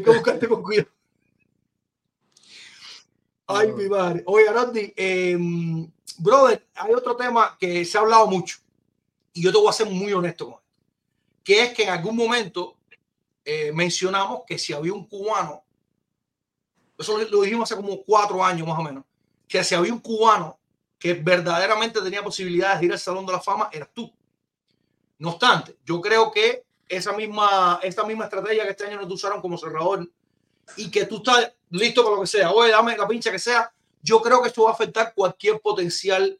Ay, mi madre. Oye, Haroldi, brother, hay otro tema que se ha hablado mucho. Y yo te voy a ser muy honesto con él. Que es que en algún momento mencionamos que si había un cubano, eso lo dijimos hace como 4 años más o menos, que si había un cubano que verdaderamente tenía posibilidades de ir al Salón de la Fama, eras tú. No obstante, yo creo que esta misma estrategia que este año nos usaron como cerrador y que tú estás listo para lo que sea, oye, dame la pincha que sea, yo creo que esto va a afectar cualquier potencial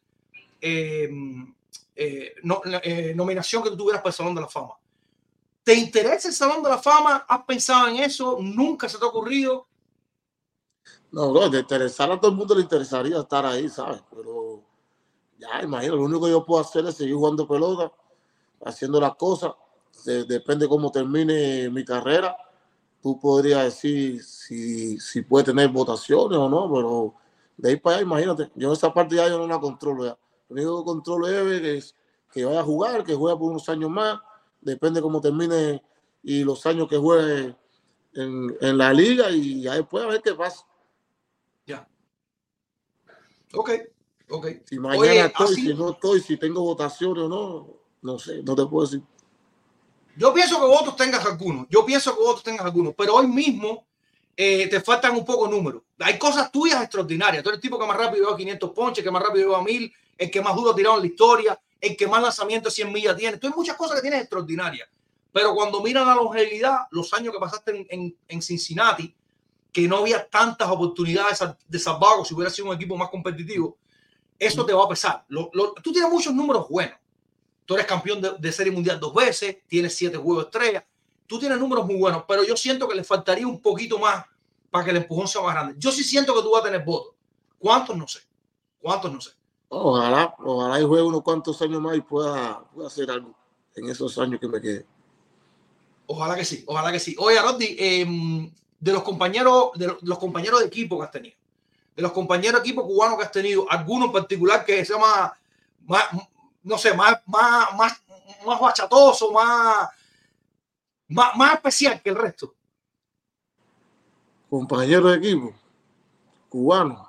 nominación que tú tuvieras para el Salón de la Fama. ¿Te interesa el Salón de la Fama? ¿Has pensado en eso? ¿Nunca se te ha ocurrido? No, bro, de interesar a todo el mundo le interesaría estar ahí, ¿sabes? Pero ya, imagino, lo único que yo puedo hacer es seguir jugando pelota, haciendo las cosas. Depende cómo termine mi carrera. Tú podrías decir si puede tener votaciones o no, pero de ahí para allá, imagínate. Yo esa parte ya yo no la controlo ya. Lo único que controlo es que vaya a jugar, que juegue por unos años más. Depende cómo termine y los años que juegue en la liga y ya después a ver qué pasa. Ya. Ok. Si mañana estoy, si no estoy, si tengo votaciones o no, no sé, no te puedo decir. Yo pienso que votos tengas algunos. Pero hoy mismo te faltan un poco números. Hay cosas tuyas extraordinarias. Tú eres el tipo que más rápido lleva 500 ponches, que más rápido lleva 1000, el que más duro ha tirado en la historia, el que más lanzamientos 100 millas tiene. Tú hay muchas cosas que tienes extraordinarias. Pero cuando miran la longevidad, los años que pasaste en Cincinnati, que no había tantas oportunidades de salvarlo si hubiera sido un equipo más competitivo, eso te va a pesar. Tú tienes muchos números buenos. Tú eres campeón de Serie Mundial 2 veces, tienes 7 juegos de estrella. Tú tienes números muy buenos, pero yo siento que le faltaría un poquito más para que el empujón sea más grande. Yo sí siento que tú vas a tener votos. ¿Cuántos? No sé. ¿Cuántos? No sé. Ojalá y juegue unos cuantos años más y pueda hacer algo en esos años que me queden. Ojalá que sí, ojalá que sí. Oye, Roddy, de los compañeros de equipo que has tenido, de los compañeros de equipo cubanos que has tenido, alguno en particular que sea más no sé, más bachatoso, más especial que el resto. Compañero de equipo cubano.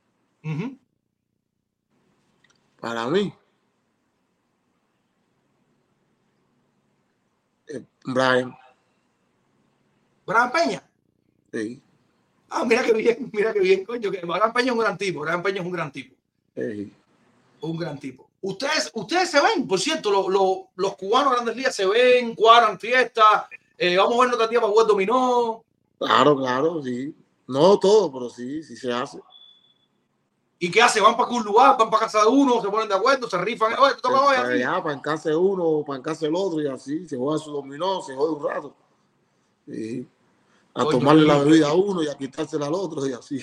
Para mí, Brian Peña. Sí. Ah, mira qué bien, coño. Que Brian Peña es un gran tipo. Brian Peña es un gran tipo. Sí. Un gran tipo. Ustedes se ven, por cierto, los cubanos de Grandes Ligas se ven, cuadran fiestas. Vamos a vernos otro día para jugar dominó. Claro, sí. No todo, pero sí se hace. ¿Y qué hace? ¿Van para algún lugar? ¿Van para casa de uno? ¿Se ponen de acuerdo? ¿Se rifan? Oye, toca hoy así. Para en casa de uno, para en casa del otro y así. Se juega su dominó, se juega un rato. Sí. A Oye, tomarle la bebida a uno y a quitársela al otro y así.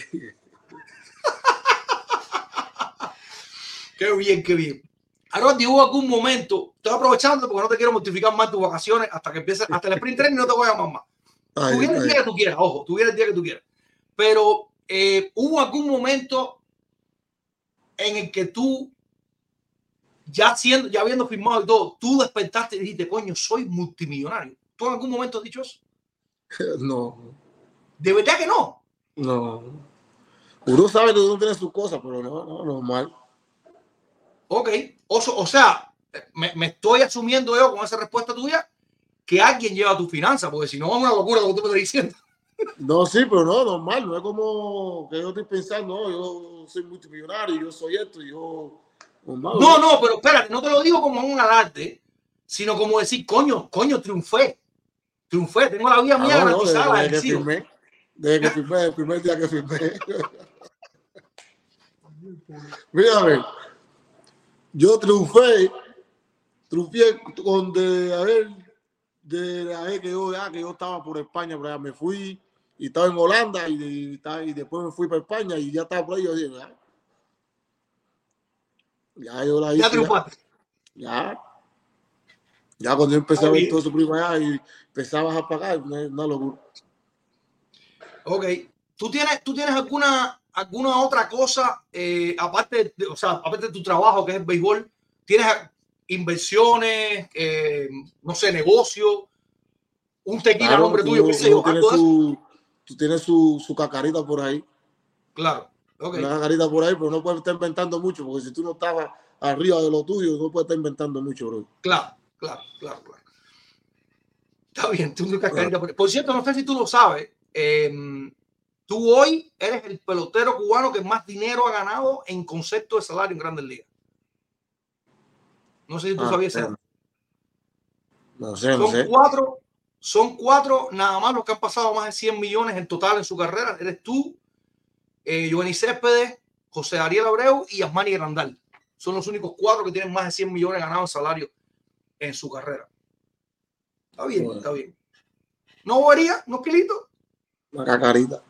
Qué bien, qué bien. Roddy, ¿hubo algún momento? Estoy aprovechando porque no te quiero mortificar más tus vacaciones hasta que empieces, hasta el sprint training no te voy a llamar más. Tú vienes el día que tú quieras, ojo, tú vienes el día que tú quieras. Pero ¿hubo algún momento en el que tú, ya habiendo firmado y todo, tú despertaste y dijiste, coño, soy multimillonario? ¿Tú en algún momento has dicho eso? No. ¿De verdad que no? No. Uno sabe que uno tiene sus cosas, pero no, normal. Ok. O sea, me estoy asumiendo yo con esa respuesta tuya que alguien lleva tu finanza, porque si no es una locura lo que tú me estás diciendo. No, sí, pero no, normal. No es como que yo estoy pensando, no, yo soy multimillonario, yo soy esto, yo... Normal, no, pero espérate, no te lo digo como un alarde, sino como decir, coño, triunfé, tengo la vida mía garantizada. Desde que firmé, el primer día que firmé. Mírame, yo triunfé con de la vez que yo estaba por España, pero me fui y estaba en Holanda y después me fui para España y ya estaba por ahí. Yo dije, ya yo la hice. Ya triunfaste. Ya cuando yo empecé a ver todo eso primo allá y empezabas a pagar, una locura. Ok. ¿Tú tienes alguna otra cosa, aparte de tu trabajo, que es el béisbol? ¿Tienes inversiones, no sé, negocio? Un tequila a nombre tuyo, qué sé yo. Tú tienes su cacarita por ahí. Claro. Okay. Una cacarita por ahí, pero no puedes estar inventando mucho, porque si tú no estabas arriba de lo tuyo, no puedes estar inventando mucho, bro. Claro. Está bien, tú una cacarita por ahí. Por cierto, no sé si tú lo sabes, tú hoy eres el pelotero cubano que más dinero ha ganado en concepto de salario en Grandes Ligas. No sé si tú sabías eso. No sé. Son cuatro nada más los que han pasado más de 100 millones en total en su carrera. Eres tú, Yoenis Céspedes, José Ariel Abreu y Yasmani Grandal. Son los únicos 4 que tienen más de 100 millones ganados en salario en su carrera. Está bien, bueno. Está bien. ¿No varía? ¿No kilitos? Una cacarita.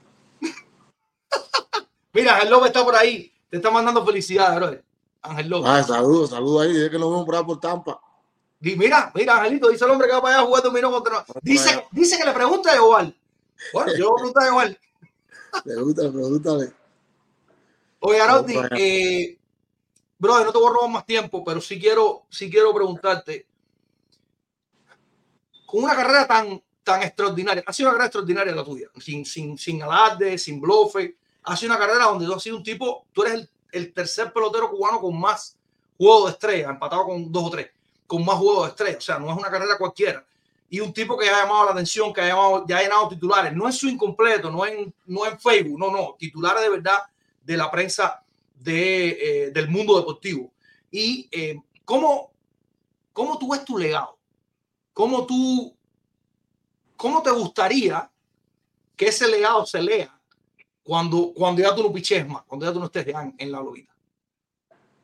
Mira, Ángel López está por ahí. Te está mandando felicidades, bro. Ángel López. Saludos ahí. Dice que nos vemos por ahí por Tampa. Mira, Angelito, dice el hombre que va para allá a jugar dominó contra... Dice que le pregunta a Oval. Bueno, yo voy a preguntar a Oval. Pregúntale. Oye, Arauti, brother, no te voy a robar más tiempo, pero sí quiero preguntarte, con una carrera tan extraordinaria, ha sido una carrera extraordinaria la tuya, sin alarde, sin blufe, ha sido una carrera donde tú has sido un tipo, tú eres el tercer pelotero cubano con más juegos de estrella, empatado con 2 o 3, con más juegos de estrella, o sea, no es una carrera cualquiera, y un tipo que ha llamado la atención, que ya ha llenado titulares, no en su incompleto, no en Facebook, no, titulares de verdad de la prensa del mundo deportivo. Y ¿cómo tú ves tu legado? ¿Cómo te gustaría que ese legado se lea cuando ya tú no piches más, cuando ya tú no estés en la lobita?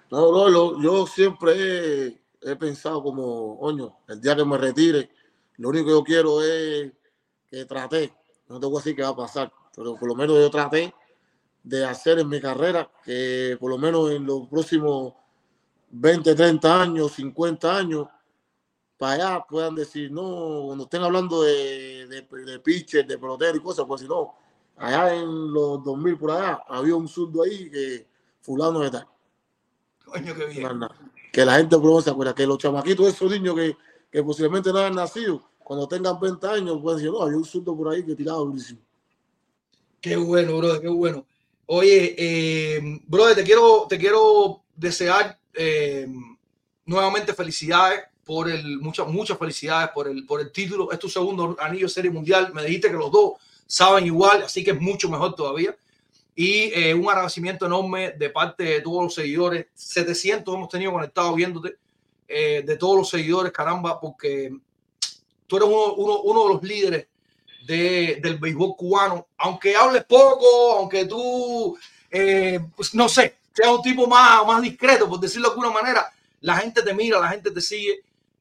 No, yo siempre he pensado como, coño, el día que me retire, lo único que yo quiero es que traté, no te voy a decir qué va a pasar, pero por lo menos yo traté de hacer en mi carrera que por lo menos en los próximos 20, 30 años, 50 años, para allá puedan decir, no, cuando estén hablando de pitcher, de pelotero y cosas, pues si no, allá en los 2000 por allá, había un zurdo ahí que fulano de tal. Coño, qué bien. Que la gente por se acuerda que los chamaquitos, esos niños que posiblemente no hayan nacido, cuando tengan 20 años, pueden decir, no, había un zurdo por ahí que tiraba durísimo. Qué bueno, brother, qué bueno. Oye, brother, te quiero desear nuevamente felicidades por muchas felicidades por el título. Es tu segundo anillo de Serie Mundial. Me dijiste que los dos saben igual, así que es mucho mejor todavía. Y un agradecimiento enorme de parte de todos los seguidores. 700 hemos tenido conectados viéndote, de todos los seguidores, caramba, porque tú eres uno de los líderes del béisbol cubano. Aunque hables poco, aunque tú, pues no sé, seas un tipo más discreto, por decirlo de alguna manera, la gente te mira, la gente te sigue.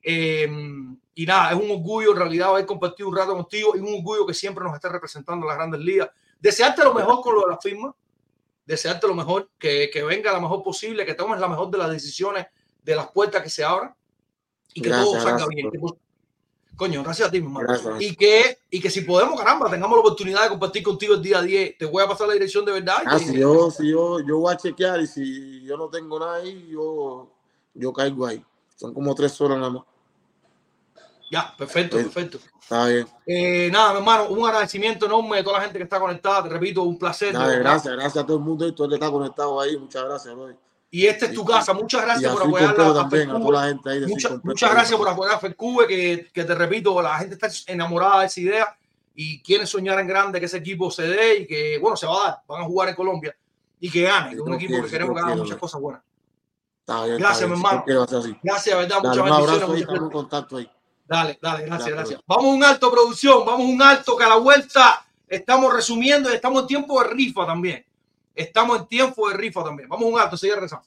Y nada, es un orgullo en realidad haber compartido un rato contigo y un orgullo que siempre nos estés representando en las Grandes Ligas. Desearte lo mejor con lo de la firma, desearte lo mejor, que venga lo mejor posible, que tomes la mejor de las decisiones de las puertas que se abran y que todo salga bien. Coño, gracias a ti, mi hermano. Y que si podemos, caramba, tengamos la oportunidad de compartir contigo el día 10. Te voy a pasar la dirección de verdad. Si yo voy a chequear y si yo no tengo nada ahí, yo caigo ahí. Son como 3 horas nada más. Ya, perfecto, perfecto. Está bien. Nada, mi hermano, un agradecimiento enorme de toda la gente que está conectada. Te repito, un placer. Dale, gracias a todo el mundo y todo el que está conectado ahí. Muchas gracias, bro. Y esta es tu casa. Muchas gracias por apoyar a toda la gente ahí. Muchas gracias por apoyar a Fercube, que te repito, la gente está enamorada de esa idea y quieren soñar en grande que ese equipo se dé y que, bueno, se va a dar. Van a jugar en Colombia y que gane. Sí, un equipo que queremos que haga muchas cosas buenas. Bien, gracias, mi hermano. Gracias, verdad. Muchas bendiciones. Un contacto ahí. Dale, gracias. Vamos a un alto, producción. Vamos a un alto que a la vuelta estamos resumiendo y estamos en tiempo de rifa también. Vamos a un alto, sigue rezando.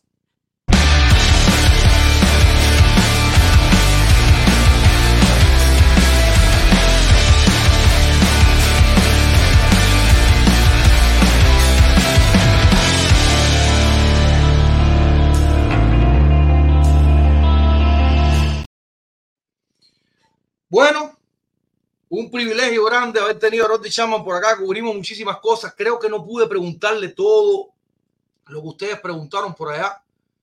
Bueno, un privilegio grande haber tenido a Aroldis Chapman por acá. Cubrimos muchísimas cosas. Creo que no pude preguntarle todo lo que ustedes preguntaron por allá.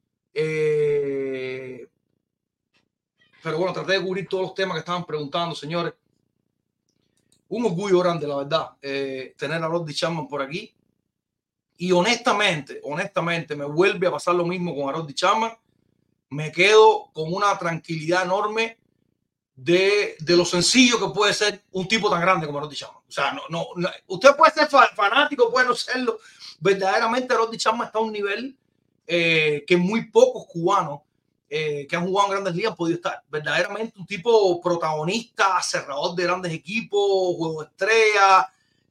Pero bueno, traté de cubrir todos los temas que estaban preguntando, señores. Un orgullo grande, la verdad, tener a Aroldis Chapman por aquí. Y honestamente, me vuelve a pasar lo mismo con Aroldis Chapman. Me quedo con una tranquilidad enorme de lo sencillo que puede ser un tipo tan grande como Aroldis Chapman. O sea, no, usted puede ser fanático, puede no serlo. Verdaderamente Aroldis Chapman está a un nivel que muy pocos cubanos que han jugado en Grandes Ligas han podido estar. Verdaderamente un tipo protagonista, cerrador de grandes equipos, juego de estrella,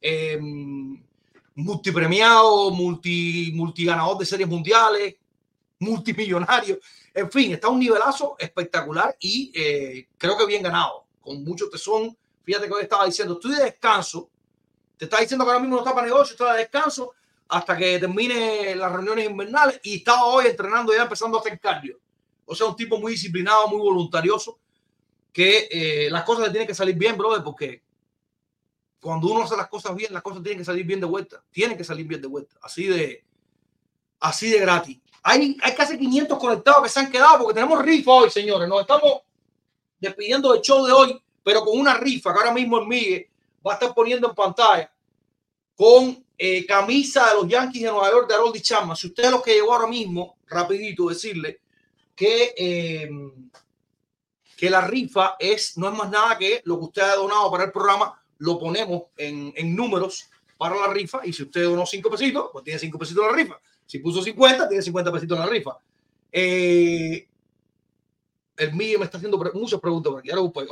multipremiado, multiganador de series mundiales, multimillonario. En fin, está a un nivelazo espectacular y creo que bien ganado, con mucho tesón. Fíjate que hoy estaba diciendo, estoy de descanso. Te está diciendo que ahora mismo no está para negocio, está de descanso hasta que termine las reuniones invernales y estaba hoy entrenando ya, empezando a hacer cardio. O sea, un tipo muy disciplinado, muy voluntarioso, que las cosas le tienen que salir bien, brother, porque cuando uno hace las cosas bien, las cosas tienen que salir bien de vuelta. Tienen que salir bien de vuelta. Así de gratis. Hay casi 500 conectados que se han quedado porque tenemos rifa hoy, señores. Nos estamos despidiendo del show de hoy, pero con una rifa que ahora mismo el Miguel va a estar poniendo en pantalla con camisa de los Yankees de Nueva York de Aroldis Chapman. Si usted es lo que llegó ahora mismo, rapidito decirle que la rifa no es más nada que lo que usted ha donado para el programa, lo ponemos en números para la rifa y si usted donó 5 pesitos, pues tiene 5 pesitos en la rifa. Si puso 50, tiene 50 pesitos en la rifa. El Miguel me está haciendo muchas preguntas por aquí.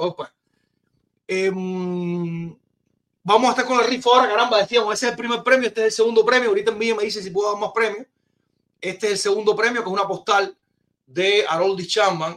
Vamos a estar con la rifa ahora, caramba. Decíamos, ese es el primer premio, este es el segundo premio. Ahorita el Miguel me dice si puedo dar más premios. Este es el segundo premio, que es una postal de Harold Chapman,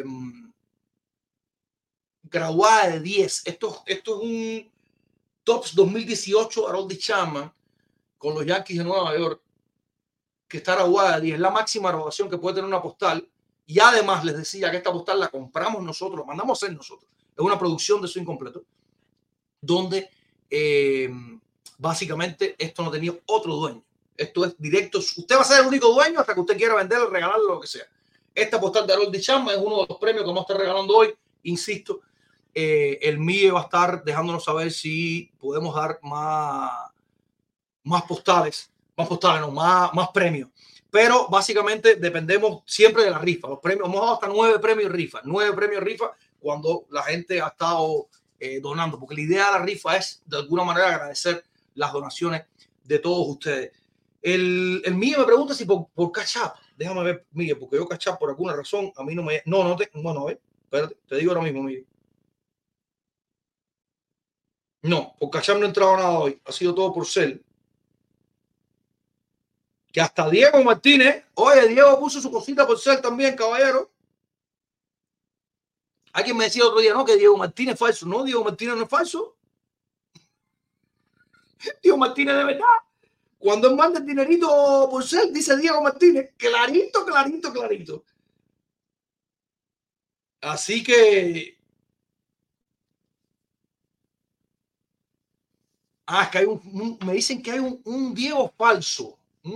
graduada de 10. Esto es un Topps 2018 Harold Chapman con los Yankees de Nueva York, que está graduada de 10. Es la máxima graduación que puede tener una postal. Y además les decía que esta postal la compramos nosotros, la mandamos a hacer nosotros. Es una producción de Swing Completo, donde básicamente esto no tenía otro dueño. Esto es directo. Usted va a ser el único dueño hasta que usted quiera venderlo, regalarlo, lo que sea. Esta postal de Harold Chapman es uno de los premios que vamos a estar regalando hoy. Insisto, el MIE va a estar dejándonos saber si podemos dar más postales, más premios. Pero básicamente dependemos siempre de la rifa. Los premios, hemos dado hasta 9 premios rifa. 9 premios rifa cuando la gente ha estado donando. Porque la idea de la rifa es, de alguna manera, agradecer las donaciones de todos ustedes. El Miguel me pregunta si por Cash App. Déjame ver, Miguel, porque yo Cash App por alguna razón a mí no me... Bueno, espérate, te digo ahora mismo, Miguel. No, por Cash App no he entrado nada hoy. Ha sido todo por Cel. Que hasta Diego Martínez, oye, Diego puso su cosita por Cel también, caballero. Alguien me decía otro día, no, que Diego Martínez es falso. No, Diego Martínez no es falso. Diego Martínez de verdad. Cuando él manda el dinerito por Cel, dice Diego Martínez, clarito, clarito, clarito. Así que... es que hay me dicen que hay un Diego falso.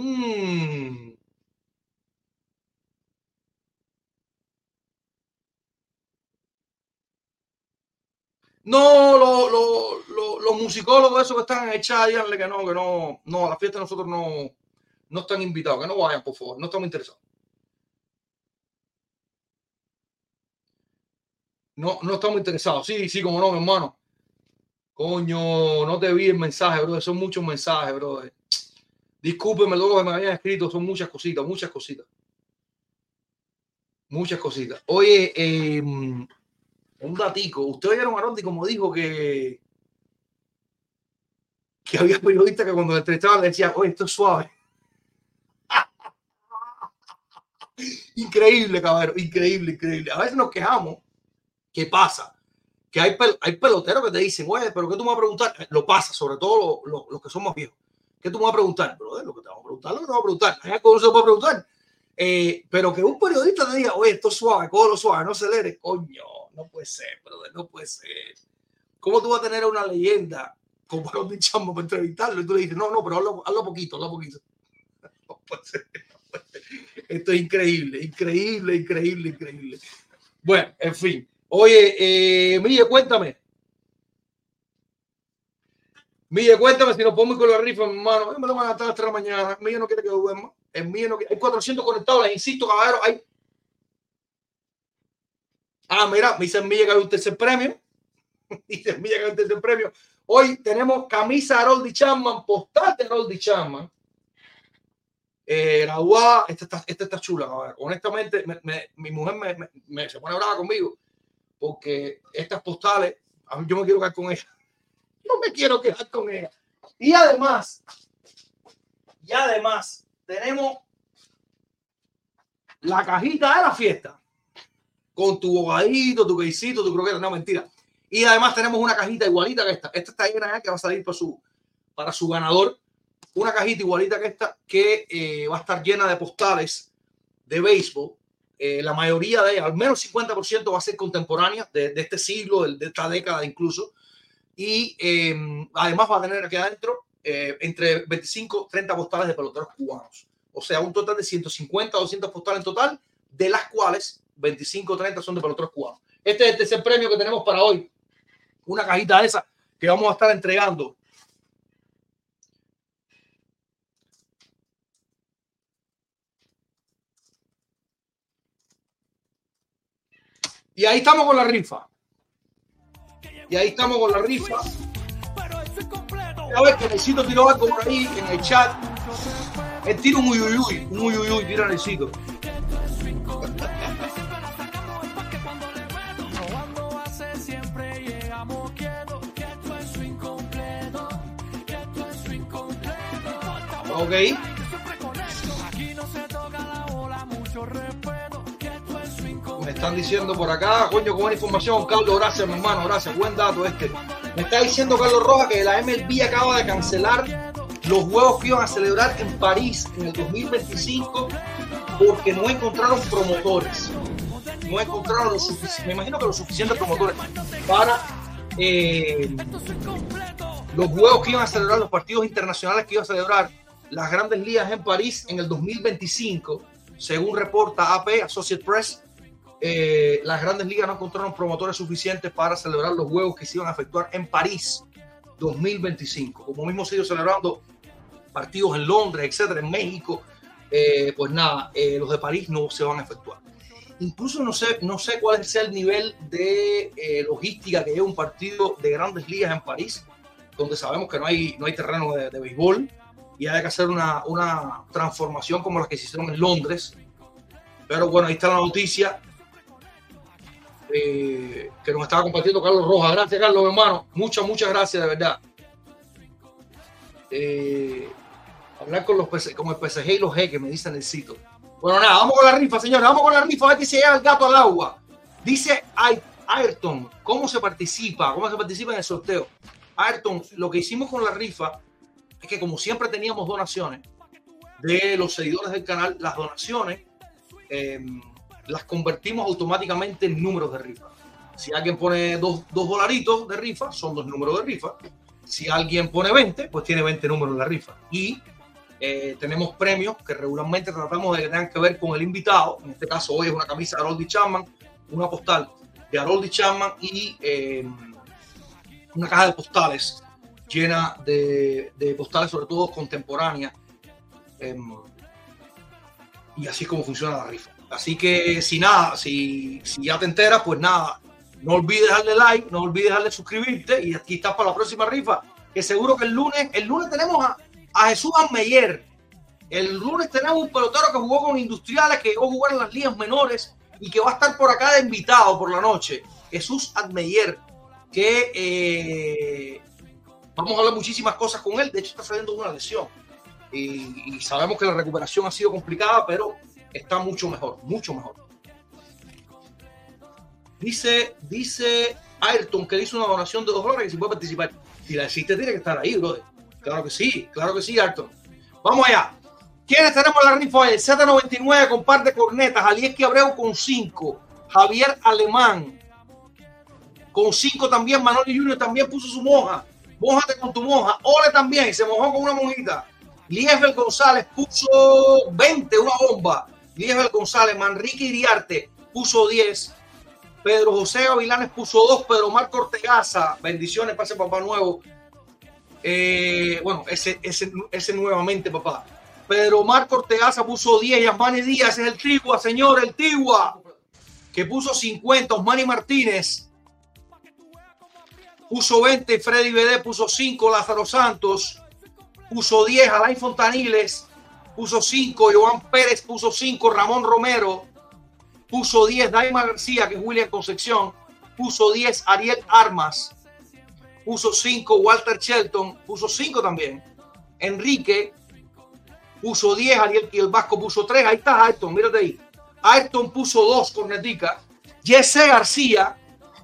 No, los musicólogos esos que están en el chat, díganle que no, a la fiesta nosotros no están invitados, que no vayan, por favor, no estamos interesados. No estamos interesados. Sí, como no, mi hermano. Coño, no te vi el mensaje, bro. Son muchos mensajes, bro. Discúlpeme lo que me habían escrito, son muchas cositas. Oye, un datico. Ustedes oyeron a Rondi como dijo que había periodistas que cuando le entrevistaban le decían, oye, esto es suave. Increíble, cabrón, increíble. A veces nos quejamos. ¿Qué pasa? Que hay peloteros que te dicen, oye, pero ¿qué tú me vas a preguntar? Lo pasa, sobre todo los que somos viejos. ¿Qué tú me vas a preguntar? Brother, lo que te vamos a preguntar, lo que te vamos a preguntar. Hay algo que no se puede preguntar. Pero que un periodista te diga, oye, esto es suave, cógelo suave, no acelere. Coño, no puede ser, brother, no puede ser. ¿Cómo tú vas a tener una leyenda como Harold Chapman para entrevistarlo? Y tú le dices, no, pero hazlo poquito. No puede ser. Esto es increíble. Bueno, en fin. Oye, Mille, cuéntame si nos podemos ir con la rifa, mi hermano. Me lo van a gastar hasta la mañana. Mille no quiere que duerma. El Mille no quiere. Hay 400 conectados, les insisto, caballero. Mira, me dice el Mille que hay un tercer premio. Hoy tenemos camisa de Harold Chapman, postal de Harold Chapman. Graduada. Esta está chula, caballero. Honestamente, mi mujer se pone brava conmigo. Porque estas postales, yo me quiero quedar con ella. No me quiero quedar con ella. Y además, tenemos la cajita de la fiesta. Con tu bocadito, tu quesito, tu croqueta. No, mentira. Y además tenemos una cajita igualita que esta. Esta está llena ya que va a salir para su ganador. Una cajita igualita que esta que va a estar llena de postales de béisbol. La mayoría de ellas, al menos 50% va a ser contemporánea de este siglo, de esta década incluso. Y además va a tener aquí adentro entre 25 y 30 postales de peloteros cubanos. O sea, un total de 150 a 200 postales en total, de las cuales 25 o 30 son de peloteros cubanos. Este es el tercer premio que tenemos para hoy. Una cajita de esa que vamos a estar entregando. Y ahí estamos con la rifa. A ver, que necesito tirar algo por ahí en el chat. Él tira un uyuyuy, tira necesito. Ok. Aquí no se toca la bola, mucho respeto. están diciendo por acá, coño, con buena información, Carlos, gracias, mi hermano, gracias, buen dato este. Me está diciendo Carlos Rojas que la MLB acaba de cancelar los juegos que iban a celebrar en París en el 2025 porque no encontraron promotores. No encontraron los suficientes, me imagino que los suficientes promotores para los juegos que iban a celebrar, los partidos internacionales que iban a celebrar las grandes ligas en París en el 2025. Según reporta AP, Associated Press, las grandes ligas no encontraron promotores suficientes para celebrar los juegos que se iban a efectuar en París 2025. Como mismo se ido celebrando partidos en Londres, etcétera, en México, pues nada, los de París no se van a efectuar. Incluso no sé cuál sea el nivel de logística que lleva un partido de grandes ligas en París, donde sabemos que no hay terreno de béisbol y hay que hacer una transformación como las que se hicieron en Londres. Pero bueno, ahí está la noticia que nos estaba compartiendo Carlos Rojas. Gracias, Carlos, hermano. Muchas gracias, de verdad. Hablar con el PSG y los G que me dicen el sitio. Bueno, nada, vamos con la rifa, señores. Vamos con la rifa a ver que se lleva el gato al agua. Dice Ayrton, ¿cómo se participa? ¿Cómo se participa en el sorteo? Ayrton, lo que hicimos con la rifa es que como siempre teníamos donaciones de los seguidores del canal, las donaciones las convertimos automáticamente en números de rifa. Si alguien pone dos dolaritos de rifa, son 2 números de rifa. Si alguien pone 20, pues tiene 20 números en la rifa. Y tenemos premios que regularmente tratamos de que tengan que ver con el invitado. En este caso hoy es una camisa de Harold Chapman, una postal de Harold Chapman y una caja de postales llena de postales, sobre todo contemporáneas. Y así es como funciona la rifa. Así que si ya te enteras, pues nada, no olvides darle like, no olvides darle suscribirte y aquí estás para la próxima rifa, que seguro que el lunes tenemos a Jesús Admeyer. El lunes tenemos un pelotero que jugó con Industriales, que llegó a jugar en las ligas menores y que va a estar por acá de invitado por la noche. Jesús Admeyer, que vamos a hablar muchísimas cosas con él. De hecho, está saliendo de una lesión y sabemos que la recuperación ha sido complicada, pero está mucho mejor, mucho mejor. Dice Ayrton que le hizo una donación de $2 que si puede participar. Si la hiciste, tiene que estar ahí, brother. Claro que sí, Ayrton. Vamos allá. ¿Quiénes tenemos en la rifa? El Z99 con par de cornetas, Alieski Abreu con 5, Javier Alemán con 5 también, Manoli Junior también puso su moja. Mójate con tu moja. Ole también, se mojó con una mojita. Liesbel González puso 20, una bomba. Liesbel González, Manrique Iriarte puso 10. Pedro José Gavilanes puso 2. Pedro Marco Ortegaza, bendiciones para ese papá nuevo. Bueno, ese nuevamente, papá. Pedro Marco Ortegaza puso 10. Yasmani Díaz, ese es el Tigua, señor, el Tigua, que puso 50. Osmani Martínez puso 20. Freddy Bede puso 5. Lázaro Santos puso 10. Alain Fontaniles puso 5. Joan Pérez puso 5. Ramón Romero puso 10. Daima García, que es William Concepción, puso 10. Ariel Armas puso 5. Walter Shelton puso 5 también. Enrique puso 10. Ariel y el Vasco puso 3. Ahí está Ayrton, mírate ahí. Ayrton puso 2, cornetica. Jesse García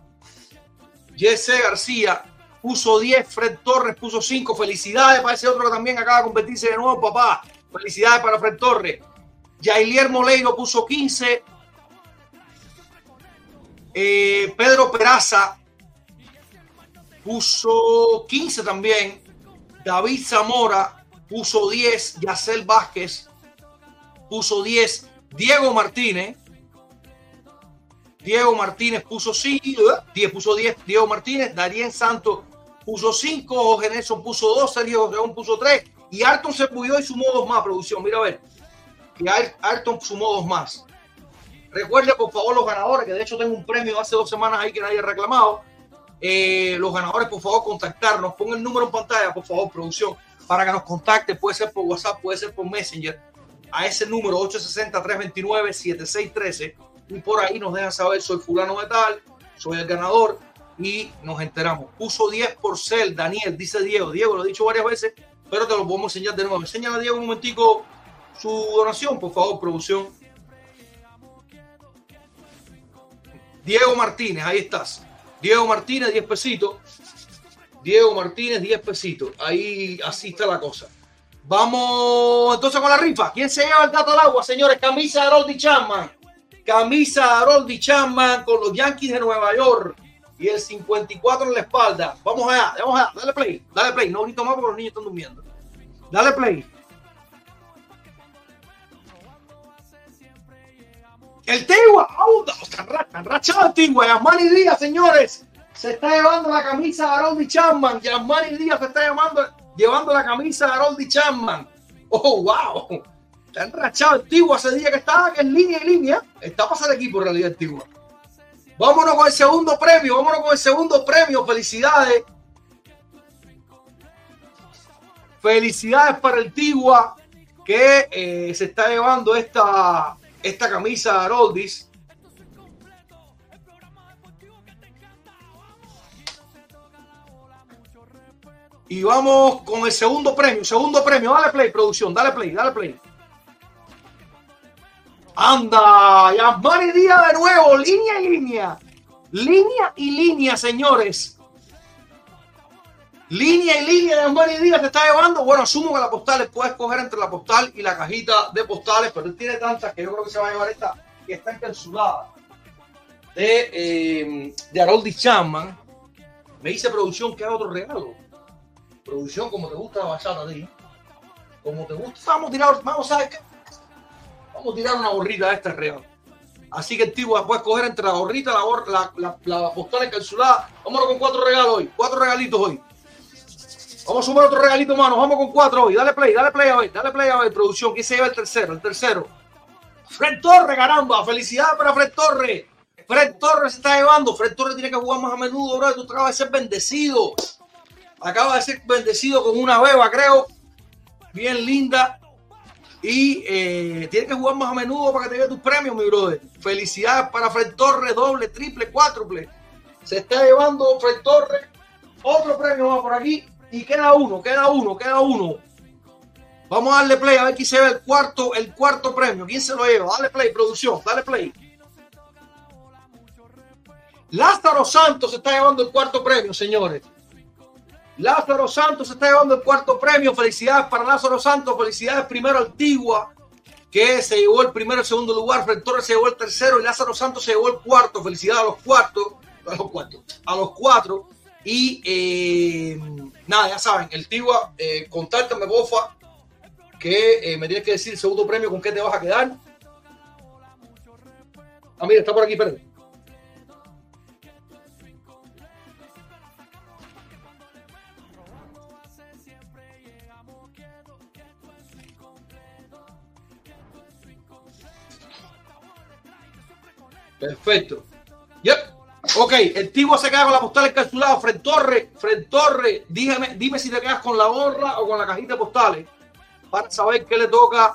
puso 10. Fred Torres puso 5. Felicidades para ese otro que también acaba de competirse de nuevo, papá. Felicidades para Fred Torres. Jailier Moleiro puso 15. Pedro Peraza puso 15 también. David Zamora puso 10. Yacel Vázquez puso 10. Diego Martínez puso 5. 10 puso 10. Diego Martínez. Darien Santos puso 5. Jorge Nelson puso 2. Sergio León puso 3. Y Ayrton se pudió y sumó 2 más, producción. Mira a ver. Y Ayrton sumó 2 más. Recuerde, por favor, los ganadores, que de hecho tengo un premio hace 2 semanas ahí que nadie ha reclamado. Los ganadores, por favor, contactarnos. Pon el número en pantalla, por favor, producción, para que nos contacte. Puede ser por WhatsApp, puede ser por Messenger. A ese número 860-329-7613. Y por ahí nos dejan saber, soy fulano de tal, soy el ganador. Y nos enteramos. Puso 10 por cel, Daniel, dice Diego. Diego, lo he dicho varias veces, pero te lo podemos enseñar de nuevo. Enséñale a Diego un momentico su donación, por favor, producción. Diego Martínez, ahí estás. Diego Martínez, 10 pesitos. Diego Martínez, 10 pesitos. Ahí, así está la cosa. Vamos entonces con la rifa. ¿Quién se lleva el gato al agua, señores? Camisa de Harold Chapman. Camisa de Harold Chapman con los Yankees de Nueva York. Y el 54 en la espalda. Vamos allá, vamos allá. Dale play, dale play. No grito más porque los niños están durmiendo. Dale play. El Tigua. Está enrachado el Tigua. Yasmani Díaz, señores. Se está llevando la camisa de Harold Chapman. Yasmani Díaz se está llevando la camisa de Harold Chapman. Oh, wow. Está enrachado el Tigua ese día que estaba en línea y línea. Está para pasar equipo en realidad el Tigua. Vámonos con el segundo premio. Vámonos con el segundo premio. Felicidades. Felicidades para el Tigua que se está llevando esta camisa de Haroldis. Y vamos con el segundo premio. Segundo premio. Dale play, producción. Dale play, dale play. Anda, Yasmani Díaz de nuevo. Línea y línea. Línea y línea, señores. Línea y línea de Yasmani Díaz te está llevando. Bueno, asumo que la postal puedes escoger entre la postal y la cajita de postales, pero él tiene tantas que yo creo que se va a llevar esta, que está encapsulada de Harold Chapman. Me dice producción que haga otro regalo. Producción, como te gusta la bachata a ti, como te gusta, vamos a tirar una gorrita de esta real. Así que el tipo puede escoger entre la gorrita, la postal encapsulada. Vámonos con 4 regalos hoy, 4 regalitos hoy. Vamos a sumar otro regalito, mano. Vamos con 4 hoy. Dale play a ver, producción. ¿Quién se lleva el tercero? El tercero. Fred Torres, caramba. Felicidades para Fred Torres. Fred Torres se está llevando. Fred Torres tiene que jugar más a menudo, bro. Tú acabas de ser bendecido. Acaba de ser bendecido con una beba, creo. Bien linda. Y tiene que jugar más a menudo para que te lleve tus premios, mi brother. Felicidades para Fred Torres. Doble, triple, cuádruple. Se está llevando Fred Torres. Otro premio más por aquí. Y queda uno. Vamos a darle play a ver quién se ve el cuarto premio. ¿Quién se lo lleva? Dale play, producción. Dale play. Lázaro Santos se está llevando el cuarto premio, señores. Lázaro Santos se está llevando el cuarto premio. Felicidades para Lázaro Santos. Felicidades primero al Tigua, que se llevó el primero y el segundo lugar. Fred Torres se llevó el tercero y Lázaro Santos se llevó el cuarto. Felicidades a los cuatro. Y nada, ya saben, el Tigua, contáctame, porfa, que me tienes que decir el segundo premio con qué te vas a quedar. Ah, mira, está por aquí, espérate. Perfecto. Yep. Ok, el Tigua se queda con la postal encapsulada. Fred Torres, dime si te quedas con la gorra o con la cajita de postales para saber qué le toca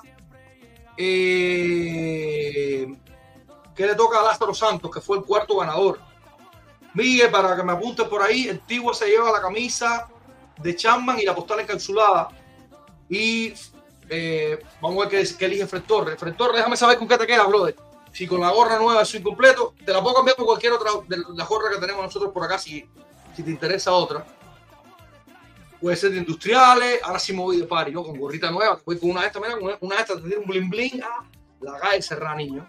a Lázaro Santos, que fue el cuarto ganador. Miguel, para que me apuntes por ahí, el Tigua se lleva la camisa de Chapman y la postal encapsulada. Y vamos a ver qué elige Fred Torres. Fred Torres, déjame saber con qué te quedas, brother. Si con la gorra nueva es incompleto, te la puedo cambiar por cualquier otra de la gorra que tenemos nosotros por acá, si te interesa otra. Puede ser de industriales, ahora sí me voy de party, ¿no? Con gorrita nueva, voy con una de estas, mira, con una de estas te tiene un bling bling, la calle cerrada, niño.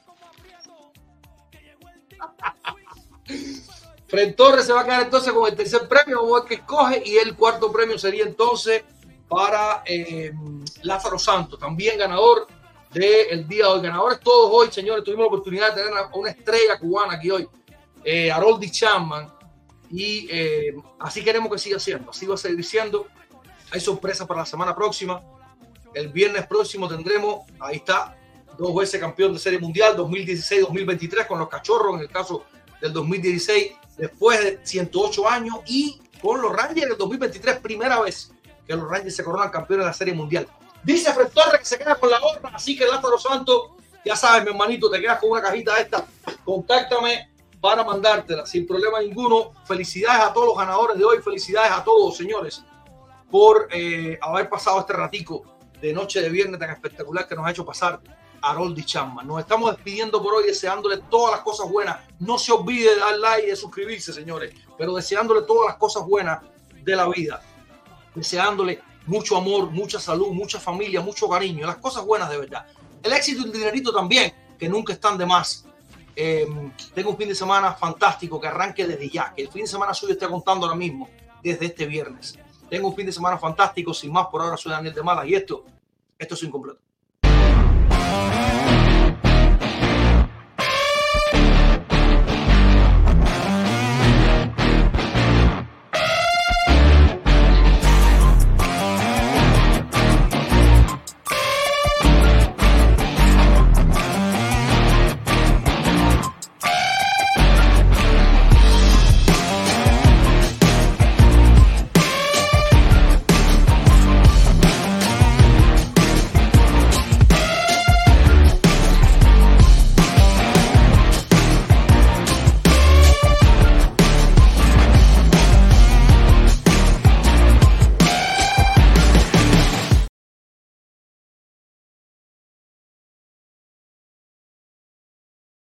Fred Torres se va a quedar entonces con el tercer premio, vamos a ver qué escoge, y el cuarto premio sería entonces para Lázaro Santos, también ganador del día de hoy. Ganadores todos hoy, señores. Tuvimos la oportunidad de tener una estrella cubana aquí hoy, Harold Chapman, y así queremos que siga siendo, así va a seguir siendo. Hay sorpresas para la semana próxima. El viernes próximo tendremos, ahí está, 2 veces campeón de Serie Mundial 2016-2023 con los Cachorros, en el caso del 2016, después de 108 años, y con los Rangers del 2023, primera vez que los Rangers se coronan campeones de la Serie Mundial. Dice Fred Torres que se queda con la gorra, así que Lázaro Santos, ya sabes, mi hermanito, te quedas con una cajita esta. Contáctame para mandártela sin problema ninguno. Felicidades a todos los ganadores de hoy, felicidades a todos, señores, por haber pasado este ratico de noche de viernes tan espectacular que nos ha hecho pasar Harold Chapman. Nos estamos despidiendo por hoy, deseándole todas las cosas buenas. No se olvide de dar like y de suscribirse, señores, pero deseándole todas las cosas buenas de la vida, deseándole mucho amor, mucha salud, mucha familia, mucho cariño, las cosas buenas de verdad. El éxito y el dinerito también, que nunca están de más. Tengo un fin de semana fantástico que arranque desde ya, que el fin de semana suyo esté contando ahora mismo, desde este viernes. Tengo un fin de semana fantástico, sin más, por ahora soy Daniel de Malas y esto es Incompleto.